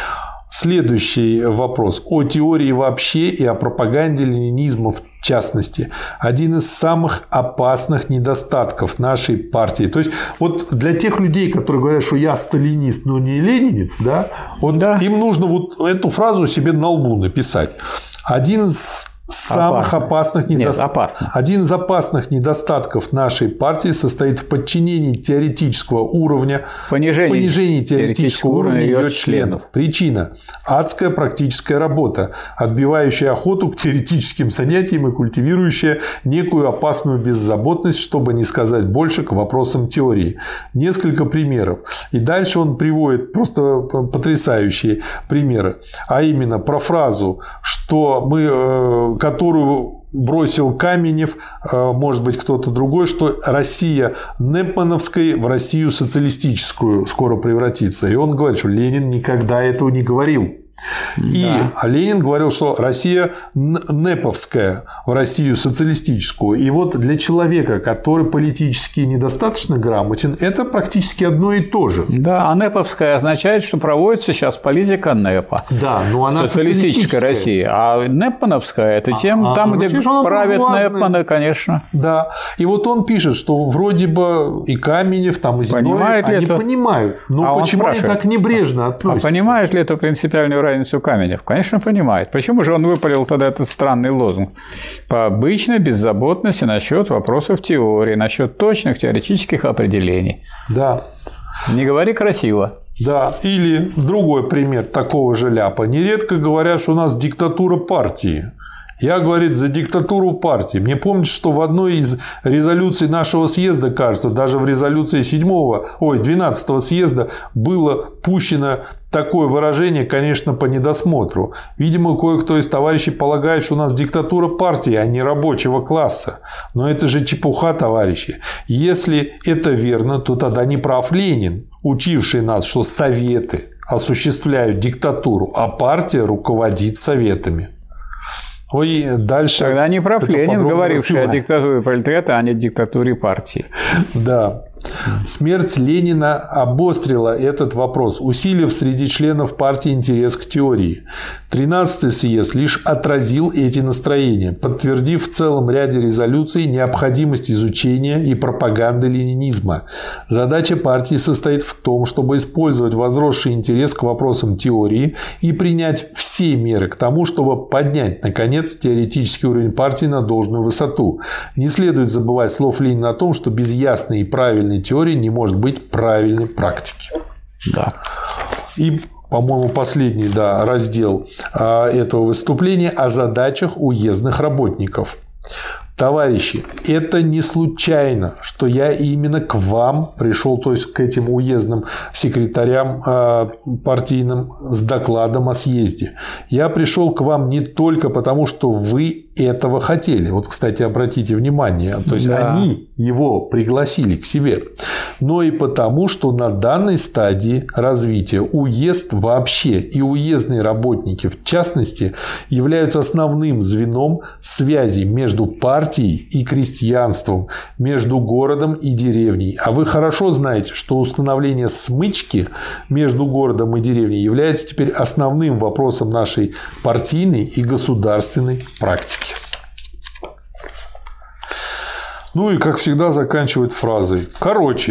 Следующий вопрос о теории вообще и о пропаганде ленинизма в частности. Один из самых опасных недостатков нашей партии. То есть, вот для тех людей, которые говорят, что я сталинист, но не ленинец, да, вот да. Им нужно вот эту фразу себе на лбу написать. Один из самых опасных недостатков. Один из опасных недостатков нашей партии состоит в подчинении теоретического уровня, понижении теоретического уровня ее членов. Причина – адская практическая работа, отбивающая охоту к теоретическим занятиям и культивирующая некую опасную беззаботность, чтобы не сказать больше, к вопросам теории. Несколько примеров. И дальше он приводит просто потрясающие примеры. А именно про фразу, что мы, которую бросил Каменев, может быть, кто-то другой, что Россия Непмановской в Россию социалистическую скоро превратится. И он говорит, что Ленин никогда этого не говорил. И Ленин говорил, что Россия неповская в Россию социалистическую. И вот для человека, который политически недостаточно грамотен, это практически одно и то же. Да, а неповская означает, что проводится сейчас политика НЭПа. Да, но она социалистическая Россия. А непмановская – это там, где правят Непманы, конечно. Да. И вот он пишет, что вроде бы и Каменев, там, и Зиновьев, они понимают. Но почему они так небрежно относятся? А понимает ли эту принципиальную разницу Каменев? Конечно, понимает. Почему же он выпалил тогда этот странный лозунг? По обычной беззаботности насчет вопросов теории, насчет точных теоретических определений. Да. Не говори красиво. Да. Или другой пример такого же ляпа. Нередко говорят, что у нас диктатура партии. Я, говорит, за диктатуру партии. Мне помнится, что в одной из резолюций нашего съезда, кажется, даже в резолюции 12-го съезда было пущено такое выражение, конечно, по недосмотру. Видимо, кое-кто из товарищей полагает, что у нас диктатура партии, а не рабочего класса. Но это же чепуха, товарищи. Если это верно, то тогда не прав Ленин, учивший нас, что советы осуществляют диктатуру, а партия руководит советами. Ой, дальше. Тогда не прав Ленин, говоривший о диктатуре пролетариата, а не диктатуре партии. Да. Смерть Ленина обострила этот вопрос, усилив среди членов партии интерес к теории. 13-й съезд лишь отразил эти настроения, подтвердив в целом ряде резолюций необходимость изучения и пропаганды ленинизма. Задача партии состоит в том, чтобы использовать возросший интерес к вопросам теории и принять все меры к тому, чтобы поднять, наконец, теоретический уровень партии на должную высоту. Не следует забывать слов Ленина о том, что без ясной и правильной теории не может быть правильной практики. Да. И, по-моему, последний раздел этого выступления о задачах уездных работников. Товарищи, это не случайно, что я именно к вам пришел, то есть к этим уездным секретарям партийным с докладом о съезде. Я пришел к вам не только потому, что вы этого хотели. Вот, кстати, обратите внимание, то есть они его пригласили к себе, но и потому, что на данной стадии развития уезд вообще и уездные работники в частности являются основным звеном связи между партией и крестьянством, между городом и деревней. А вы хорошо знаете, что установление смычки между городом и деревней является теперь основным вопросом нашей партийной и государственной практики. Ну и, как всегда, заканчивает фразой. Короче,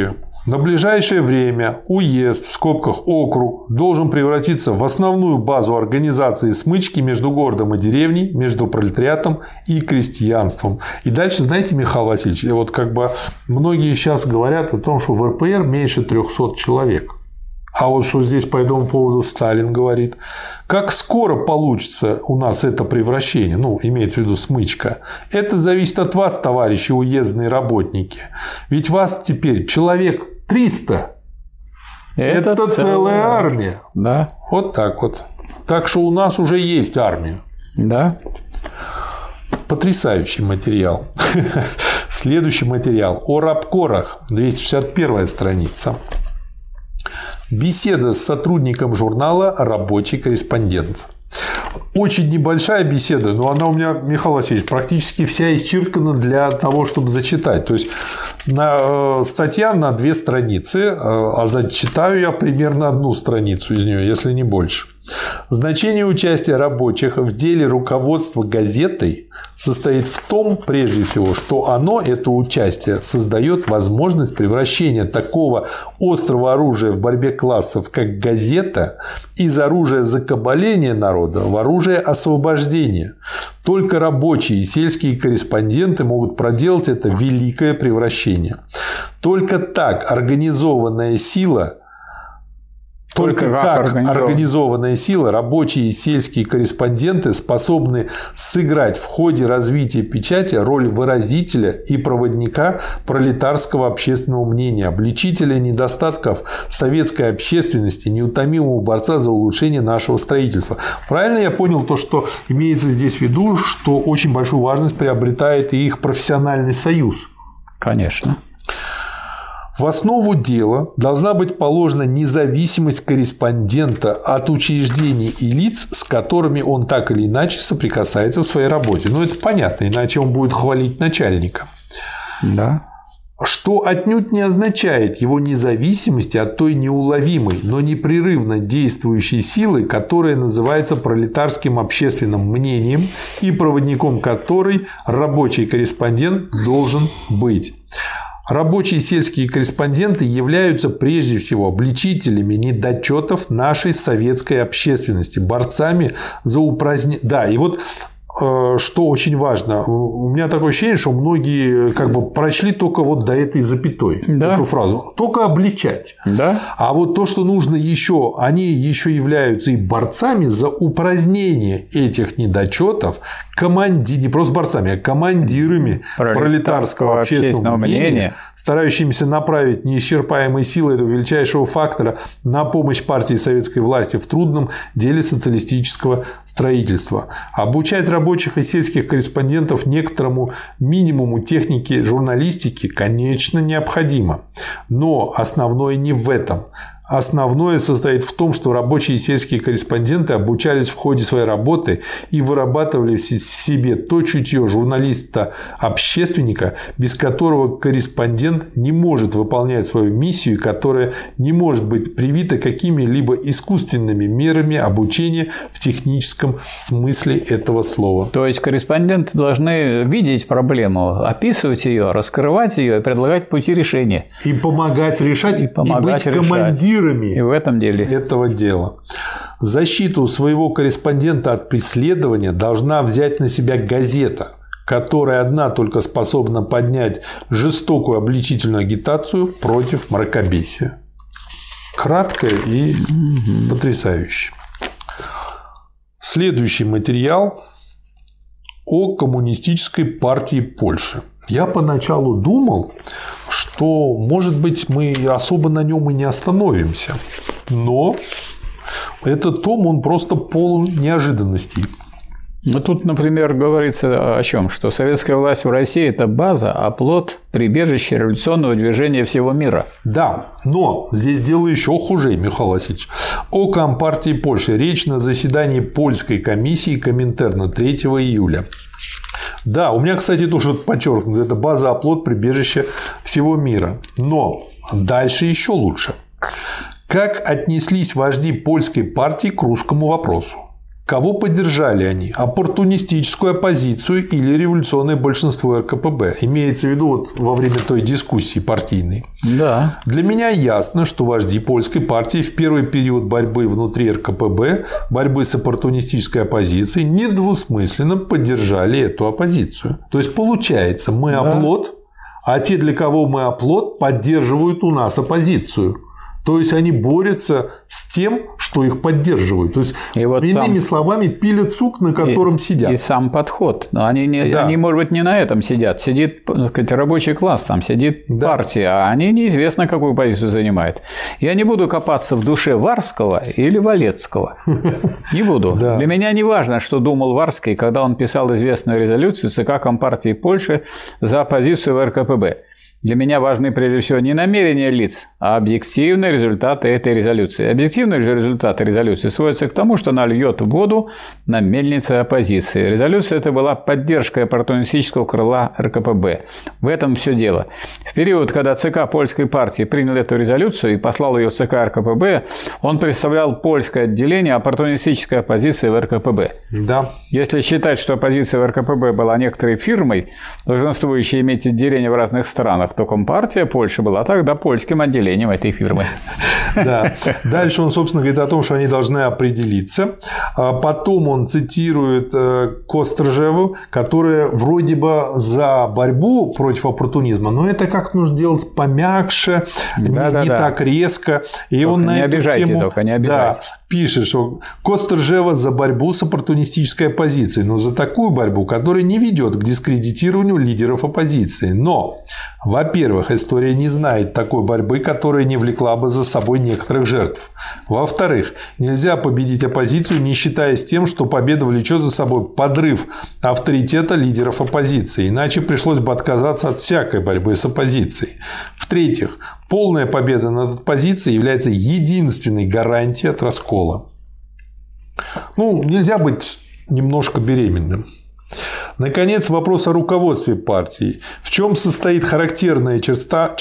На ближайшее время уезд, в скобках округ, должен превратиться в основную базу организации смычки между городом и деревней, между пролетариатом и крестьянством. И дальше, знаете, Михаил Васильевич, вот как бы многие сейчас говорят о том, что в РПР меньше 300 человек. А вот что здесь по этому поводу Сталин говорит. Как скоро получится у нас это превращение, ну, имеется в виду смычка, это зависит от вас, товарищи уездные работники. Ведь вас теперь человек 300. Это целая армия. Да. Вот так вот. Так что у нас уже есть армия. Да. Потрясающий материал. Следующий материал о рабкорах. 261 страница. Беседа с сотрудником журнала «Рабочий корреспондент». Очень небольшая беседа, но она у меня, Михаил Васильевич, практически вся исчеркана для того, чтобы зачитать. То есть статья на 2 страницы, а зачитаю я примерно 1 страницу из нее, если не больше. Значение участия рабочих в деле руководства газетой состоит в том, прежде всего, что оно, это участие, создает возможность превращения такого острого оружия в борьбе классов, как газета, из оружия закабаления народа в оружие освобождения. Только рабочие и сельские корреспонденты могут проделать это великое превращение. Только так организованная сила организованная сила, рабочие и сельские корреспонденты способны сыграть в ходе развития печати роль выразителя и проводника пролетарского общественного мнения, обличителя недостатков советской общественности, неутомимого борца за улучшение нашего строительства. Правильно я понял то, что имеется здесь в виду, что очень большую важность приобретает и их профессиональный союз? Конечно. В основу дела должна быть положена независимость корреспондента от учреждений и лиц, с которыми он так или иначе соприкасается в своей работе. Ну, это понятно, иначе он будет хвалить начальника. Да. Что отнюдь не означает его независимости от той неуловимой, но непрерывно действующей силы, которая называется пролетарским общественным мнением и проводником которой рабочий корреспондент должен быть. Рабочие сельские корреспонденты являются прежде всего обличителями недочетов нашей советской общественности, борцами за упразднение. Да, и вот что очень важно, у меня такое ощущение, что многие как бы прочли только вот до этой запятой, да, эту фразу, только обличать. Да. А вот то, что нужно еще, они еще являются и борцами за упразднение этих недочетов, не просто борцами, а командирами пролетарского общественного мнения, старающимися направить неисчерпаемые силы этого величайшего фактора на помощь партии и советской власти в трудном деле социалистического строительства. Обучать рабочих и сельских корреспондентов некоторому минимуму техники журналистики, конечно, необходимо. Но основное не в этом. Основное состоит в том, что рабочие и сельские корреспонденты обучались в ходе своей работы и вырабатывали в себе то чутье журналиста-общественника, без которого корреспондент не может выполнять свою миссию, которая не может быть привита какими-либо искусственными мерами обучения в техническом смысле этого слова. То есть корреспонденты должны видеть проблему, описывать ее, раскрывать ее и предлагать пути решения. И помогать решать, и быть командиром и в этом деле этого дела. Защиту своего корреспондента от преследования должна взять на себя газета, которая одна только способна поднять жестокую обличительную агитацию против мракобесия. Кратко и потрясающе. Следующий материал о коммунистической партии Польши. Я поначалу думал, что, может быть, мы особо на нем и не остановимся. Но этот том, он просто полон неожиданностей. Ну, тут, например, говорится о чем? Что советская власть в России – это база, оплот, прибежище революционного движения всего мира. Да, но здесь дело еще хуже, Михаил Васильевич. О Компартии Польши. Речь на заседании польской комиссии Коминтерна 3 июля. Да, у меня, кстати, тоже подчеркнуто, это база, оплот, прибежище всего мира. Но дальше еще лучше. Как отнеслись вожди польской партии к русскому вопросу? Кого поддержали они? Оппортунистическую оппозицию или революционное большинство РКПБ? Имеется в виду вот во время той дискуссии партийной. Да. Для меня ясно, что вожди польской партии в первый период борьбы внутри РКПБ, борьбы с оппортунистической оппозицией, недвусмысленно поддержали эту оппозицию. То есть, получается, мы оплот, а те, для кого мы оплот, поддерживают у нас оппозицию. То есть, они борются с тем, что их поддерживают. То есть, вот иными словами, пилят сук, на котором сидят. И сам подход. Они, может быть, не на этом сидят. Сидит, так сказать, рабочий класс, там сидит партия, а они неизвестно, какую позицию занимают. Я не буду копаться в душе Варского или Валецкого. Не буду. Для меня не важно, что думал Варский, когда он писал известную резолюцию ЦК Компартии Польши за оппозицию в РКПБ. Для меня важны прежде всего не намерения лиц, а объективные результаты этой резолюции. Объективные же результаты резолюции сводятся к тому, что она льет воду на мельнице оппозиции. Резолюция эта была поддержкой оппортунистического крыла РКПБ. В этом все дело. В период, когда ЦК польской партии принял эту резолюцию и послал ее в ЦК РКПБ, он представлял польское отделение оппортунистической оппозиции в РКПБ. Да. Если считать, что оппозиция в РКПБ была некоторой фирмой, долженствующей иметь отделения в разных странах, то Компартия Польши была тогда польским отделением этой фирмы. Да. Дальше он, собственно, говорит о том, что они должны определиться. Потом он цитирует Костржеву, которая вроде бы за борьбу против оппортунизма, но это как нужно делать помягче, не так резко. И только он на эту тему пишет, что Костржева за борьбу с оппортунистической оппозицией, но за такую борьбу, которая не ведет к дискредитированию лидеров оппозиции. Но, во-первых, история не знает такой борьбы, которая не влекла бы за собой некоторых жертв. Во-вторых, нельзя победить оппозицию, не считаясь тем, что победа влечет за собой подрыв авторитета лидеров оппозиции, иначе пришлось бы отказаться от всякой борьбы с оппозицией. В-третьих, полная победа над оппозицией является единственной гарантией от раскола. Нельзя быть немножко беременным. Наконец, вопрос о руководстве партии. В чем состоит характерная черта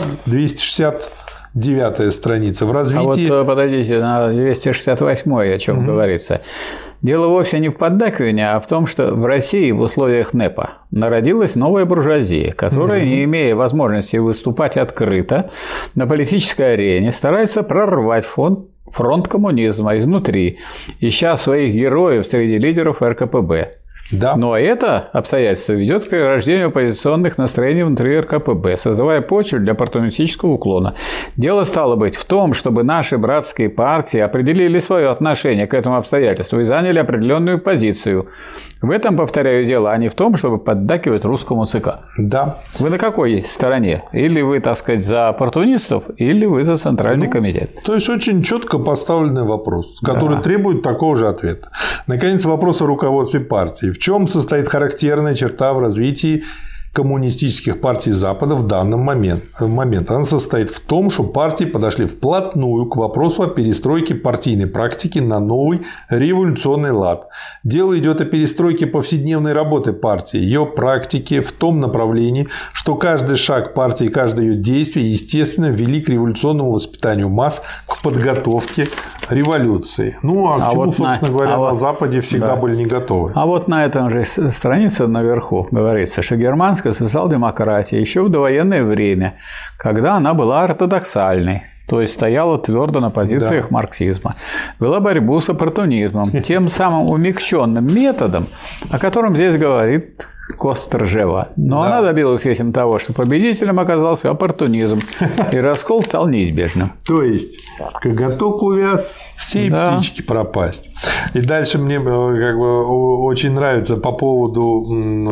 269-я страница в развитии... А вот подойдите на 268-й, о чем говорится. Дело вовсе не в поддакивании, а в том, что в России в условиях НЭПа народилась новая буржуазия, которая, не имея возможности выступать открыто на политической арене, старается прорвать фронт коммунизма изнутри, ища своих героев среди лидеров РКПБ. Да. Но это обстоятельство ведет к перерождению оппозиционных настроений внутри РКПБ, создавая почву для оппортунистического уклона. Дело стало быть в том, чтобы наши братские партии определили свое отношение к этому обстоятельству и заняли определенную позицию. В этом, повторяю, дело, а не в том, чтобы поддакивать русскому ЦК. Да. Вы на какой стороне? Или вы, так сказать, за оппортунистов, или вы за Центральный комитет? То есть, очень четко поставленный вопрос, который требует такого же ответа. Наконец, вопрос о руководстве партии. В чем состоит характерная черта в развитии коммунистических партий Запада в данный момент? Она состоит в том, что партии подошли вплотную к вопросу о перестройке партийной практики на новый революционный лад. Дело идет о перестройке повседневной работы партии, ее практики в том направлении, что каждый шаг партии, каждое ее действие, естественно, вели к революционному воспитанию масс, к подготовке революции. К чему, собственно говоря, на Западе всегда были не готовы. А вот на этом же странице наверху говорится, что германская социал-демократия еще в довоенное время, когда она была ортодоксальной, то есть стояла твердо на позициях марксизма, вела борьбу с оппортунизмом, тем самым умягченным методом, о котором здесь говорит Костржева. Но она добилась этим того, что победителем оказался оппортунизм, и раскол стал неизбежным. То есть, коготок увяз, все птички пропасть. И дальше мне очень нравится по поводу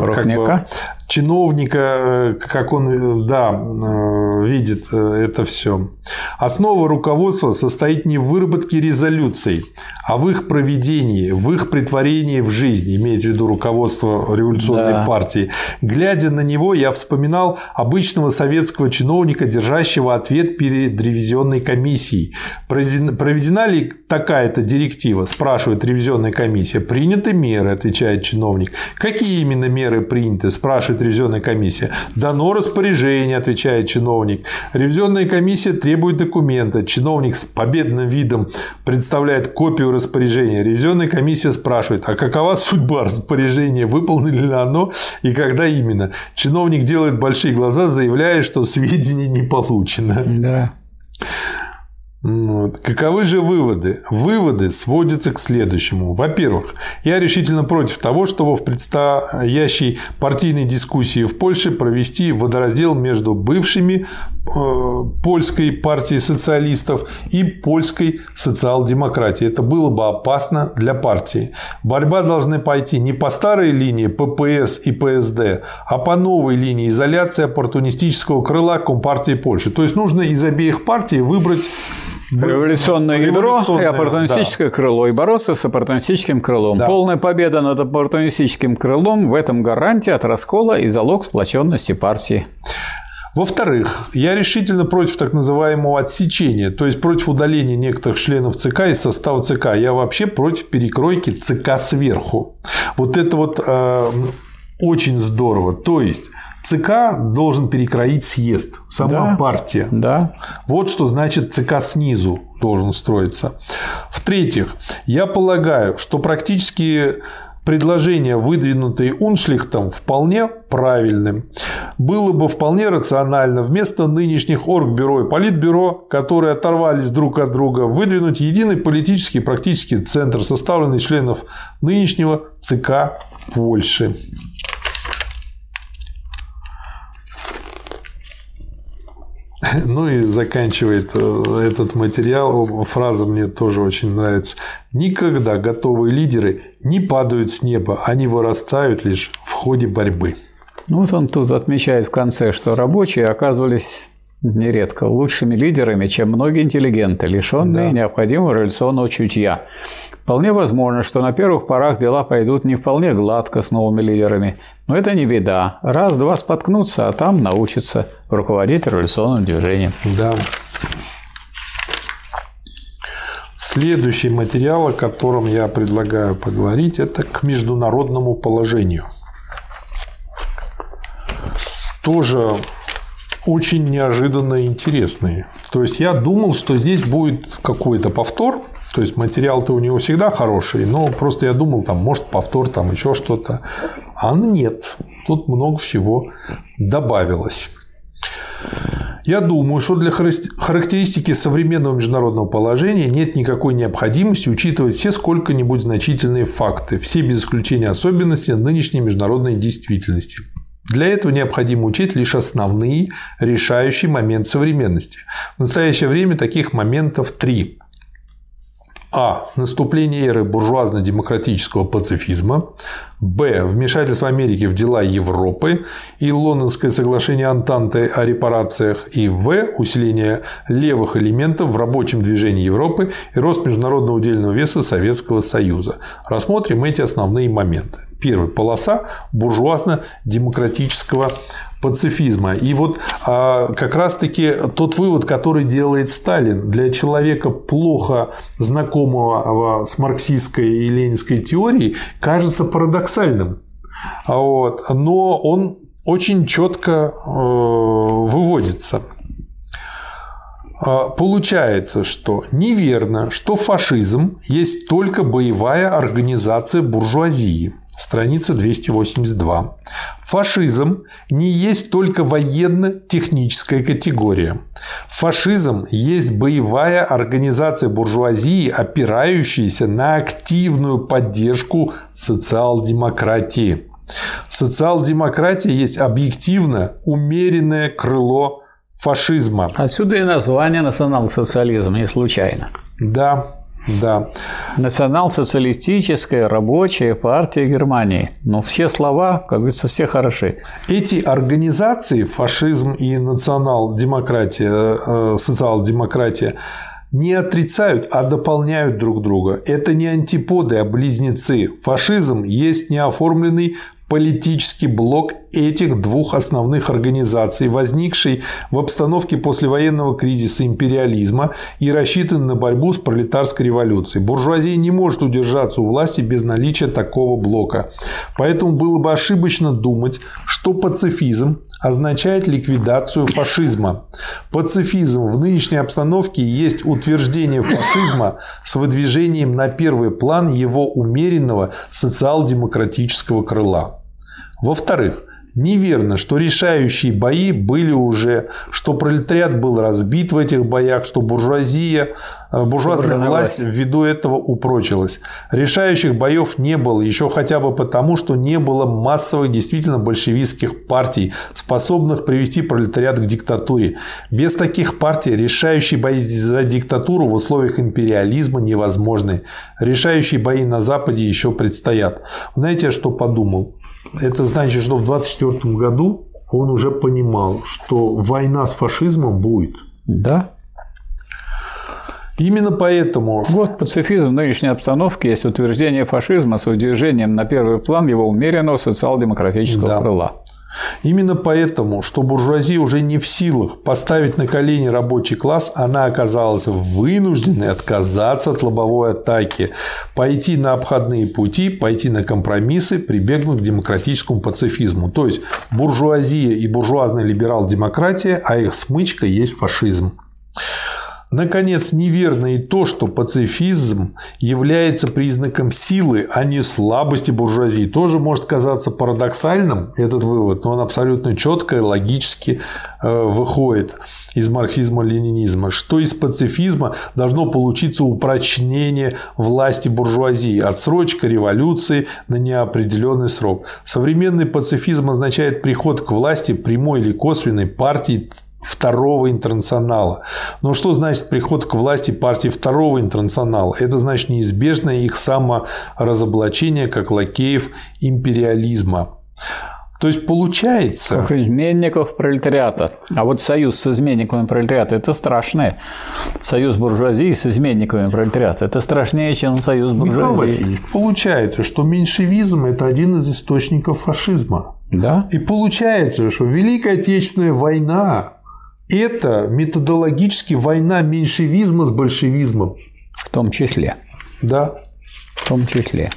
чиновника, как он видит это все. Основа руководства состоит не в выработке резолюций, а в их проведении, в их претворении в жизнь, имеется в виду руководство революционной партии. Глядя на него, я вспоминал обычного советского чиновника, держащего ответ перед ревизионной комиссией. Проведена ли такая-то директива? Спрашивает ревизионная комиссия. Приняты меры, отвечает чиновник. Какие именно меры приняты? Спрашивает спрашивает ревизионная комиссия. Дано распоряжение, отвечает чиновник. Ревизионная комиссия требует документа. Чиновник с победным видом представляет копию распоряжения. Ревизионная комиссия спрашивает, а какова судьба распоряжения, выполнено ли оно и когда именно. Чиновник делает большие глаза, заявляя, что сведений не получено. Да. Вот. Каковы же выводы? Выводы сводятся к следующему. Во-первых, я решительно против того, чтобы в предстоящей партийной дискуссии в Польше провести водораздел между бывшими польской партией социалистов и польской социал-демократией. Это было бы опасно для партии. Борьба должна пойти не по старой линии ППС и ПСД, а по новой линии изоляции оппортунистического крыла Компартии Польши. То есть нужно из обеих партий выбрать революционное ядро и оппортунистическое крыло, и бороться с оппортунистическим крылом. Да. Полная победа над оппортунистическим крылом – в этом гарантия от раскола и залог сплоченности партии. Во-вторых, я решительно против так называемого отсечения, то есть против удаления некоторых членов ЦК из состава ЦК. Я вообще против перекройки ЦК сверху. Вот это вот очень здорово. То есть ЦК должен перекроить съезд, сама партия. Да. Вот что значит ЦК снизу должен строиться. В-третьих, я полагаю, что практически предложения, выдвинутые Уншлихтом, вполне правильным. Было бы вполне рационально вместо нынешних Оргбюро и Политбюро, которые оторвались друг от друга, выдвинуть единый политический практический центр, составленный из членов нынешнего ЦК Польши. Ну и заканчивает этот материал. Фраза мне тоже очень нравится. Никогда готовые лидеры не падают с неба, они вырастают лишь в ходе борьбы. Ну вот он тут отмечает в конце, что рабочие оказывались нередко лучшими лидерами, чем многие интеллигенты, лишенные необходимого революционного чутья. Вполне возможно, что на первых порах дела пойдут не вполне гладко с новыми лидерами. Но это не беда. Раз-два споткнутся, а там научатся руководить революционным движением. Да. Следующий материал, о котором я предлагаю поговорить, это к международному положению. Тоже очень неожиданно и интересный. То есть я думал, что здесь будет какой-то повтор. То есть материал-то у него всегда хороший, но просто я думал, там, может, повтор, там еще что-то. А нет, тут много всего добавилось. Я думаю, что для характеристики современного международного положения нет никакой необходимости учитывать все сколько-нибудь значительные факты, все без исключения особенности нынешней международной действительности. Для этого необходимо учесть лишь основные решающие моменты современности. В настоящее время таких моментов 3. А. Наступление эры буржуазно-демократического пацифизма. Б. Вмешательство Америки в дела Европы и Лондонское соглашение Антанты о репарациях. И В. Усиление левых элементов в рабочем движении Европы и рост международного удельного веса Советского Союза. Рассмотрим эти основные моменты. Первый. Полоса буржуазно-демократического пацифизма. И вот как раз-таки тот вывод, который делает Сталин, для человека, плохо знакомого с марксистской и ленинской теорией, кажется парадоксальным. Вот. Но он очень четко выводится. Получается, что неверно, что фашизм есть только боевая организация буржуазии. Страница 282. Фашизм не есть только военно-техническая категория. Фашизм есть боевая организация буржуазии, опирающаяся на активную поддержку социал-демократии. Социал-демократия есть объективно умеренное крыло фашизма. Отсюда и название национал-социализм, не случайно. Да. Да. Национал-социалистическая рабочая партия Германии. Но все слова, как говорится, все хороши. Эти организации, фашизм и национал-демократия, социал-демократия, не отрицают, а дополняют друг друга. Это не антиподы, а близнецы. Фашизм есть неоформленный политический блок этих двух основных организаций, возникший в обстановке послевоенного кризиса империализма и рассчитанный на борьбу с пролетарской революцией. Буржуазия не может удержаться у власти без наличия такого блока. Поэтому было бы ошибочно думать, что пацифизм означает ликвидацию фашизма. Пацифизм в нынешней обстановке есть утверждение фашизма с выдвижением на первый план его умеренного социал-демократического крыла. Во-вторых, неверно, что решающие бои были уже, что пролетариат был разбит в этих боях, что буржуазная власть ввиду этого упрочилась. Решающих боев не было, еще хотя бы потому, что не было массовых действительно большевистских партий, способных привести пролетариат к диктатуре. Без таких партий решающие бои за диктатуру в условиях империализма невозможны. Решающие бои на Западе еще предстоят. Знаете, я что подумал? Это значит, что в 1924 году он уже понимал, что война с фашизмом будет. Да. Именно поэтому... Вот пацифизм в нынешней обстановке есть утверждение фашизма с выдвижением на первый план его умеренного социал-демократического крыла. Именно поэтому, что буржуазия уже не в силах поставить на колени рабочий класс, она оказалась вынужденной отказаться от лобовой атаки, пойти на обходные пути, пойти на компромиссы, прибегнуть к демократическому пацифизму. То есть буржуазия и буржуазная либерал-демократия, а их смычка есть фашизм. Наконец, неверно и то, что пацифизм является признаком силы, а не слабости буржуазии. Тоже может казаться парадоксальным этот вывод, но он абсолютно четко и логически выходит из марксизма-ленинизма, что из пацифизма должно получиться упрочнение власти буржуазии, отсрочка революции на неопределенный срок. Современный пацифизм означает приход к власти прямой или косвенной партии Второго интернационала. Но что значит приход к власти партии Второго интернационала? Это значит неизбежное их саморазоблачение как лакеев империализма. То есть получается... Как изменников пролетариата. А вот союз с изменниками пролетариата – это страшное. Союз буржуазии с изменниками пролетариата – это страшнее, чем союз буржуазии. Михаил Васильевич, получается, что меньшевизм – это один из источников фашизма. Да. И получается, что Великая Отечественная война – это методологически война меньшевизма с большевизмом. В том числе. Да. В том числе.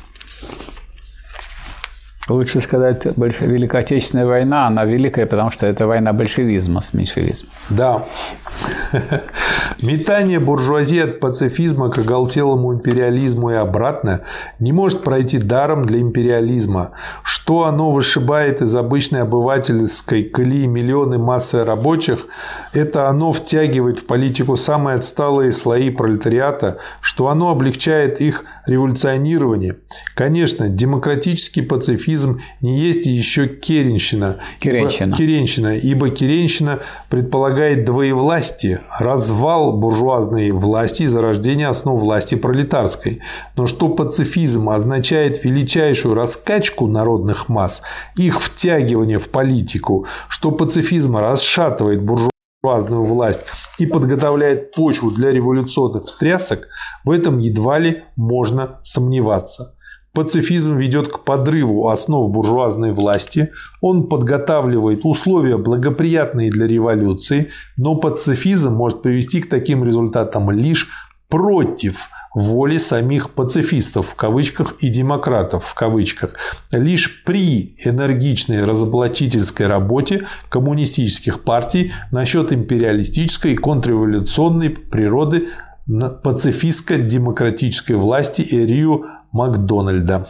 Лучше сказать, Великая Отечественная война, она великая, потому что это война большевизма с меньшевизмом. Да. Метание буржуазии от пацифизма к оголтелому империализму и обратно не может пройти даром для империализма. Что оно вышибает из обычной обывательской колеи миллионы массы рабочих, это оно втягивает в политику самые отсталые слои пролетариата, что оно облегчает их революционирование. Конечно, демократический пацифизм не есть еще керенщина, ибо керенщина предполагает двоевластие, развал буржуазной власти и зарождение основ власти пролетарской. Но что пацифизм означает величайшую раскачку народных масс, их втягивание в политику, что пацифизм расшатывает буржуазную власть и подготовляет почву для революционных встрясок, в этом едва ли можно сомневаться. Пацифизм ведет к подрыву основ буржуазной власти, он подготавливает условия, благоприятные для революции, но пацифизм может привести к таким результатам лишь против воли самих пацифистов в кавычках и демократов в кавычках, лишь при энергичной разоблачительской работе коммунистических партий насчет империалистической и контрреволюционной природы пацифистско-демократической власти Эрию Макдональда.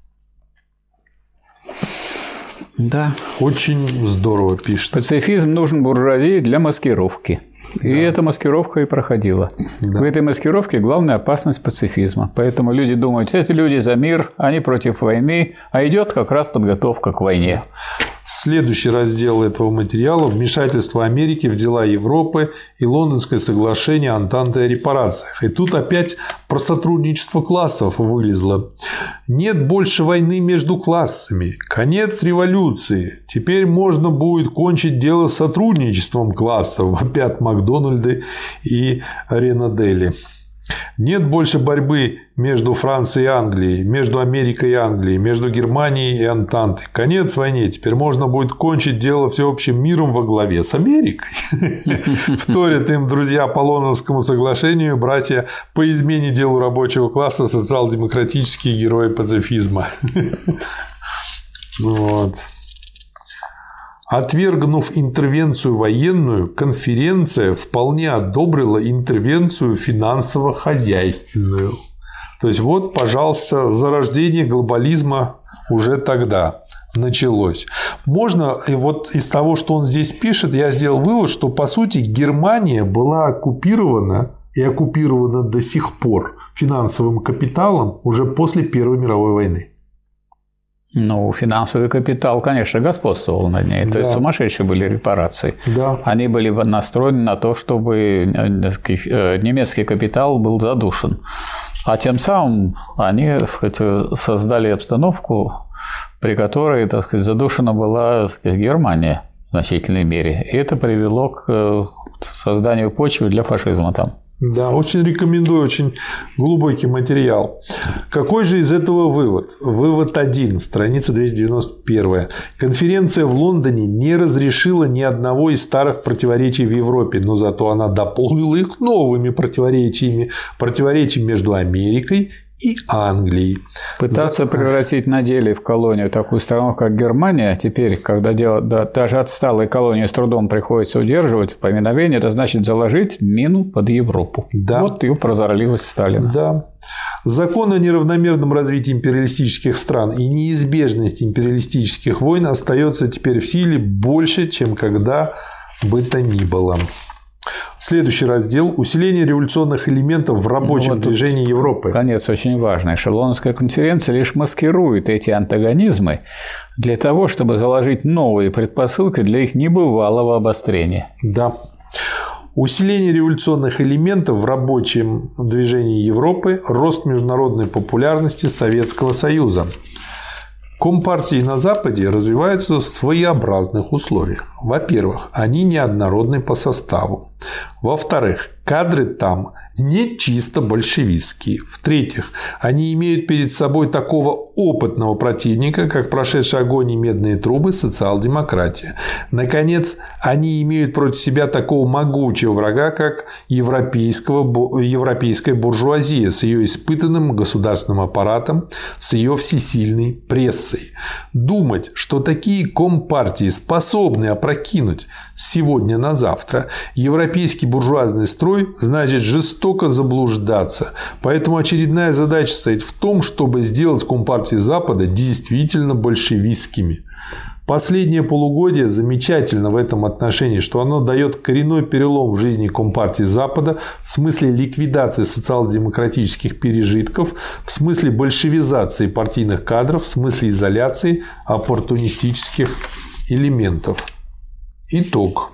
Да. Очень здорово пишет. Пацифизм нужен буржуазии для маскировки. И эта маскировка и проходила. Да. В этой маскировке главная опасность пацифизма. Поэтому люди думают, эти люди за мир, они против войны, а идет как раз подготовка к войне. Следующий раздел этого материала – вмешательство Америки в дела Европы и Лондонское соглашение Антанты о репарациях. И тут опять про сотрудничество классов вылезло. Нет больше войны между классами. Конец революции. Теперь можно будет кончить дело с сотрудничеством классов. Опять Макдональды и Ренадели. Нет больше борьбы между Францией и Англией, между Америкой и Англией, между Германией и Антантой. Конец войне. Теперь можно будет кончить дело всеобщим миром во главе с Америкой. Вторят им друзья по Лондонскому соглашению, братья по измене делу рабочего класса, социал-демократические герои пацифизма. Вот. Отвергнув интервенцию военную, конференция вполне одобрила интервенцию финансово-хозяйственную. То есть, вот, пожалуйста, зарождение глобализма уже тогда началось. Можно, и вот из того, что он здесь пишет, я сделал вывод, что, по сути, Германия была оккупирована и оккупирована до сих пор финансовым капиталом уже после Первой мировой войны. Ну, финансовый капитал, конечно, господствовал над ней. Это сумасшедшие были репарации. Да. Они были настроены на то, чтобы немецкий капитал был задушен. А тем самым они, так сказать, создали обстановку, при которой, так сказать, задушена была, так сказать, Германия в значительной мере. И это привело к созданию почвы для фашизма там. Да, очень рекомендую, очень глубокий материал. Какой же из этого вывод? Вывод 1, страница 291. Конференция в Лондоне не разрешила ни одного из старых противоречий в Европе, но зато она дополнила их новыми противоречиями между Америкой и Англией. Пытаться превратить на деле в колонию такую страну, как Германия, теперь, когда даже отсталые колонии с трудом приходится удерживать в поминовении, это значит заложить мину под Европу. Да. Вот ее прозорливость Сталина. Да. Закон о неравномерном развитии империалистических стран и неизбежность империалистических войн остается теперь в силе больше, чем когда бы то ни было. Следующий раздел – усиление революционных элементов в рабочем движении Европы. Конец очень важный. Лондонская конференция лишь маскирует эти антагонизмы для того, чтобы заложить новые предпосылки для их небывалого обострения. Да. Усиление революционных элементов в рабочем движении Европы, рост международной популярности Советского Союза. Компартии на Западе развиваются в своеобразных условиях. Во-первых, они неоднородны по составу. Во-вторых, кадры там не чисто большевистские. В-третьих, они имеют перед собой такого опытного противника, как прошедший огонь и медные трубы социал-демократия. Наконец, они имеют против себя такого могучего врага, как европейская буржуазия с ее испытанным государственным аппаратом, с ее всесильной прессой. Думать, что такие компартии способны опрокинуть с сегодня на завтра европейский буржуазный строй, значит жестоко заблуждаться. Поэтому очередная задача стоит в том, чтобы сделать компартии Запада действительно большевистскими. Последнее полугодие замечательно в этом отношении, что оно дает коренной перелом в жизни Компартии Запада в смысле ликвидации социал-демократических пережитков, в смысле большевизации партийных кадров, в смысле изоляции оппортунистических элементов. Итог.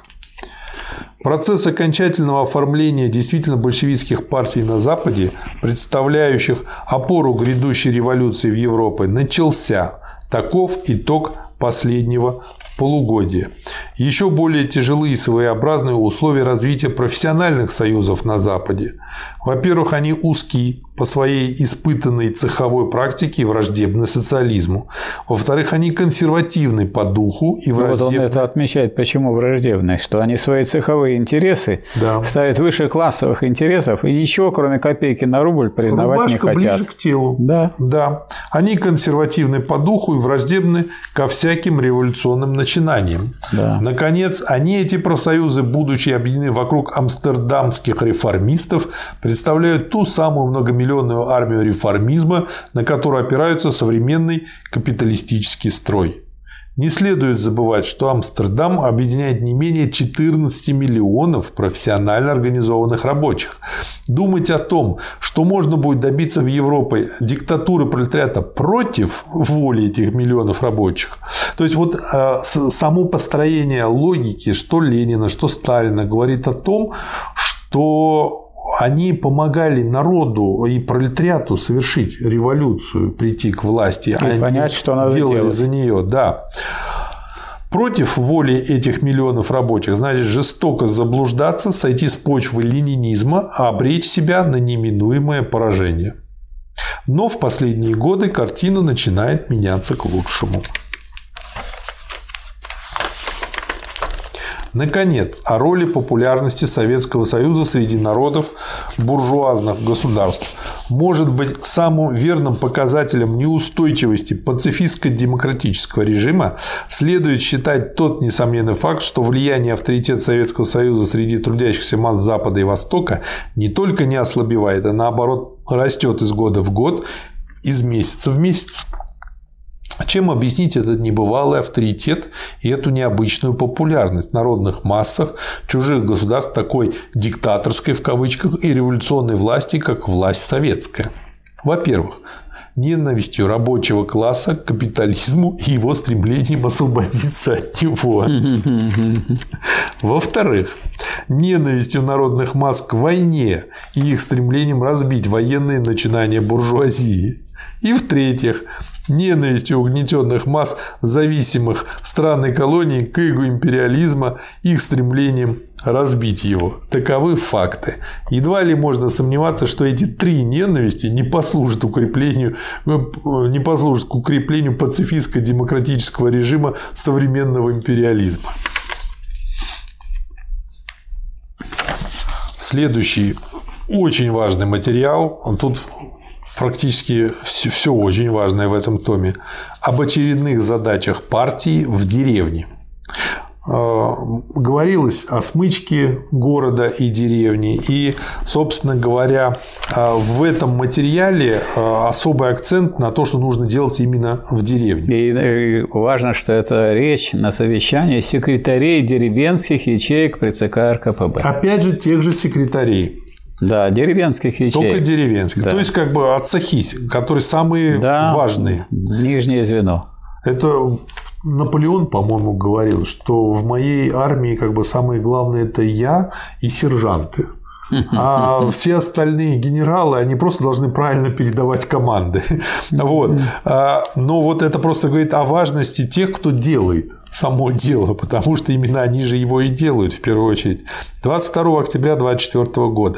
Процесс окончательного оформления действительно большевистских партий на Западе, представляющих опору грядущей революции в Европе, начался. Таков итог последнего полугодия. Еще более тяжелые и своеобразные условия развития профессиональных союзов на Западе. Во-первых, они узки по своей испытанной цеховой практике и враждебны социализму. Во-вторых, они консервативны по духу и враждебны. Вот он это отмечает. Почему враждебны? Что они свои цеховые интересы ставят выше классовых интересов и ничего, кроме копейки на рубль, признавать не хотят. Ближе к телу. Да. Они консервативны по духу и враждебны ко всяким революционным начинаниям. Да. Наконец, эти профсоюзы, будучи объединены вокруг амстердамских реформистов, представляют ту самую многомиллионную армию реформизма, на которую опирается современный капиталистический строй. Не следует забывать, что Амстердам объединяет не менее 14 миллионов профессионально организованных рабочих. Думать о том, что можно будет добиться в Европе диктатуры пролетариата против воли этих миллионов рабочих. То есть, вот само построение логики, что Ленина, что Сталина, говорит о том, что они помогали народу и пролетариату совершить революцию, прийти к власти, и понять, что надо делали делать за нее, да. Против воли этих миллионов рабочих значит жестоко заблуждаться, сойти с почвы ленинизма, а обречь себя на неминуемое поражение. Но в последние годы картина начинает меняться к лучшему. Наконец, о роли популярности Советского Союза среди народов буржуазных государств. Может быть, самым верным показателем неустойчивости пацифистско-демократического режима следует считать тот несомненный факт, что влияние и авторитет Советского Союза среди трудящихся масс Запада и Востока не только не ослабевает, а наоборот растет из года в год, из месяца в месяц. Чем объяснить этот небывалый авторитет и эту необычную популярность в народных массах чужих государств такой диктаторской в кавычках и революционной власти, как власть советская? Во-первых, ненавистью рабочего класса к капитализму и его стремлением освободиться от него. Во-вторых, ненавистью народных масс к войне и их стремлением разбить военные начинания буржуазии. И в-третьих, ненавистью угнетенных масс зависимых стран и колоний к игу империализма, их стремлением разбить его. Таковы факты. Едва ли можно сомневаться, что эти три ненависти не послужат к укреплению пацифистско-демократического режима современного империализма. Следующий очень важный материал, тут практически все очень важное в этом томе, об очередных задачах партии в деревне. Говорилось о смычке города и деревни. И, собственно говоря, в этом материале особый акцент на то, что нужно делать именно в деревне. И важно, что это речь на совещании секретарей деревенских ячеек при ЦК РКПБ. Опять же, тех же секретарей. Да, деревенских ячеек. Только деревенских. Да. То есть, как бы отцахи, которые самые важные. Нижнее звено. Это Наполеон, по-моему, говорил, что в моей армии как бы самые главные – это я и сержанты. А все остальные генералы, они просто должны правильно передавать команды. Вот. Но вот это просто говорит о важности тех, кто делает само дело, потому что именно они же его и делают в первую очередь. 22 октября 1924 года.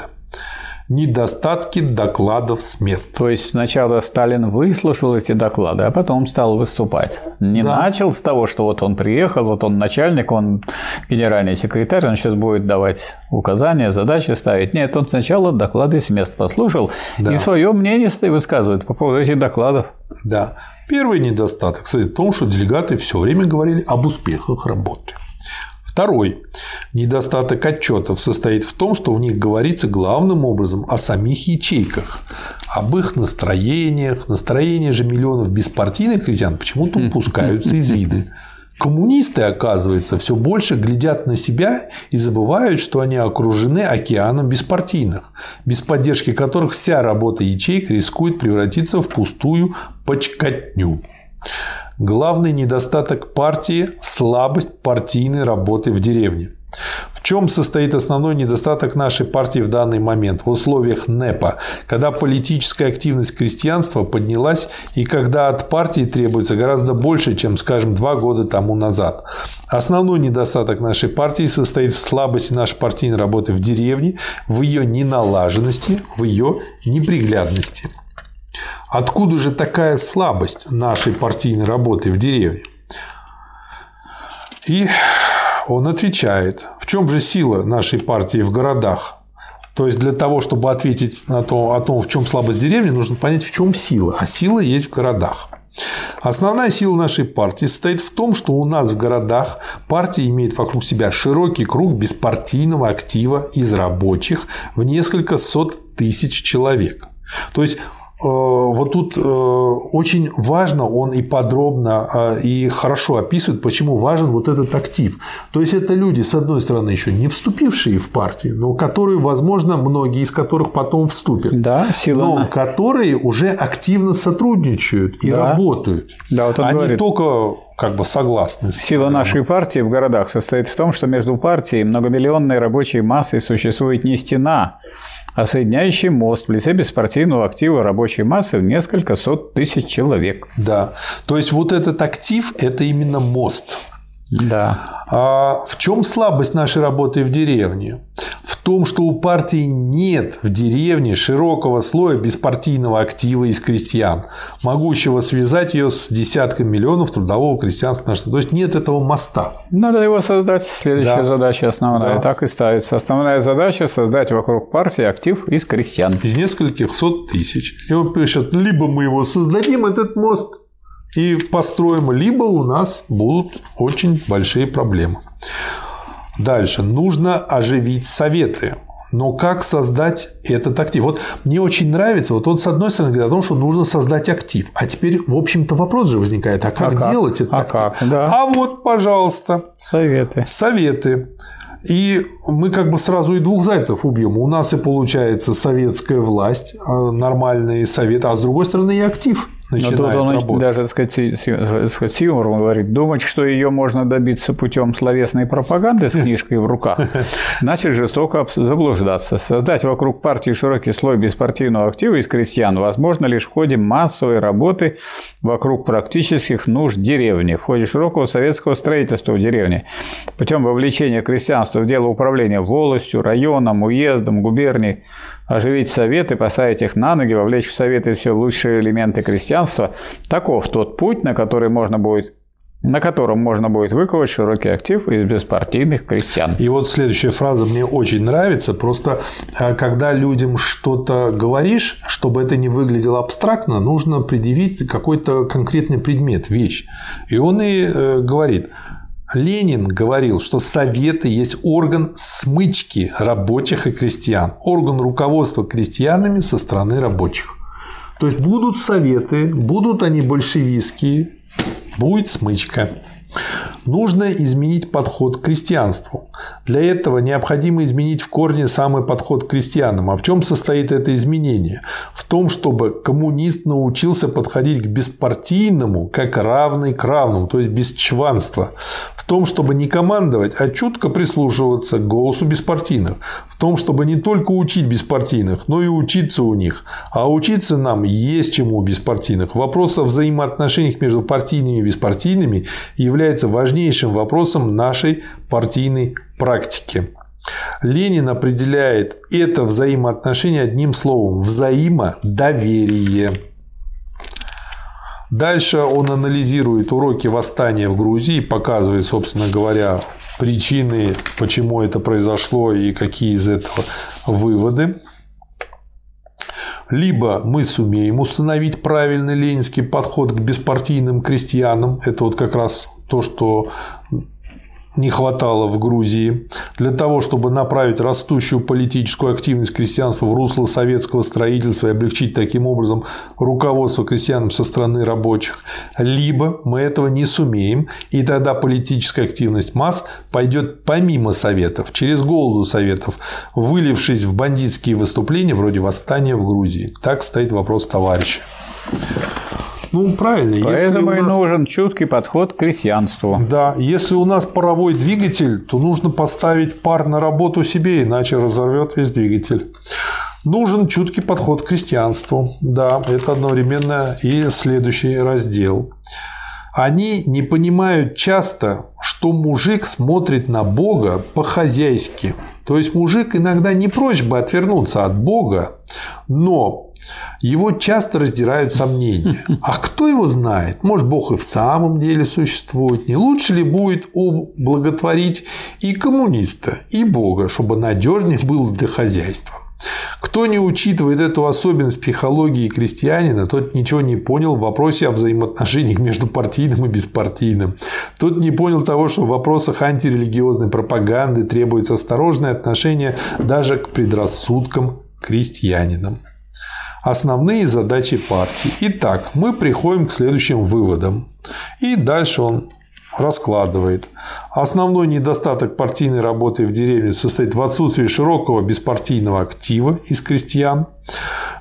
Недостатки докладов с мест. То есть сначала Сталин выслушал эти доклады, а потом стал выступать. Не начал с того, что вот он приехал, вот он начальник, он генеральный секретарь, он сейчас будет давать указания, задачи ставить. Нет, он сначала доклады с мест послушал и свое мнение высказывает по поводу этих докладов. Да. Первый недостаток, кстати, в том, что делегаты все время говорили об успехах работы. Второй недостаток отчетов состоит в том, что в них говорится главным образом о самих ячейках, об их настроениях. Настроения же миллионов беспартийных крестьян почему-то упускаются из вида. Коммунисты, оказывается, все больше глядят на себя и забывают, что они окружены океаном беспартийных, без поддержки которых вся работа ячеек рискует превратиться в пустую почкотню. Главный недостаток партии – слабость партийной работы в деревне. В чем состоит основной недостаток нашей партии в данный момент в условиях НЭПа, когда политическая активность крестьянства поднялась и когда от партии требуется гораздо больше, чем, скажем, 2 года тому назад. Основной недостаток нашей партии состоит в слабости нашей партийной работы в деревне, в ее неналаженности, в ее неприглядности. Откуда же такая слабость нашей партийной работы в деревне? И он отвечает, в чем же сила нашей партии в городах? То есть, для того, чтобы ответить о том, в чем слабость деревни, нужно понять, в чем сила. А сила есть в городах. Основная сила нашей партии состоит в том, что у нас в городах партия имеет вокруг себя широкий круг беспартийного актива из рабочих в несколько сот тысяч человек. То есть, вот тут очень важно, он и подробно, и хорошо описывает, почему важен вот этот актив. То есть, это люди, с одной стороны, еще не вступившие в партию, но которые, возможно, многие из которых потом вступят, но которые уже активно сотрудничают и работают. Да, вот он говорит, не только как бы согласны. Сила нашей партии в городах состоит в том, что между партией и многомиллионной рабочей массой существует не стена, а соединяющий мост в лице беспартийного актива рабочей массы в несколько сот тысяч человек. Да. То есть, вот этот актив – это именно мост. Да. А в чем слабость нашей работы в деревне? В том, что у партии нет в деревне широкого слоя беспартийного актива из крестьян, могущего связать ее с десятками миллионов трудового крестьянства. То есть нет этого моста. Надо его создать. Следующая задача основная. Так и ставится. Основная задача – создать вокруг партии актив из крестьян. Из нескольких сот тысяч. И он пишет, либо мы его создадим, этот мост, и построим, либо у нас будут очень большие проблемы. Дальше. Нужно оживить советы. Но как создать этот актив? Вот мне очень нравится, вот он с одной стороны говорит о том, что нужно создать актив. А теперь, в общем-то, вопрос же возникает, а как делать это? А вот, пожалуйста. Советы. И мы как бы сразу и двух зайцев убьем. У нас и получается советская власть, нормальные советы, а с другой стороны и актив начинает работать. Но тут он даже, так сказать, с юмором говорит, думать, что ее можно добиться путем словесной пропаганды с книжкой в руках, значит жестоко заблуждаться. Создать вокруг партии широкий слой беспартийного актива из крестьян возможно лишь в ходе массовой работы вокруг практических нужд деревни, в ходе широкого советского строительства в деревне, путем вовлечения крестьянства в дело управления волостью, районом, уездом, губернией, оживить советы, поставить их на ноги, вовлечь в советы все лучшие элементы крестьянства. Таков тот путь, на котором можно будет выковать широкий актив из беспартийных крестьян. И вот следующая фраза мне очень нравится. Просто когда людям что-то говоришь, чтобы это не выглядело абстрактно, нужно предъявить какой-то конкретный предмет, вещь. И он и говорит. Ленин говорил, что советы есть орган смычки рабочих и крестьян, орган руководства крестьянами со стороны рабочих. То есть будут советы, будут они большевистские, будет смычка. Нужно изменить подход к крестьянству. Для этого необходимо изменить в корне самый подход к крестьянам. А в чем состоит это изменение? В том, чтобы коммунист научился подходить к беспартийному как равный к равному, то есть без чванства. В том, чтобы не командовать, а чутко прислушиваться к голосу беспартийных. В том, чтобы не только учить беспартийных, но и учиться у них. А учиться нам есть чему у беспартийных. Вопрос о взаимоотношениях между партийными и беспартийными является важнейшим вопросом нашей партийной практики. Ленин определяет это взаимоотношение одним словом – взаимодоверие. Дальше он анализирует уроки восстания в Грузии, показывает, собственно говоря, причины, почему это произошло и какие из этого выводы. Либо мы сумеем установить правильный ленинский подход к беспартийным крестьянам. Это вот как раз то, что не хватало в Грузии, для того, чтобы направить растущую политическую активность крестьянства в русло советского строительства и облегчить таким образом руководство крестьянам со стороны рабочих. Либо мы этого не сумеем, и тогда политическая активность масс пойдет помимо советов, через голову советов, вылившись в бандитские выступления вроде восстания в Грузии. Так стоит вопрос, товарищи. Ну, правильно. Поэтому и нужен чуткий подход к крестьянству. Да, если у нас паровой двигатель, то нужно поставить пар на работу себе, иначе разорвет весь двигатель. Нужен чуткий подход к крестьянству. Да, это одновременно и следующий раздел. Они не понимают часто, что мужик смотрит на Бога по-хозяйски. То есть мужик иногда не прочь бы отвернуться от Бога, но его часто раздирают сомнения. А кто его знает? Может, Бог и в самом деле существует? Не лучше ли будет благотворить и коммуниста, и Бога, чтобы надежнее было для хозяйства? Кто не учитывает эту особенность психологии крестьянина, тот ничего не понял в вопросе о взаимоотношениях между партийным и беспартийным. Тот не понял того, что в вопросах антирелигиозной пропаганды требуется осторожное отношение даже к предрассудкам крестьянинам. Основные задачи партии. Итак, мы приходим к следующим выводам. И дальше он раскладывает. Основной недостаток партийной работы в деревне состоит в отсутствии широкого беспартийного актива из крестьян.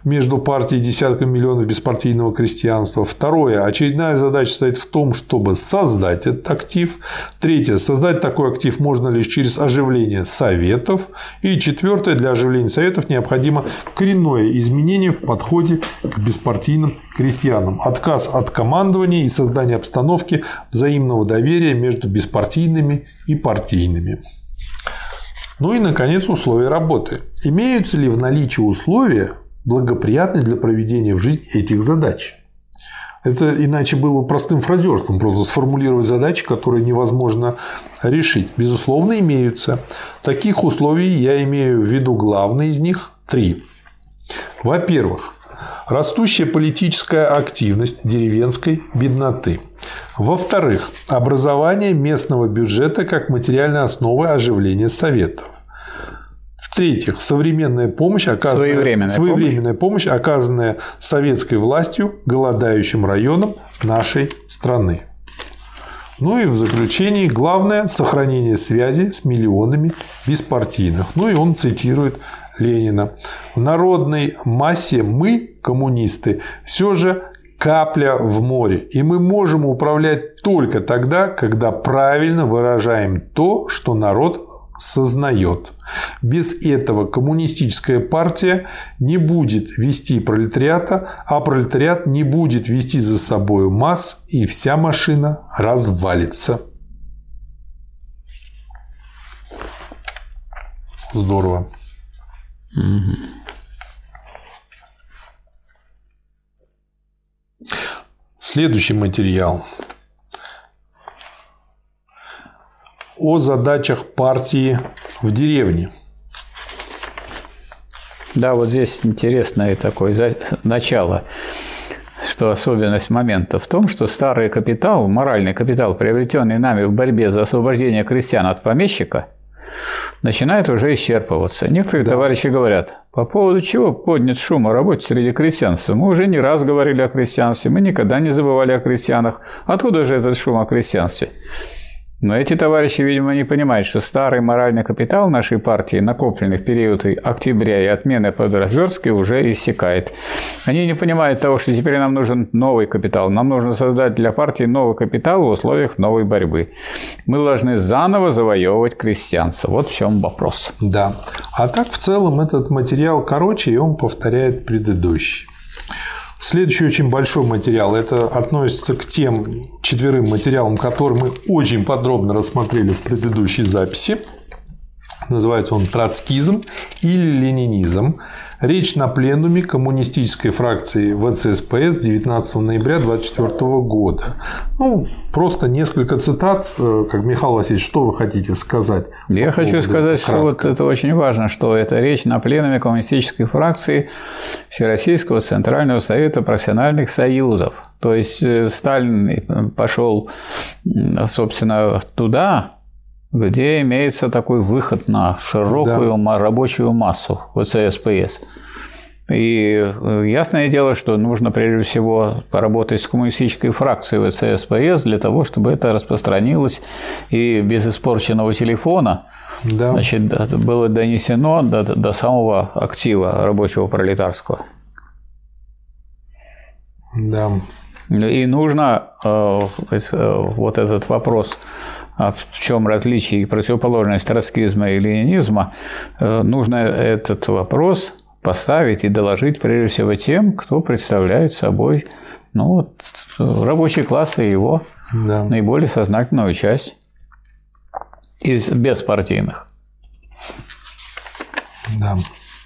между партией и десятками миллионов беспартийного крестьянства. Второе. Очередная задача стоит в том, чтобы создать этот актив. Третье. Создать такой актив можно лишь через оживление советов. И четвертое. Для оживления советов необходимо коренное изменение в подходе к беспартийным крестьянам. Отказ от командования и создание обстановки взаимного доверия между беспартийными и партийными. Ну и, наконец, условия работы. Имеются ли в наличии условия, благоприятные для проведения в жизнь этих задач? Это иначе было простым фразерством, просто сформулировать задачи, которые невозможно решить. Безусловно, имеются. Таких условий я имею в виду главные из них 3. Во-первых, растущая политическая активность деревенской бедноты. Во-вторых, образование местного бюджета как материальной основы оживления советов. В-третьих, своевременная помощь, оказанная советской властью голодающим районам нашей страны. Ну и в заключении главное – сохранение связи с миллионами беспартийных. Ну и он цитирует Ленина. В народной массе мы, коммунисты, все же капля в море. И мы можем управлять только тогда, когда правильно выражаем то, что народ сознает. Без этого коммунистическая партия не будет вести пролетариата, а пролетариат не будет вести за собой масс, и вся машина развалится. Здорово. Следующий материал о задачах партии в деревне. Да, вот здесь интересное такое начало, что особенность момента в том, что старый капитал, моральный капитал, приобретенный нами в борьбе за освобождение крестьян от помещика, начинает уже исчерпываться. Некоторые товарищи говорят, по поводу чего поднят шум о работе среди крестьянства. Мы уже не раз говорили о крестьянстве, мы никогда не забывали о крестьянах. Откуда же этот шум о крестьянстве? Но эти товарищи, видимо, не понимают, что старый моральный капитал нашей партии, накопленный в период октября и отмены подразверстки, уже иссякает. Они не понимают того, что теперь нам нужен новый капитал. Нам нужно создать для партии новый капитал в условиях новой борьбы. Мы должны заново завоевывать крестьянство. Вот в чем вопрос. Да. А так, в целом, этот материал короче, и он повторяет предыдущий. Следующий очень большой материал. Это относится к тем 4 материалам, которые мы очень подробно рассмотрели в предыдущей записи. Называется он «Троцкизм» или «Ленинизм». Речь на пленуме коммунистической фракции ВЦСПС 19 ноября 1924 года. Ну, просто несколько цитат. Как Михаил Васильевич, что вы хотите сказать? Я хочу сказать, что вот это очень важно, что это речь на пленуме коммунистической фракции Всероссийского Центрального Совета профессиональных союзов. То есть Сталин пошел, собственно, туда, где имеется такой выход на широкую рабочую массу ВЦСПС. И ясное дело, что нужно прежде всего поработать с коммунистической фракцией ВЦСПС для того, чтобы это распространилось и без испорченного телефона было донесено до самого актива рабочего пролетарского. Да. И нужно вот этот вопрос, в чем различие и противоположность троцкизма и ленинизма, нужно этот вопрос поставить и доложить прежде всего тем, кто представляет собой рабочий класс и его наиболее сознательную часть из беспартийных. Да.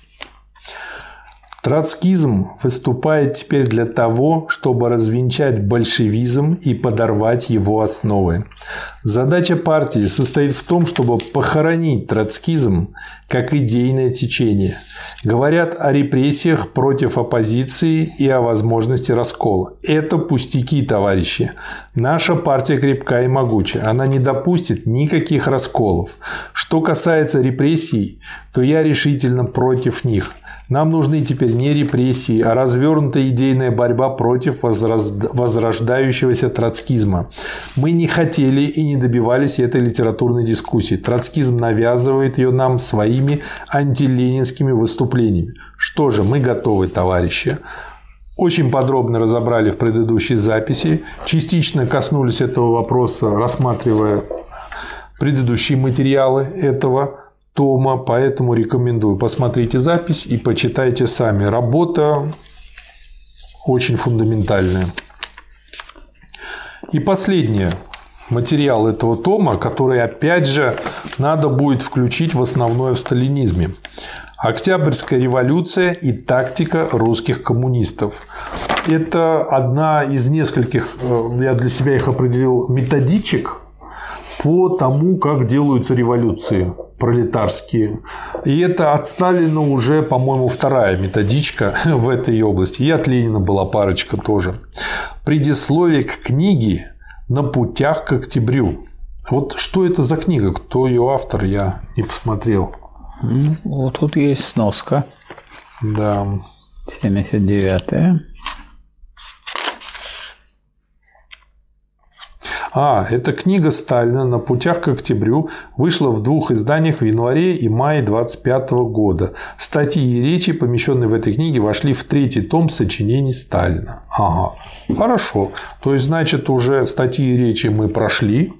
Троцкизм выступает теперь для того, чтобы развенчать большевизм и подорвать его основы. Задача партии состоит в том, чтобы похоронить троцкизм как идейное течение. Говорят о репрессиях против оппозиции и о возможности раскола. Это пустяки, товарищи. Наша партия крепка и могуча. Она не допустит никаких расколов. Что касается репрессий, то я решительно против них. Нам нужны теперь не репрессии, а развернутая идейная борьба против возрождающегося троцкизма. Мы не хотели и не добивались этой литературной дискуссии. Троцкизм навязывает ее нам своими антиленинскими выступлениями. Что же, мы готовы, товарищи. Очень подробно разобрали в предыдущей записи, частично коснулись этого вопроса, рассматривая предыдущие материалы этого тома, поэтому рекомендую. Посмотрите запись и почитайте сами. Работа очень фундаментальная. И последнее. Материал этого тома, который опять же надо будет включить в основное в сталинизме. Октябрьская революция и тактика русских коммунистов. Это одна из нескольких, я для себя их определил, методичек по тому, как делаются революции пролетарские. И это от Сталина уже, по-моему, вторая методичка в этой области. И от Ленина была парочка тоже. Предисловие к книге «На путях к октябрю». Вот что это за книга? Кто ее автор, я не посмотрел. Вот тут есть сноска. Да. 79-я. Это книга Сталина «На путях к октябрю» вышла в 2 изданиях в январе и мае 1925 года. Статьи и речи, помещенные в этой книге, вошли в 3-й том сочинений Сталина. Хорошо. То есть, значит, уже статьи и речи мы прошли,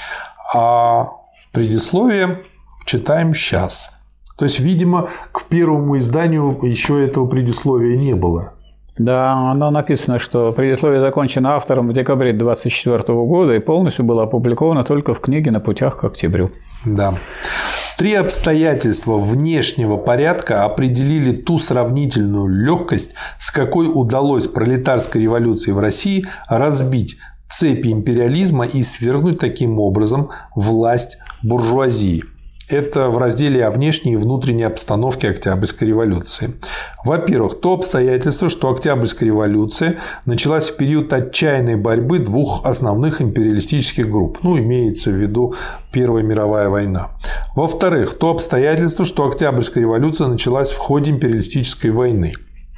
а предисловие читаем сейчас. То есть, видимо, к первому изданию еще этого предисловия не было. Да, оно написано, что предисловие закончено автором в декабре 1924 года и полностью было опубликовано только в книге «На путях к октябрю». Да. 3 обстоятельства внешнего порядка определили ту сравнительную легкость, с какой удалось пролетарской революции в России разбить цепи империализма и свергнуть таким образом власть буржуазии. Это в разделе о внешней и внутренней обстановке Октябрьской революции. Во-первых, то обстоятельство, что Октябрьская революция началась в период отчаянной борьбы 2 основных империалистических групп. Имеется в виду Первая мировая война. Во-вторых, то обстоятельство, что Октябрьская революция началась в ходе империалистической войны.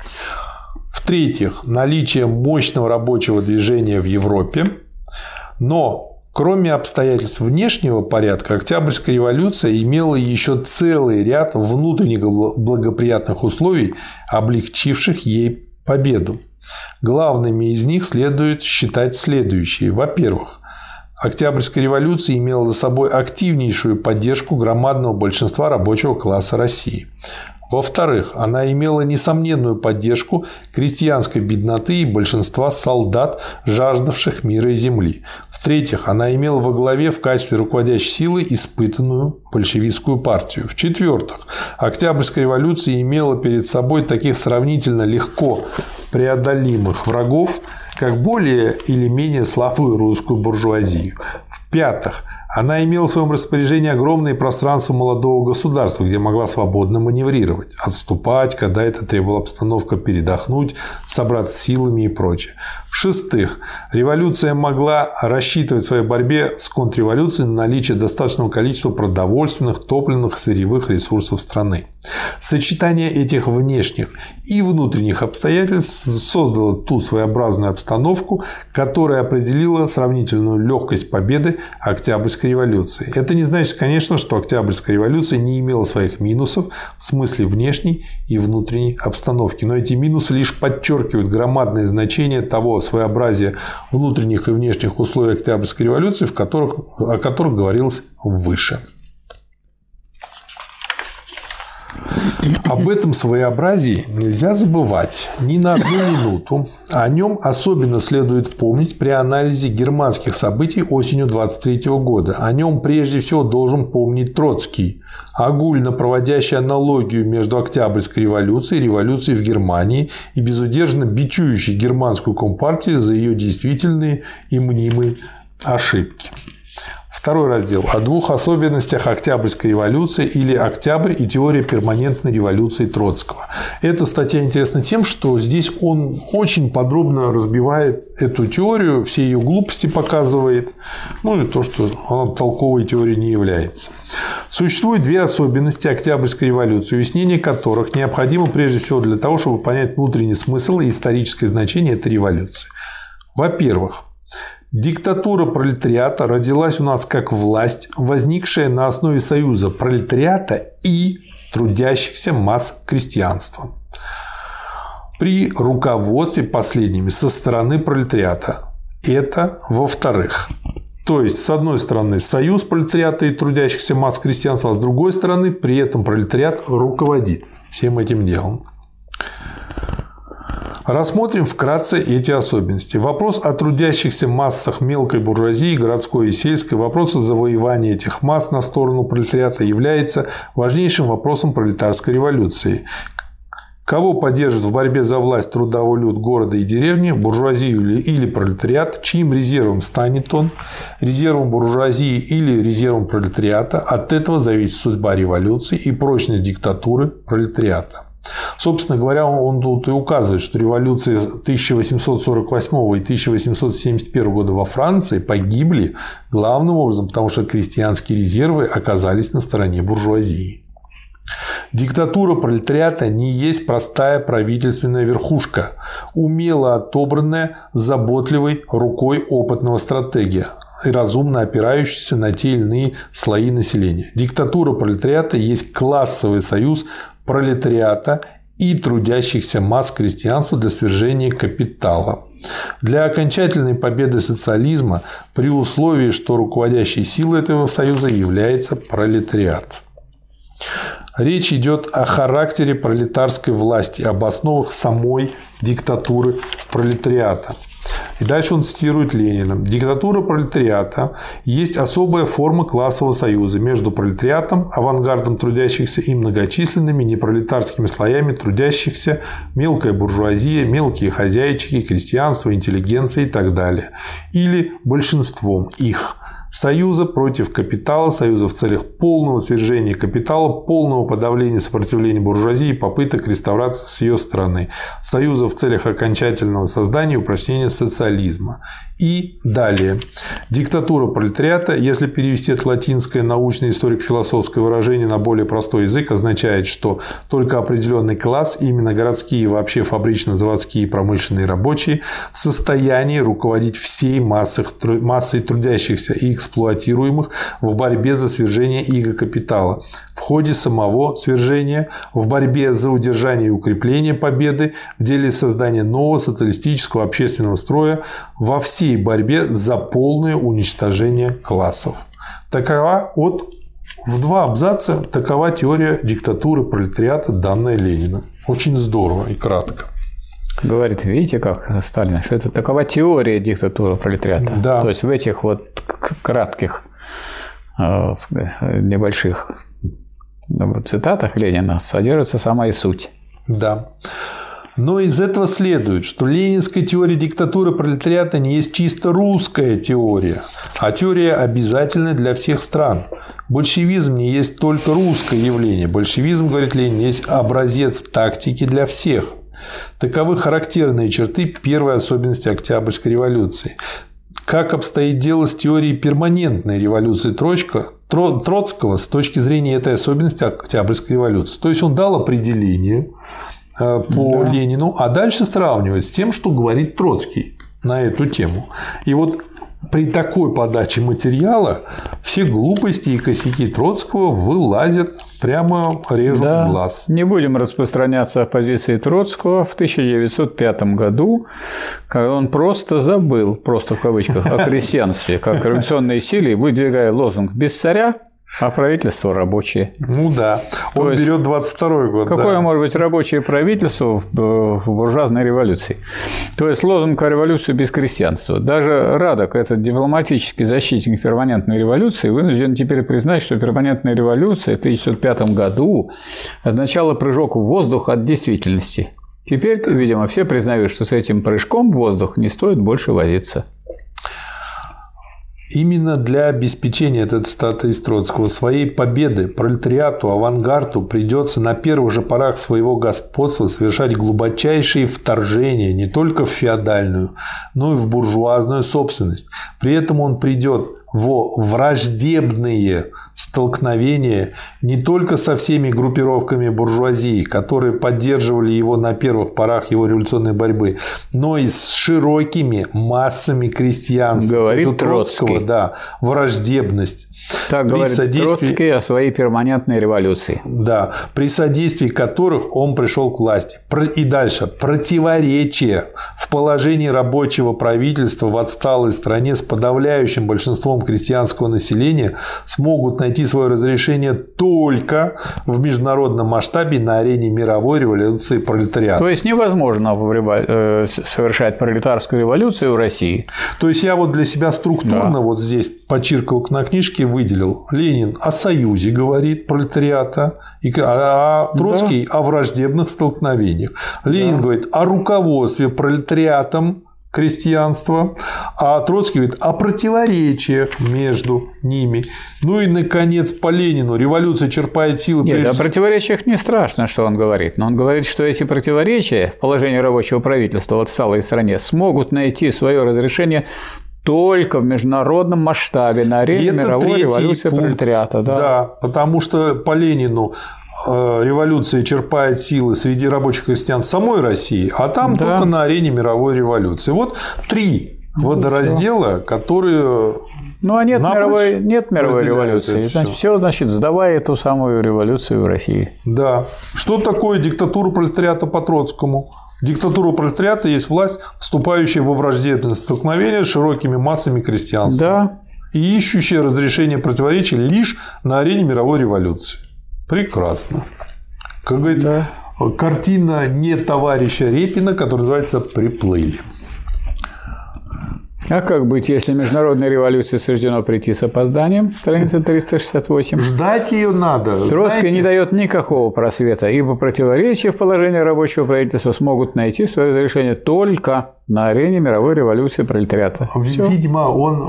В-третьих, наличие мощного рабочего движения в Европе. Но кроме обстоятельств внешнего порядка, Октябрьская революция имела еще целый ряд внутренних благоприятных условий, облегчивших ей победу. Главными из них следует считать следующие. Во-первых, Октябрьская революция имела за собой активнейшую поддержку громадного большинства рабочего класса России. Во-вторых, она имела несомненную поддержку крестьянской бедноты и большинства солдат, жаждавших мира и земли. В-третьих, она имела во главе в качестве руководящей силы испытанную большевистскую партию. В-четвертых, Октябрьская революция имела перед собой таких сравнительно легко преодолимых врагов, как более или менее слабую русскую буржуазию. В-пятых, она имела в своем распоряжении огромное пространство молодого государства, где могла свободно маневрировать, отступать, когда это требовала обстановка, передохнуть, собраться силами и прочее. В-шестых, революция могла рассчитывать в своей борьбе с контрреволюцией на наличие достаточного количества продовольственных, топливных, сырьевых ресурсов страны. Сочетание этих внешних и внутренних обстоятельств создало ту своеобразную обстановку, которая определила сравнительную легкость победы Октябрьской революции. Это не значит, конечно, что Октябрьская революция не имела своих минусов в смысле внешней и внутренней обстановки. Но эти минусы лишь подчеркивают громадное значение того своеобразия внутренних и внешних условий Октябрьской революции, о которых говорилось выше. Об этом своеобразии нельзя забывать ни на одну минуту. О нем особенно следует помнить при анализе германских событий осенью 1923 года. О нем прежде всего должен помнить Троцкий, огульно проводящий аналогию между Октябрьской революцией и революцией в Германии и безудержно бичующий германскую компартию за ее действительные и мнимые ошибки. Второй раздел о 2 особенностях Октябрьской революции или «Октябрь и теория перманентной революции» Троцкого. Эта статья интересна тем, что здесь он очень подробно разбивает эту теорию, все ее глупости показывает, и то, что она толковой теорией не является. Существует две особенности Октябрьской революции, уяснение которых необходимо прежде всего для того, чтобы понять внутренний смысл и историческое значение этой революции. Во-первых, диктатура пролетариата родилась у нас как власть, возникшая на основе союза пролетариата и трудящихся масс крестьянства при руководстве последними со стороны пролетариата. Это во-вторых. То есть, с одной стороны, союз пролетариата и трудящихся масс крестьянства, а с другой стороны, при этом пролетариат руководит всем этим делом. Рассмотрим вкратце эти особенности. Вопрос о трудящихся массах мелкой буржуазии, городской и сельской, вопрос о завоевании этих масс на сторону пролетариата является важнейшим вопросом пролетарской революции. Кого поддержит в борьбе за власть трудовой люд города и деревни, буржуазию или пролетариат, чьим резервом станет он, резервом буржуазии или резервом пролетариата, от этого зависит судьба революции и прочность диктатуры пролетариата. Собственно говоря, он тут и указывает, что революции 1848 и 1871 года во Франции погибли главным образом, потому что крестьянские резервы оказались на стороне буржуазии. Диктатура пролетариата не есть простая правительственная верхушка, умело отобранная заботливой рукой опытного стратега и разумно опирающаяся на те или иные слои населения. Диктатура пролетариата есть классовый союз пролетариата и трудящихся масс крестьянства для свержения капитала. Для окончательной победы социализма при условии, что руководящей силой этого союза является пролетариат. Речь идет о характере пролетарской власти, об основах самой диктатуры пролетариата. И дальше он цитирует Ленина. Диктатура пролетариата есть особая форма классового союза между пролетариатом, авангардом трудящихся и многочисленными непролетарскими слоями трудящихся, мелкая буржуазия, мелкие хозяйчики, крестьянство, интеллигенция и так далее. Или большинством их. Союза против капитала, союза в целях полного свержения капитала, полного подавления сопротивления буржуазии и попыток реставрации с ее стороны, союза в целях окончательного создания и упрочнения социализма. И далее. Диктатура пролетариата, если перевести это латинское научное историко-философское выражение на более простой язык, означает, что только определенный класс, именно городские и вообще фабрично-заводские и промышленные рабочие, в состоянии руководить всей массой трудящихся и эксплуатируемых в борьбе за свержение иго капитала. В ходе самого свержения, в борьбе за удержание и укрепление победы, в деле создания нового социалистического общественного строя, во всей борьбе за полное уничтожение классов. Такова в два абзаца такова теория диктатуры пролетариата, данная Лениным. Очень здорово и кратко. Говорит, видите, как Сталин, что это такова теория диктатуры пролетариата. Да. То есть в этих вот кратких небольших цитатах Ленина содержится сама и суть. Да. Но из этого следует, что ленинская теория диктатуры пролетариата не есть чисто русская теория, а теория обязательная для всех стран. Большевизм не есть только русское явление. Большевизм, говорит Ленин, есть образец тактики для всех. Таковы характерные черты первой особенности Октябрьской революции. Как обстоит дело с теорией перманентной революции Троцкого с точки зрения этой особенности Октябрьской революции? То есть он дал определение по Ленину, а дальше сравнивает с тем, что говорит Троцкий на эту тему. И вот при такой подаче материала все глупости и косяки Троцкого вылазят, прямо режут глаз. Не будем распространяться о позиции Троцкого в 1905 году, когда он просто забыл, просто в кавычках, о крестьянстве как революционной силе, выдвигая лозунг «без царя», а правительство рабочее. Ну да. Он берет 22-й год. Какое может быть рабочее правительство в буржуазной революции? То есть лозунг о революции без крестьянства. Даже Радок, этот дипломатический защитник перманентной революции, вынужден теперь признать, что перманентная революция в 1905 году означала прыжок в воздух от действительности. Теперь, видимо, все признают, что с этим прыжком в воздух не стоит больше возиться. Именно для обеспечения этой цитаты из Троцкого своей победы пролетариату, авангарду придется на первых же порах своего господства совершать глубочайшие вторжения не только в феодальную, но и в буржуазную собственность. При этом он придет во враждебные столкновения не только со всеми группировками буржуазии, которые поддерживали его на первых порах его революционной борьбы, но и с широкими массами крестьянства. Говорит у Троцкого, Троцкий. Враждебность. Так говорит Троцкий о своей перманентной революции. Да, при содействии которых он пришел к власти. И дальше. Противоречия в положении рабочего правительства в отсталой стране с подавляющим большинством крестьянского населения смогут найти свое разрешение только в международном масштабе на арене мировой революции пролетариата. То есть невозможно совершать пролетарскую революцию в России. То есть я вот для себя структурно вот здесь подчеркнул на книжке, выделил. Ленин о союзе говорит пролетариата, а Троцкий о враждебных столкновениях. Ленин говорит о руководстве пролетариатом крестьянства, а Троцкий говорит о противоречиях между ними. Ну и, наконец, по Ленину революция черпает силы... Нет, о противоречиях не страшно, что он говорит. Но он говорит, что эти противоречия в положении рабочего правительства в отсталой стране смогут найти свое разрешение только в международном масштабе на арене мировой революции пролетариата. Да, потому что по Ленину революция черпает силы среди рабочих крестьян самой России, а там только на арене мировой революции. Вот 3 водораздела, которые... Ну, а нет мировой революции. Значит, все, сдавай эту самую революцию в России. Да. Что такое диктатура пролетариата по Троцкому? Диктатура пролетариата есть власть, вступающая во враждебное столкновение с широкими массами крестьянства. Да. И ищущая разрешение противоречий лишь на арене мировой революции. Прекрасно. Как говорится, картина не товарища Репина, которая называется «Приплыли». А как быть, если международной революции суждено прийти с опозданием? Страница 368. Ждать ее надо. Троцкий не дает никакого просвета, ибо противоречия в положении рабочего правительства смогут найти свое разрешение только на арене мировой революции пролетариата. Всё. Видимо,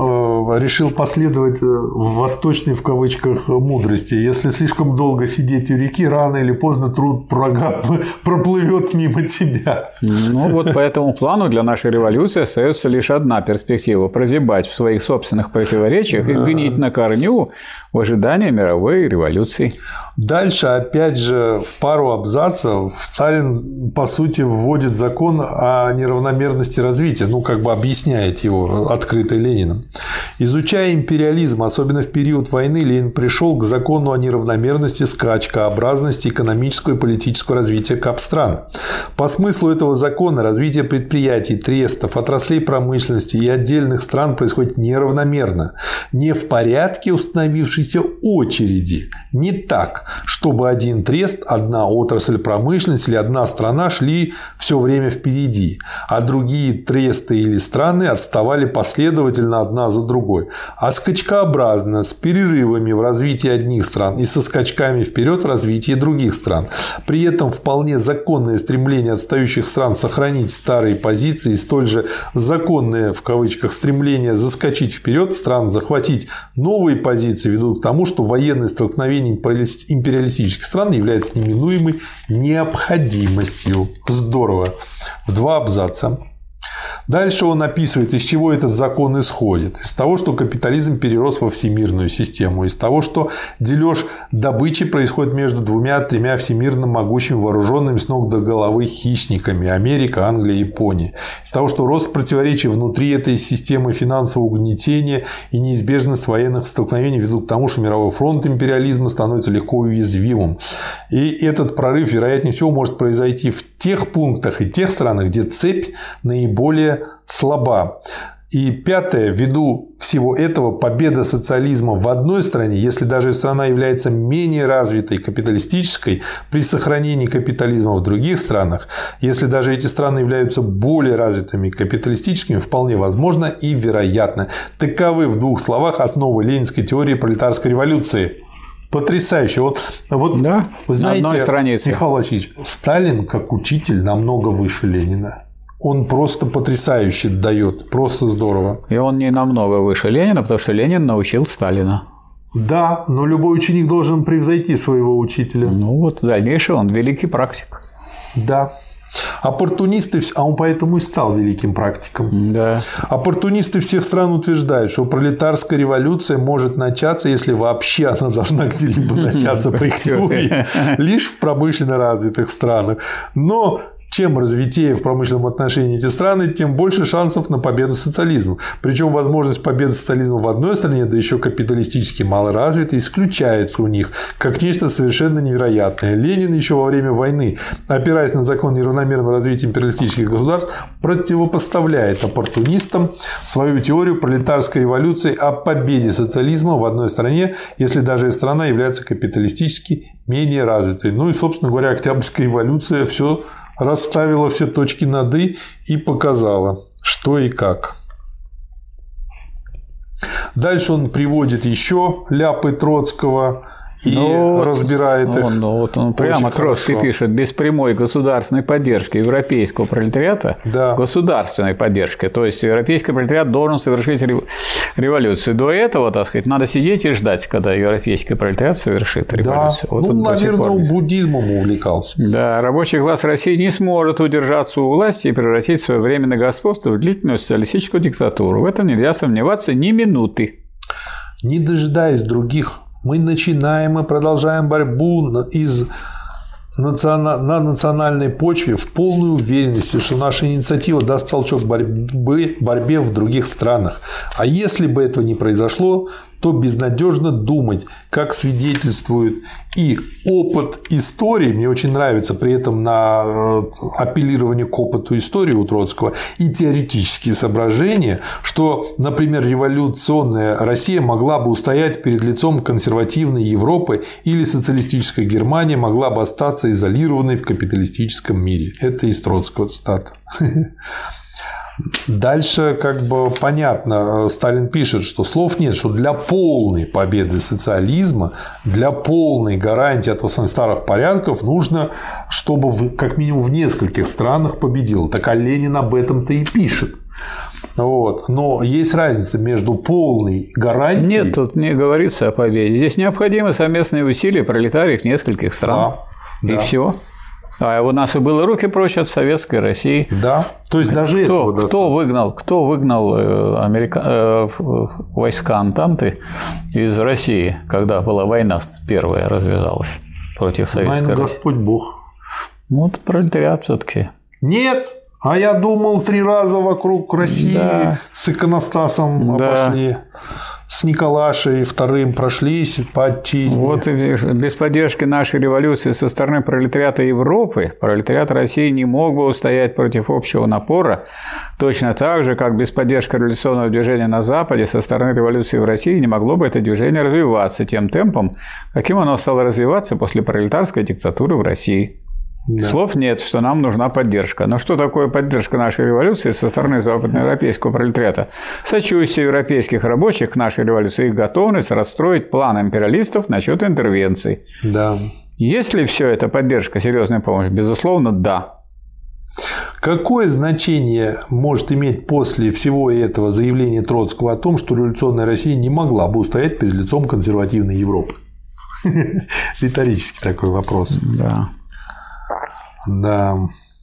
он решил последовать восточной в кавычках мудрости. Если слишком долго сидеть у реки, рано или поздно труд проплывет мимо тебя. Ну вот по этому плану для нашей революции остается лишь одна перспектива – прозябать в своих собственных противоречиях и гнить на корню в ожидании мировой революции. Дальше, опять же, в пару абзацев Сталин, по сути, вводит закон о неравномерности развития, объясняет его открыто Лениным. Изучая империализм, особенно в период войны, Ленин пришел к закону о неравномерности скачкообразности экономического и политического развития капстран. По смыслу этого закона развитие предприятий, трестов, отраслей промышленности и отдельных стран происходит неравномерно, не в порядке установившейся очереди, не так, чтобы один трест, одна отрасль промышленности или одна страна шли все время впереди, а другие тресты или страны отставали последовательно одна за другой, а скачкообразно, с перерывами в развитии одних стран и со скачками вперед в развитии других стран. При этом вполне законное стремление отстающих стран сохранить старые позиции и столь же законное в кавычках стремление заскочить вперед стран, захватить новые позиции ведут к тому, что военные столкновения империалистических стран является неминуемой необходимостью. Здорово. В 2 абзаца. Дальше он описывает, из чего этот закон исходит. Из того, что капитализм перерос во всемирную систему. Из того, что дележ добычи происходит между 2-3 всемирно могучими вооруженными с ног до головы хищниками. Америка, Англия, Япония. Из того, что рост противоречий внутри этой системы финансового угнетения и неизбежность военных столкновений ведут к тому, что мировой фронт империализма становится легко уязвимым. И этот прорыв, вероятнее всего, может произойти в тех пунктах и тех странах, где цепь наиболее слаба. И 5. Ввиду всего этого победа социализма в одной стране, если даже страна является менее развитой капиталистической, при сохранении капитализма в других странах, если даже эти страны являются более развитыми капиталистическими, вполне возможно и вероятно. Таковы в 2 словах основы ленинской теории пролетарской революции. Потрясающе. Вот да, вы знаете, на одной странице. Михаил Васильевич, Сталин как учитель намного выше Ленина. Он просто потрясающе дает, просто здорово. И он не намного выше Ленина, потому что Ленин научил Сталина. Да, но любой ученик должен превзойти своего учителя. Ну вот, дальнейший он великий практик. Да. Оппортунисты, а он поэтому и стал великим практиком. Да. Оппортунисты всех стран утверждают, что пролетарская революция может начаться, если вообще она должна где-либо начаться, по их теории, лишь в промышленно развитых странах. Но чем развитее в промышленном отношении эти страны, тем больше шансов на победу социализма. Причем возможность победы социализма в одной стране, да еще капиталистически малоразвитой, исключается у них как нечто совершенно невероятное. Ленин еще во время войны, опираясь на закон неравномерного развития империалистических государств, противопоставляет оппортунистам свою теорию пролетарской революции о победе социализма в одной стране, если даже эта страна является капиталистически менее развитой. Ну и, собственно говоря, Октябрьская революция все расставила все точки над «и» и показала, что и как. Дальше он приводит еще ляпы Троцкого и разбирает их. Он прямо Троцкий пишет: без прямой государственной поддержки европейского пролетариата, государственной поддержки, то есть европейский пролетариат должен совершить революцию. До этого, так сказать, надо сидеть и ждать, когда европейский пролетариат совершит революцию. Да. Наверное, он буддизмом увлекался. Да, рабочий класс России не сможет удержаться у власти и превратить свое временное господство в длительную социалистическую диктатуру. В этом нельзя сомневаться ни минуты. Не дожидаясь других, мы начинаем и продолжаем борьбу на национальной почве в полной уверенности, что наша инициатива даст толчок борьбе в других странах. А если бы этого не произошло, то безнадежно думать, как свидетельствует и опыт истории, мне очень нравится при этом на апеллирование к опыту истории у Троцкого, и теоретические соображения, что, например, революционная Россия могла бы устоять перед лицом консервативной Европы или социалистическая Германия могла бы остаться изолированной в капиталистическом мире. Это из Троцкого цитата. Дальше как бы понятно, Сталин пишет, что слов нет, что для полной победы социализма, для полной гарантии от восстановления старых порядков нужно, чтобы как минимум в нескольких странах победил. Так а Ленин об этом-то и пишет. Вот. Но есть разница между полной гарантией… Нет, тут не говорится о победе. Здесь необходимы совместные усилия пролетариев нескольких стран. Да, и все. А у нас и было руки прочь от советской России. Да, то есть даже кто выгнал войска Антанты из России, когда была война первая развязалась против советской России? Господь Бог. Вот пролетариат все-таки. Нет, а я думал 3 раза вокруг России с иконостасом обошли. С Николашей II прошлись по отчизне. Вот без поддержки нашей революции со стороны пролетариата Европы пролетариат России не мог бы устоять против общего напора, точно так же, как без поддержки революционного движения на Западе со стороны революции в России не могло бы это движение развиваться тем темпом, каким оно стало развиваться после пролетарской диктатуры в России. Да. Слов нет, что нам нужна поддержка. Но что такое поддержка нашей революции со стороны западноевропейского пролетариата? Сочувствие европейских рабочих к нашей революции и готовность расстроить план империалистов насчет интервенций. Да. Есть ли все это поддержка, серьезная помощь? Безусловно, да. Какое значение может иметь после всего этого заявление Троцкого о том, что революционная Россия не могла бы устоять перед лицом консервативной Европы? Риторический такой вопрос. Да. Да.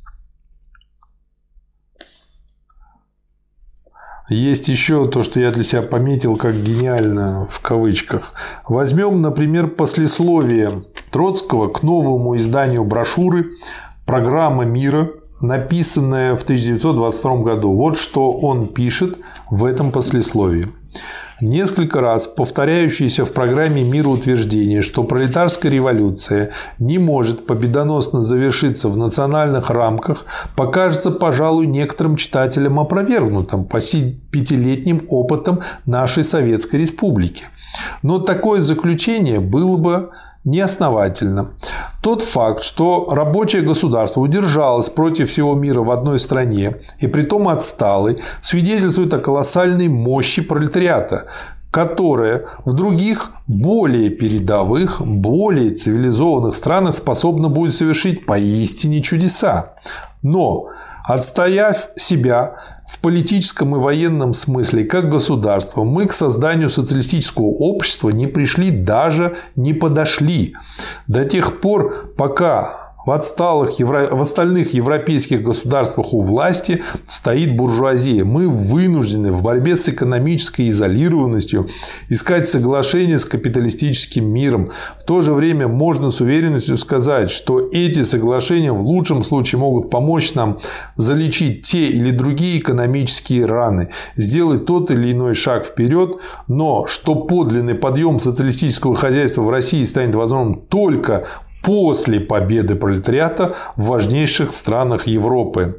Есть еще то, что я для себя пометил как гениально в кавычках. Возьмем, например, послесловие Троцкого к новому изданию брошюры «Программа мира», написанная в 1922 году. Вот что он пишет в этом послесловии. Несколько раз повторяющееся в программе мира утверждение, что пролетарская революция не может победоносно завершиться в национальных рамках, покажется, пожалуй, некоторым читателям опровергнутым почти 5-летним опытом нашей Советской Республики. Но такое заключение было бы неосновательно. Тот факт, что рабочее государство удержалось против всего мира в одной стране, и притом отсталой, свидетельствует о колоссальной мощи пролетариата, которая в других, более передовых, более цивилизованных странах способна будет совершить поистине чудеса. Но, отстояв себя в политическом и военном смысле как государство, мы к созданию социалистического общества не пришли, даже не подошли. До тех пор, пока В остальных европейских государствах у власти стоит буржуазия. Мы вынуждены в борьбе с экономической изолированностью искать соглашение с капиталистическим миром. В то же время можно с уверенностью сказать, что эти соглашения в лучшем случае могут помочь нам залечить те или другие экономические раны, сделать тот или иной шаг вперед, но что подлинный подъем социалистического хозяйства в России станет возможным только после победы пролетариата в важнейших странах Европы.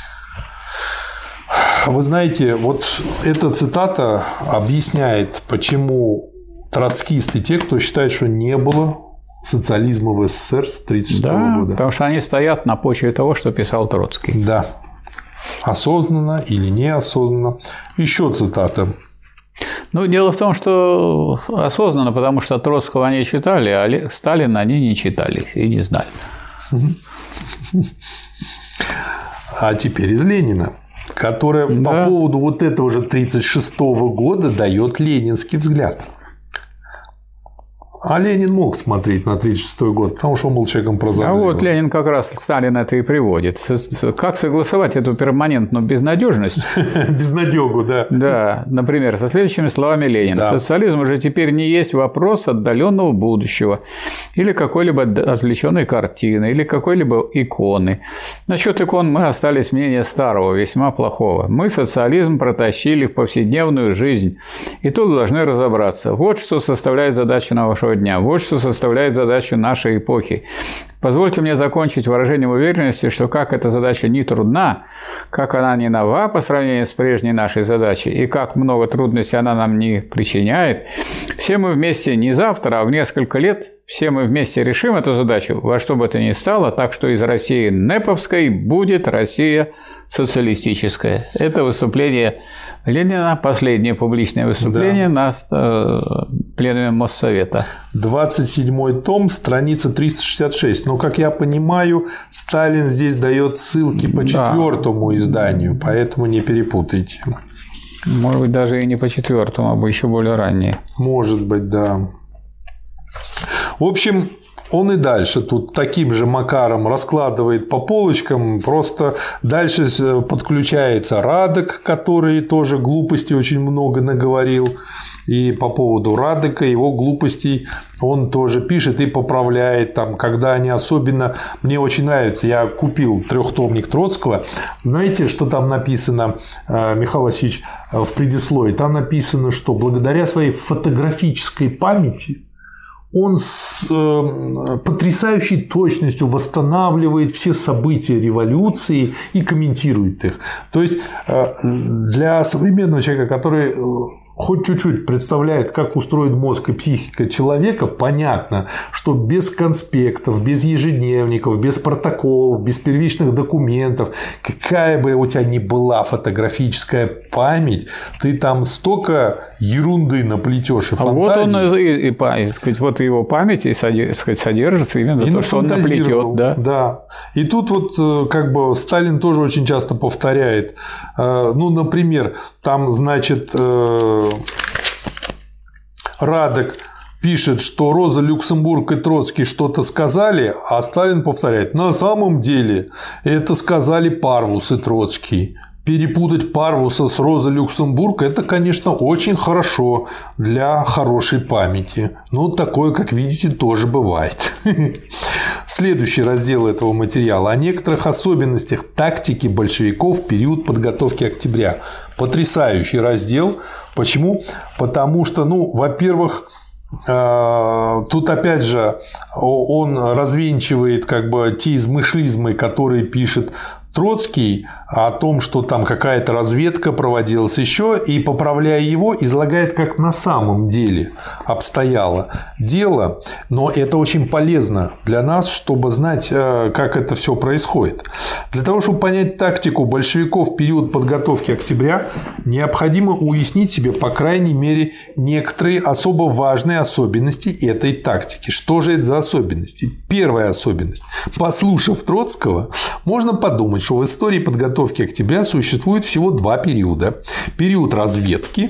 Вы знаете, вот эта цитата объясняет, почему троцкисты, те, кто считает, что не было социализма в СССР с 1936 года. Потому что они стоят на почве того, что писал Троцкий. Да. Осознанно или неосознанно. Еще цитата. Ну, дело в том, что осознанно, потому что Троцкого они читали, а Сталина они не читали и не знали. А теперь из Ленина, которая по поводу вот этого же 1936 года дает ленинский взгляд. А Ленин мог смотреть на 1936 год, потому что он был человеком прозорливым. А вот Ленин как раз Сталин это и приводит. Как согласовать эту перманентную безнадежность? Безнадегу, да. Да, например, со следующими словами Ленина. Да. Социализм уже теперь не есть вопрос отдаленного будущего или какой-либо отвлеченной картины, или какой-либо иконы. Насчет икон мы остались мнения старого, весьма плохого. Мы социализм протащили в повседневную жизнь, и тут должны разобраться. Вот что составляет задачу нашего дня. Вот что составляет задачу нашей эпохи. Позвольте мне закончить выражением уверенности, что как эта задача не трудна, как она не нова по сравнению с прежней нашей задачей, и как много трудностей она нам не причиняет, все мы вместе не завтра, а в несколько лет все мы вместе решим эту задачу во что бы то ни стало, так что из России неповской будет Россия социалистическая. Это выступление Ленина, последнее публичное выступление на пленуме Моссовета. 27-й том, страница 366. Но, как я понимаю, Сталин здесь дает ссылки по 4-му изданию, поэтому не перепутайте. Может быть, даже и не по 4-му, а еще более раннее. Может быть, да. В общем, он и дальше тут таким же макаром раскладывает по полочкам, просто дальше подключается Радек, который тоже глупостей очень много наговорил. И по поводу Радека, его глупостей он тоже пишет и поправляет, там, когда они особенно... Мне очень нравится, я купил 3-томник Троцкого. Знаете, что там написано, Михаил Васильевич, в предисловии? Там написано, что благодаря своей фотографической памяти он с потрясающей точностью восстанавливает все события революции и комментирует их. То есть, для современного человека, который хоть чуть-чуть представляет, как устроен мозг и психика человека, понятно, что без конспектов, без ежедневников, без протоколов, без первичных документов, какая бы у тебя ни была фотографическая память, ты там столько ерунды наплетешь и фантазии. А вот он вот его память и содержит именно то, что он наплетет. Да. И тут вот как бы Сталин тоже очень часто повторяет. Ну, например, там, значит, Радек пишет, что Роза Люксембург и Троцкий что-то сказали, а Сталин повторяет: на самом деле это сказали Парвус и Троцкий. Перепутать Парвуса с Розой Люксембург – это, конечно, очень хорошо для хорошей памяти. Но такое, как видите, тоже бывает. Следующий раздел этого материала – о некоторых особенностях тактики большевиков в период подготовки октября. Потрясающий раздел. Почему? Потому что, во-первых, тут опять же он развенчивает как бы те измышлизмы, которые пишет Троцкий, о том, что там какая-то разведка проводилась еще, и, поправляя его, излагает, как на самом деле обстояло дело. Но это очень полезно для нас, чтобы знать, как это все происходит. Для того, чтобы понять тактику большевиков в период подготовки октября, необходимо уяснить себе, по крайней мере, некоторые особо важные особенности этой тактики. Что же это за особенности? Первая особенность. Послушав Троцкого, можно подумать, что в истории подготовки октября существует всего два периода. Период разведки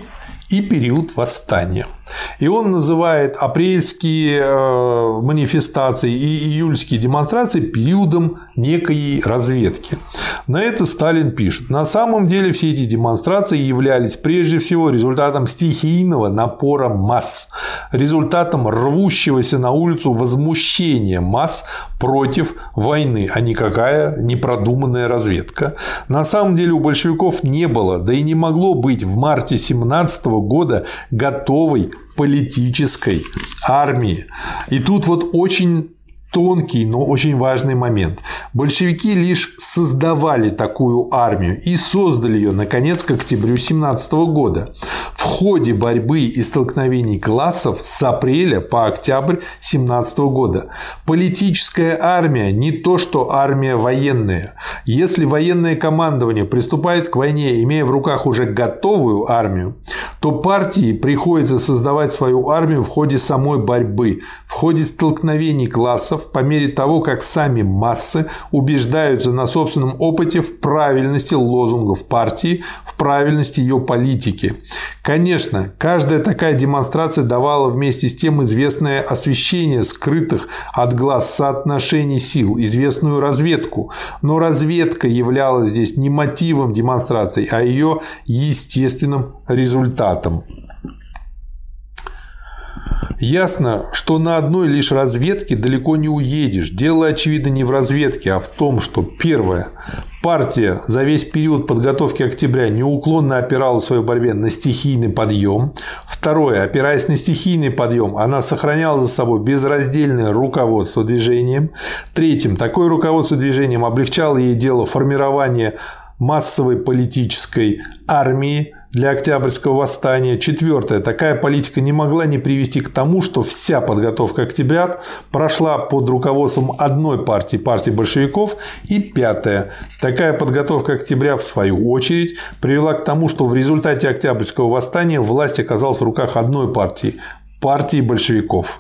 и период восстания. И он называет апрельские манифестации и июльские демонстрации периодом некой разведки. На это Сталин пишет: на самом деле все эти демонстрации являлись прежде всего результатом стихийного напора масс, результатом рвущегося на улицу возмущения масс против войны, а никакая непродуманная разведка. На самом деле у большевиков не было, да и не могло быть в марте 1917 года готовой политической армии. И тут вот очень тонкий, но очень важный момент. Большевики лишь создавали такую армию и создали ее, наконец, к октябрю 1917 года. В ходе борьбы и столкновений классов с апреля по октябрь 1917 года. Политическая армия не то, что армия военная. Если военное командование приступает к войне, имея в руках уже готовую армию, то партии приходится создавать свою армию в ходе самой борьбы, в ходе столкновений классов, по мере того, как сами массы убеждаются на собственном опыте в правильности лозунгов партии, в правильности ее политики. Конечно, каждая такая демонстрация давала вместе с тем известное освещение скрытых от глаз соотношений сил, известную разведку. Но разведка являлась здесь не мотивом демонстрации, а ее естественным результатом. Ясно, что на одной лишь разведке далеко не уедешь. Дело, очевидно, не в разведке, а в том, что первое. Партия за весь период подготовки октября неуклонно опирала в своей борьбе на стихийный подъем. Второе. Опираясь на стихийный подъем, она сохраняла за собой безраздельное руководство движением. Третьим. Такое руководство движением облегчало ей дело формирования массовой политической армии для Октябрьского восстания. Четвертое. Такая политика не могла не привести к тому, что вся подготовка октября прошла под руководством одной партии, партии большевиков. И пятое. Такая подготовка октября, в свою очередь, привела к тому, что в результате Октябрьского восстания власть оказалась в руках одной партии, партии большевиков.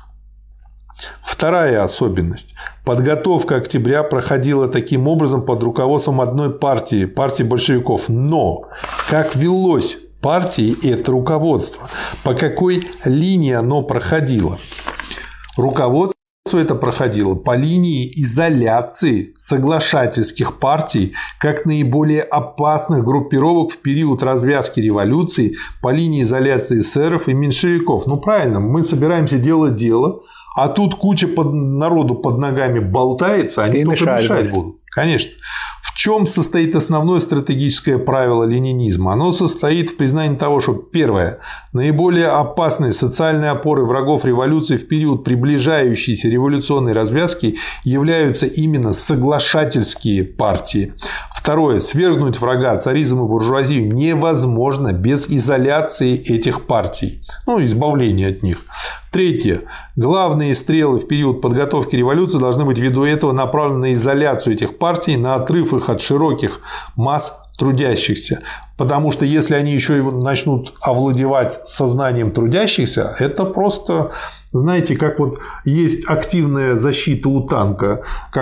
Вторая особенность. Подготовка октября проходила таким образом под руководством одной партии, партии большевиков. Но как велось партии это руководство? По какой линии оно проходило? Руководство это проходило по линии изоляции соглашательских партий как наиболее опасных группировок в период развязки революции, по линии изоляции эсеров и меньшевиков. Ну правильно, мы собираемся делать дело, а тут куча народу под ногами болтается, они только мешать будут. Конечно. В чем состоит основное стратегическое правило ленинизма? Оно состоит в признании того, что первое. Наиболее опасной социальной опорой врагов революции в период приближающейся революционной развязки являются именно соглашательские партии. Второе. Свергнуть врага, царизм и буржуазию невозможно без изоляции этих партий. Ну, избавления от них. Третье. Главные стрелы в период подготовки революции должны быть ввиду этого направлены на изоляцию этих партий, на отрыв их от широких масс трудящихся. Потому что если они еще и начнут овладевать сознанием трудящихся, это просто, знаете, как вот есть активная защита у танка.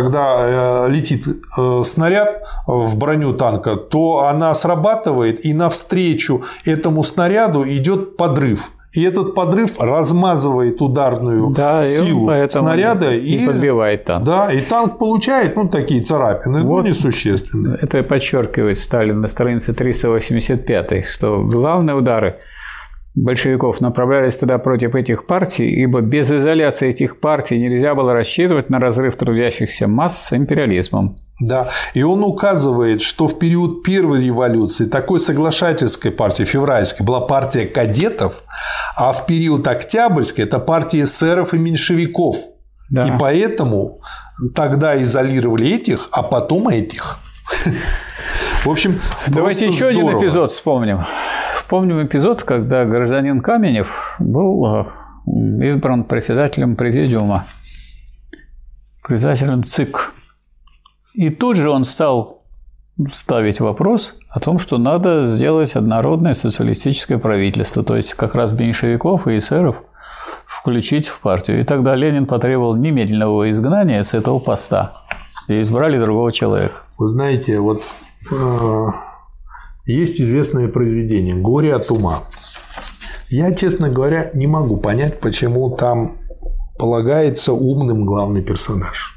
Когда летит снаряд в броню танка, то она срабатывает, и навстречу этому снаряду идет подрыв. И этот подрыв размазывает ударную силу снаряда и подбивает танк. Да, и танк получает такие царапины, вот несущественные. Это подчеркивает Сталин на странице 385, что главные удары большевиков направлялись тогда против этих партий, ибо без изоляции этих партий нельзя было рассчитывать на разрыв трудящихся масс с империализмом. Да, и он указывает, что в период первой революции такой соглашательской партии, февральской, была партия кадетов, а в период октябрьской – это партия эсеров и меньшевиков. Да. И поэтому тогда изолировали этих, а потом этих. В общем, давайте еще один эпизод вспомним. Вспомним эпизод, когда гражданин Каменев был избран председателем президиума, председателем ЦИК. И тут же он стал ставить вопрос о том, что надо сделать однородное социалистическое правительство, то есть как раз меньшевиков и эсеров включить в партию. И тогда Ленин потребовал немедленного изгнания с этого поста. И избрали другого человека. Вы знаете, вот есть известное произведение «Горе от ума». Я, честно говоря, не могу понять, почему там полагается умным главный персонаж.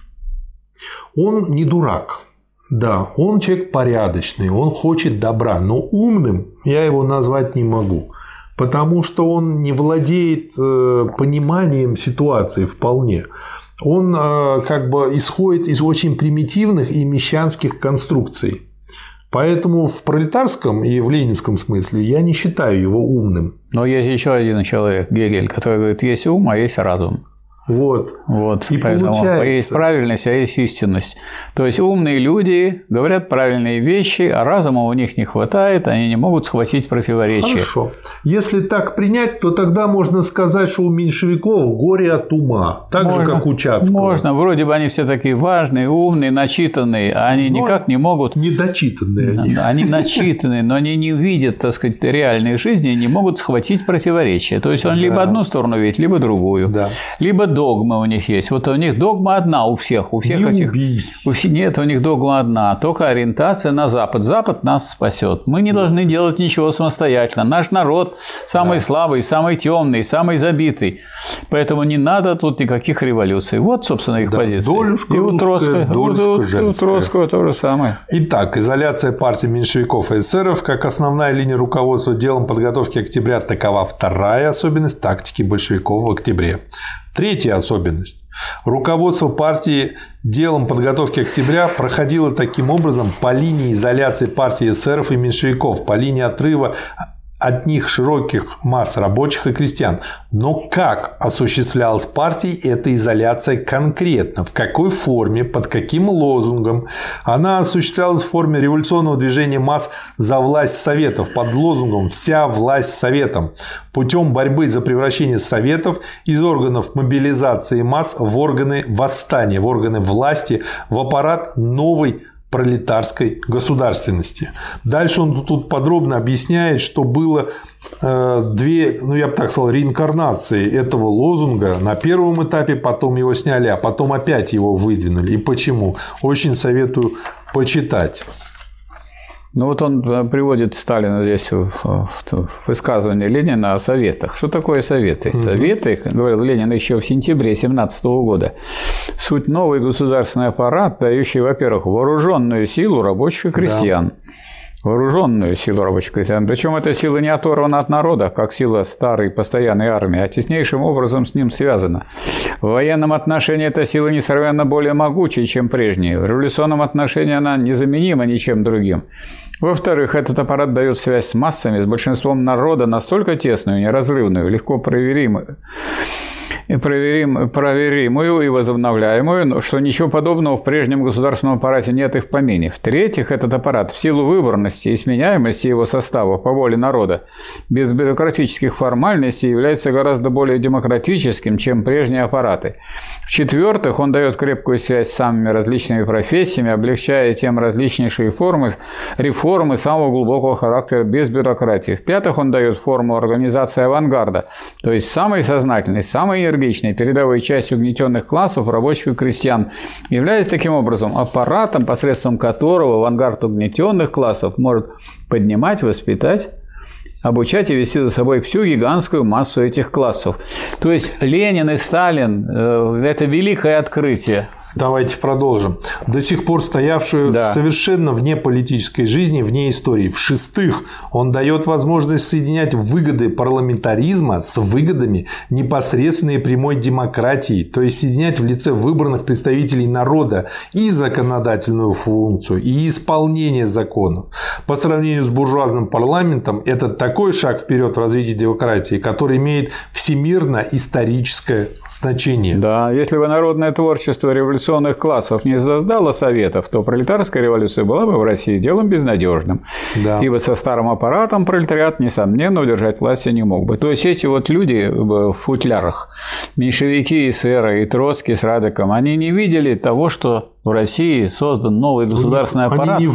Он не дурак. Да, он человек порядочный, он хочет добра, но умным я его назвать не могу, потому что он не владеет пониманием ситуации вполне. Он как бы исходит из очень примитивных и мещанских конструкций. Поэтому в пролетарском и в ленинском смысле я не считаю его умным. Но есть еще один человек, Гегель, который говорит, есть ум, а есть разум. Вот. И поэтому есть правильность, а есть истинность. То есть умные люди говорят правильные вещи, а разума у них не хватает, они не могут схватить противоречия. Хорошо. Если так принять, то тогда можно сказать, что у меньшевиков горе от ума, так же, как у Чацкого. Можно. Вроде бы они все такие важные, умные, начитанные, а они никак не могут… Недочитанные они. Они начитанные, но они не видят, так сказать, реальной жизни и не могут схватить противоречия. То есть он либо одну сторону видит, либо другую. Либо догма у них есть. Вот у них догма одна у всех. У всех этих. Нет, у них догма одна. Только ориентация на Запад. Запад нас спасет. Мы не должны делать ничего самостоятельно. Наш народ самый слабый, самый темный, самый забитый. Поэтому не надо тут никаких революций. Вот, собственно, их позиция. Долюшка и у Троцкого, у Троцкого то же самое. Итак, изоляция партии меньшевиков и эсеров как основная линия руководства делом подготовки октября такова вторая особенность тактики большевиков в октябре. Третья особенность. Руководство партии делом подготовки октября проходило таким образом по линии изоляции партии эсеров и меньшевиков, по линии отрыва от них широких масс рабочих и крестьян. Но как осуществлялась партией эта изоляция конкретно? В какой форме? Под каким лозунгом? Она осуществлялась в форме революционного движения масс за власть Советов под лозунгом «Вся власть Советам», путем борьбы за превращение Советов из органов мобилизации масс в органы восстания, в органы власти, в аппарат новой пролетарской государственности. Дальше он тут подробно объясняет, что было две, я бы так сказал, реинкарнации этого лозунга. На первом этапе потом его сняли, а потом опять его выдвинули. И почему? Очень советую почитать. Ну вот он приводит Сталина здесь в высказывание Ленина о советах. Что такое советы? Советы, говорил Ленин еще в сентябре 1917 года, суть новый государственный аппарат, дающий, во-первых, вооруженную силу рабочих и крестьян. Вооруженную силу рабочих крестьян. Причем эта сила не оторвана от народа, как сила старой постоянной армии, а теснейшим образом с ним связана. В военном отношении эта сила несравненно более могучая, чем прежняя. В революционном отношении она незаменима ничем другим. Во-вторых, этот аппарат дает связь с массами, с большинством народа настолько тесную, неразрывную, легко проверимую и возобновляемую, что ничего подобного в прежнем государственном аппарате нет и в помине. В-третьих, этот аппарат в силу выборности и сменяемости его состава по воле народа без бюрократических формальностей является гораздо более демократическим, чем прежние аппараты. В-четвертых, он дает крепкую связь с самыми различными профессиями, облегчая тем различнейшие реформы самого глубокого характера без бюрократии. В-пятых, он дает форму организации авангарда, то есть самой сознательной, самой энергичной передовой частью угнетенных классов, рабочих и крестьян, являясь таким образом аппаратом, посредством которого авангард угнетенных классов может поднимать, воспитать, обучать и вести за собой всю гигантскую массу этих классов. То есть Ленин и Сталин – это великое открытие. Давайте продолжим. До сих пор стоявшую совершенно вне политической жизни, вне истории. В-шестых, он дает возможность соединять выгоды парламентаризма с выгодами непосредственной прямой демократии, то есть соединять в лице выбранных представителей народа и законодательную функцию, и исполнение законов. По сравнению с буржуазным парламентом, это такой шаг вперед в развитии демократии, который имеет всемирно-историческое значение. Да, если бы народное творчество революционных классов не создало советов, то пролетарская революция была бы в России делом безнадежным. Да. Ибо со старым аппаратом пролетариат, несомненно, удержать власть не мог бы. То есть эти вот люди в футлярах, меньшевики, эсеры и Троцкий с Радеком, они не видели того, что в России создан новый государственный аппарат. Они не в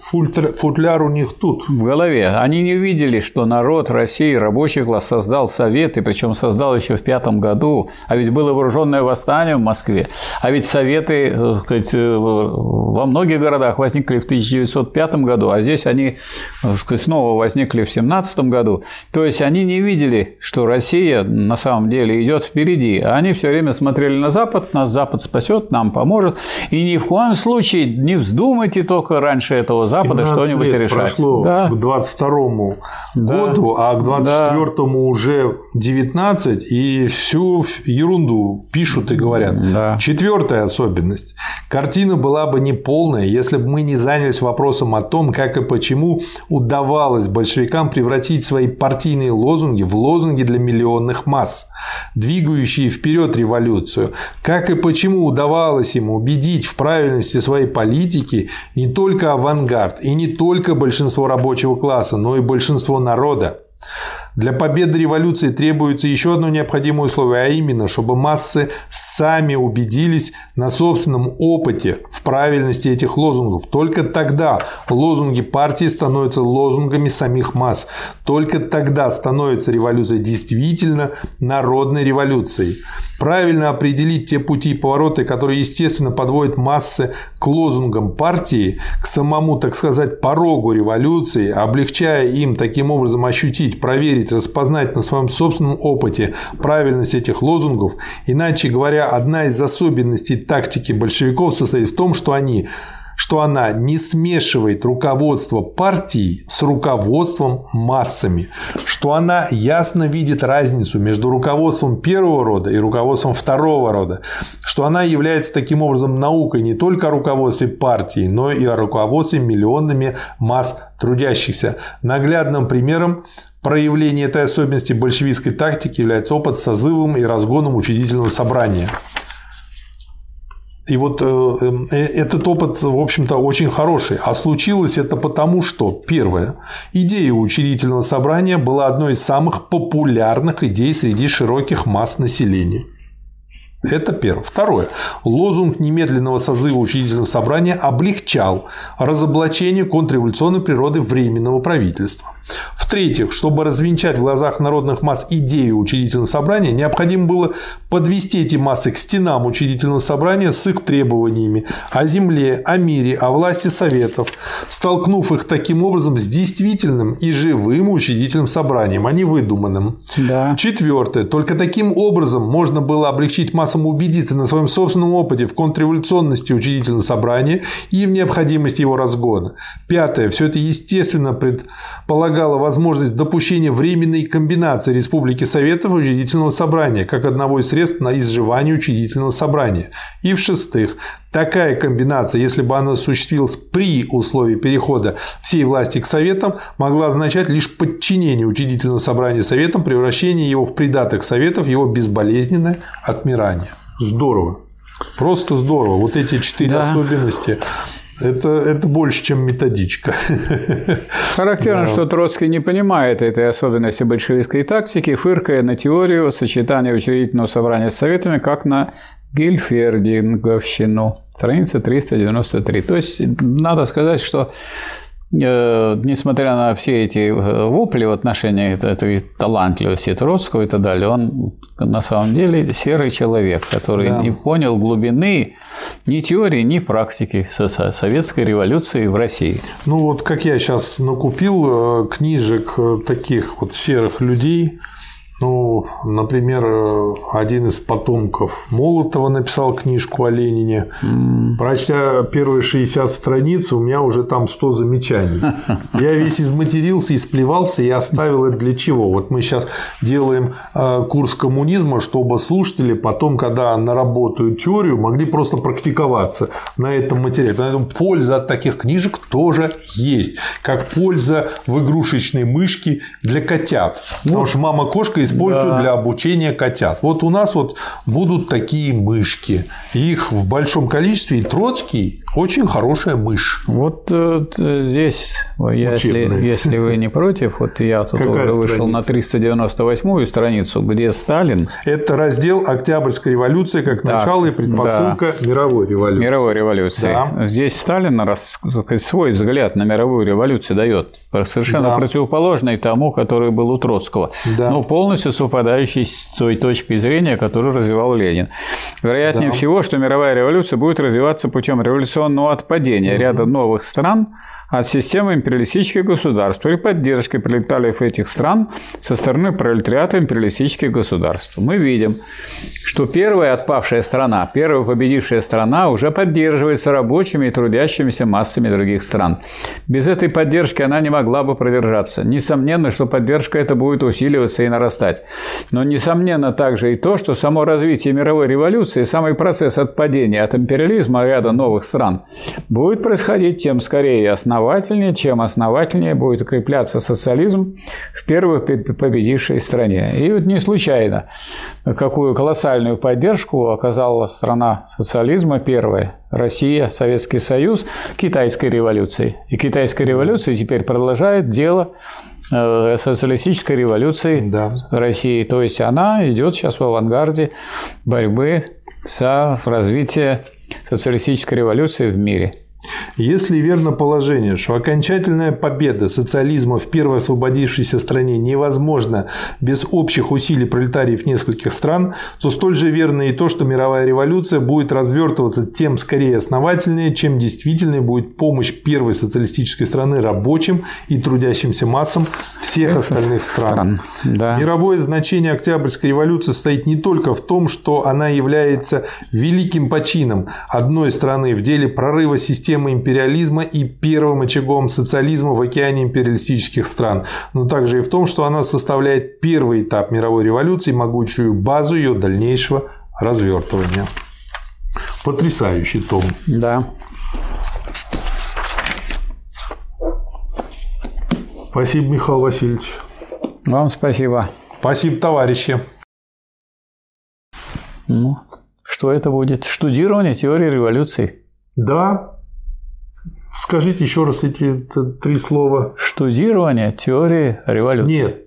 футляр у них тут. В голове. Они не увидели, что народ России, рабочий класс создал Советы, причем создал еще в 5 году. А ведь было вооруженное восстание в Москве. А ведь Советы, так сказать, во многих городах возникли в 1905 году, а здесь они, так сказать, снова возникли в 1917 году. То есть они не видели, что Россия на самом деле идет впереди. А они все время смотрели на Запад, нас Запад спасет, нам поможет. И ни в коем случае не вздумайте только раньше этого Запада что-нибудь решать. Прошло к 22-му году, а к 24-му уже 19, и всю ерунду пишут и говорят. Четвертая особенность. Картина была бы неполная, если бы мы не занялись вопросом о том, как и почему удавалось большевикам превратить свои партийные лозунги в лозунги для миллионных масс, двигающие вперед революцию. Как и почему удавалось им убедить в правильности своей политики не только авангард и не только большинство рабочего класса, но и большинство народа. Для победы революции требуется еще одно необходимое условие, а именно, чтобы массы сами убедились на собственном опыте в правильности этих лозунгов. Только тогда лозунги партии становятся лозунгами самих масс. Только тогда становится революция действительно народной революцией. Правильно определить те пути и повороты, которые, естественно, подводят массы к лозунгам партии, к самому, так сказать, порогу революции, облегчая им таким образом ощутить, проверить, распознать на своем собственном опыте правильность этих лозунгов. Иначе говоря, одна из особенностей тактики большевиков состоит в том, что она не смешивает руководство партии с руководством массами, что она ясно видит разницу между руководством первого рода и руководством второго рода, что она является таким образом наукой не только о руководстве партии, но и о руководстве миллионными масс трудящихся. Наглядным примером проявления этой особенности большевистской тактики является опыт с созывом и разгоном учредительного собрания. И вот этот опыт, в общем-то, очень хороший. А случилось это потому, что, первое, идея учредительного собрания была одной из самых популярных идей среди широких масс населения. Это первое. Второе. Лозунг немедленного созыва учредительного собрания облегчал разоблачение контрреволюционной природы Временного правительства. В-третьих, чтобы развенчать в глазах народных масс идею учредительного собрания, необходимо было подвести эти массы к стенам учредительного собрания с их требованиями о земле, о мире, о власти советов, столкнув их таким образом с действительным и живым учредительным собранием, а не выдуманным. Да. Четвертое. Только таким образом можно было облегчить массам убедиться на своем собственном опыте в контрреволюционности учредительного собрания и в необходимости его разгона. Пятое. Все это естественно предполагало возможность допущения временной комбинации Республики Советов и Учредительного собрания как одного из средств на изживание Учредительного собрания. И в-шестых, такая комбинация, если бы она осуществилась при условии перехода всей власти к Советам, могла означать лишь подчинение Учредительного собрания Советам, превращение его в придаток Советов, его безболезненное отмирание. Здорово. Просто здорово. Вот эти 4 особенности. Это больше, чем методичка. Характерно, что Троцкий не понимает этой особенности большевистской тактики, фыркая на теорию сочетания учредительного собрания с советами, как на гильфердинговщину. Страница 393. То есть, надо сказать, что несмотря на все эти вопли в отношении этой талантливости Троцкого и так далее, он на самом деле серый человек, который не понял глубины ни теории, ни практики советской революции в России. Ну вот как я сейчас накупил книжек таких вот серых людей. Ну, например, один из потомков Молотова написал книжку о Ленине. Прочтя первые 60 страниц, у меня уже там 100 замечаний. Я весь изматерился, исплевался и оставил это для чего? Вот мы сейчас делаем курс коммунизма, чтобы слушатели потом, когда наработают теорию, могли просто практиковаться на этом материале. Поэтому польза от таких книжек тоже есть. Как польза в игрушечной мышке для котят. Потому что мама-кошка используют для обучения котят. Вот у нас вот будут такие мышки. Их в большом количестве. И Троцкий Очень хорошая мышь. Вот здесь, если вы не против, вот я тут уже вышел на 398-ю страницу, где Сталин. Это раздел «Октябрьская революция как начало и предпосылка мировой революции». Мировой революции. Да. Здесь Сталин свой взгляд на мировую революцию дает, совершенно противоположный тому, который был у Троцкого, но полностью совпадающий с той точкой зрения, которую развивал Ленин. Вероятнее всего, что мировая революция будет развиваться путем революционного отпадения ряда новых стран от системы империалистических государств при поддержке пролетариев этих стран со стороны пролетариата империалистических государств. Мы видим, что первая отпавшая страна, первая победившая страна уже поддерживается рабочими и трудящимися массами других стран. Без этой поддержки она не могла бы продержаться. Несомненно, что поддержка эта будет усиливаться и нарастать. Но несомненно также и то, что само развитие мировой революции, самый процесс отпадения от империализма ряда новых стран будет происходить тем скорее и основательнее, чем основательнее будет укрепляться социализм в первой победившей стране. И вот не случайно, какую колоссальную поддержку оказала страна социализма первая, Россия, Советский Союз, китайской революции. И китайская революция теперь продолжает дело социалистической революции России. То есть она идет сейчас в авангарде борьбы за развитие социалистической революции в мире. Если верно положение, что окончательная победа социализма в первой освободившейся стране невозможна без общих усилий пролетариев нескольких стран, то столь же верно и то, что мировая революция будет развертываться тем скорее основательнее, чем действительной будет помощь первой социалистической страны рабочим и трудящимся массам всех остальных стран. Мировое значение Октябрьской революции состоит не только в том, что она является великим почином одной страны в деле прорыва системы империализма и первым очагом социализма в океане империалистических стран, но также и в том, что она составляет первый этап мировой революции, могучую базу ее дальнейшего развертывания. Потрясающий том. Да. Спасибо, Михаил Васильевич. Вам спасибо. Спасибо, товарищи. Что это будет? Штудирование теории революции. Да. Скажите еще раз эти три слова. Штудирование теории революции. Нет.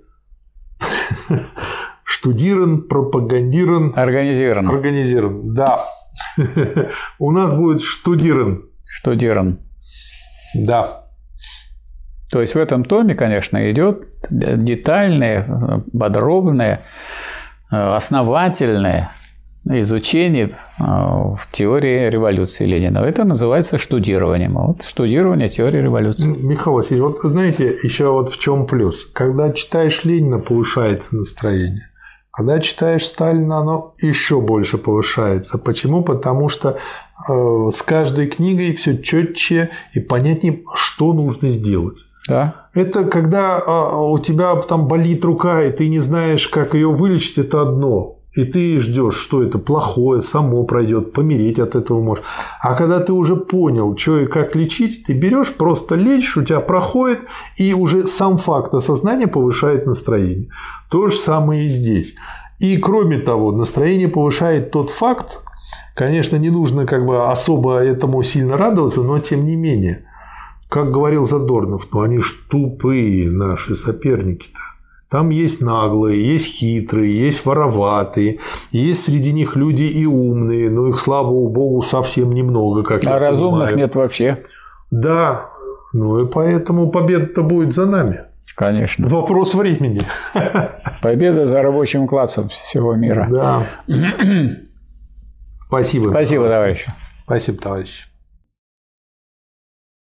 Штудирован, пропагандирован. Организирован. Организирован, да. У нас будет штудирован. Штудирован. Да. То есть в этом томе, конечно, идет детальное, подробное, основательное изучение в теории революции Ленина. Это называется штудированием. Вот штудирование теории революции. Михаил Васильевич, вот знаете, еще вот в чем плюс. Когда читаешь Ленина, повышается настроение. Когда читаешь Сталина, оно еще больше повышается. Почему? Потому что с каждой книгой все четче и понятнее, что нужно сделать. Да. Это когда у тебя там болит рука, и ты не знаешь, как ее вылечить, это одно. И ты ждешь, что это плохое, само пройдет, помереть от этого можешь. А когда ты уже понял, что и как лечить, ты берешь, просто лечишь, у тебя проходит, и уже сам факт осознания повышает настроение. То же самое и здесь. И кроме того, настроение повышает тот факт, конечно, не нужно особо этому сильно радоваться, но тем не менее, как говорил Задорнов, они ж тупые наши соперники-то. Там есть наглые, есть хитрые, есть вороватые, есть среди них люди и умные, но их, слава богу, совсем немного, как я понимаю. А разумных нет вообще. Да, и поэтому победа-то будет за нами. Конечно. Вопрос времени. Победа за рабочим классом всего мира. Да. Спасибо. Спасибо, товарищи. Спасибо, товарищи.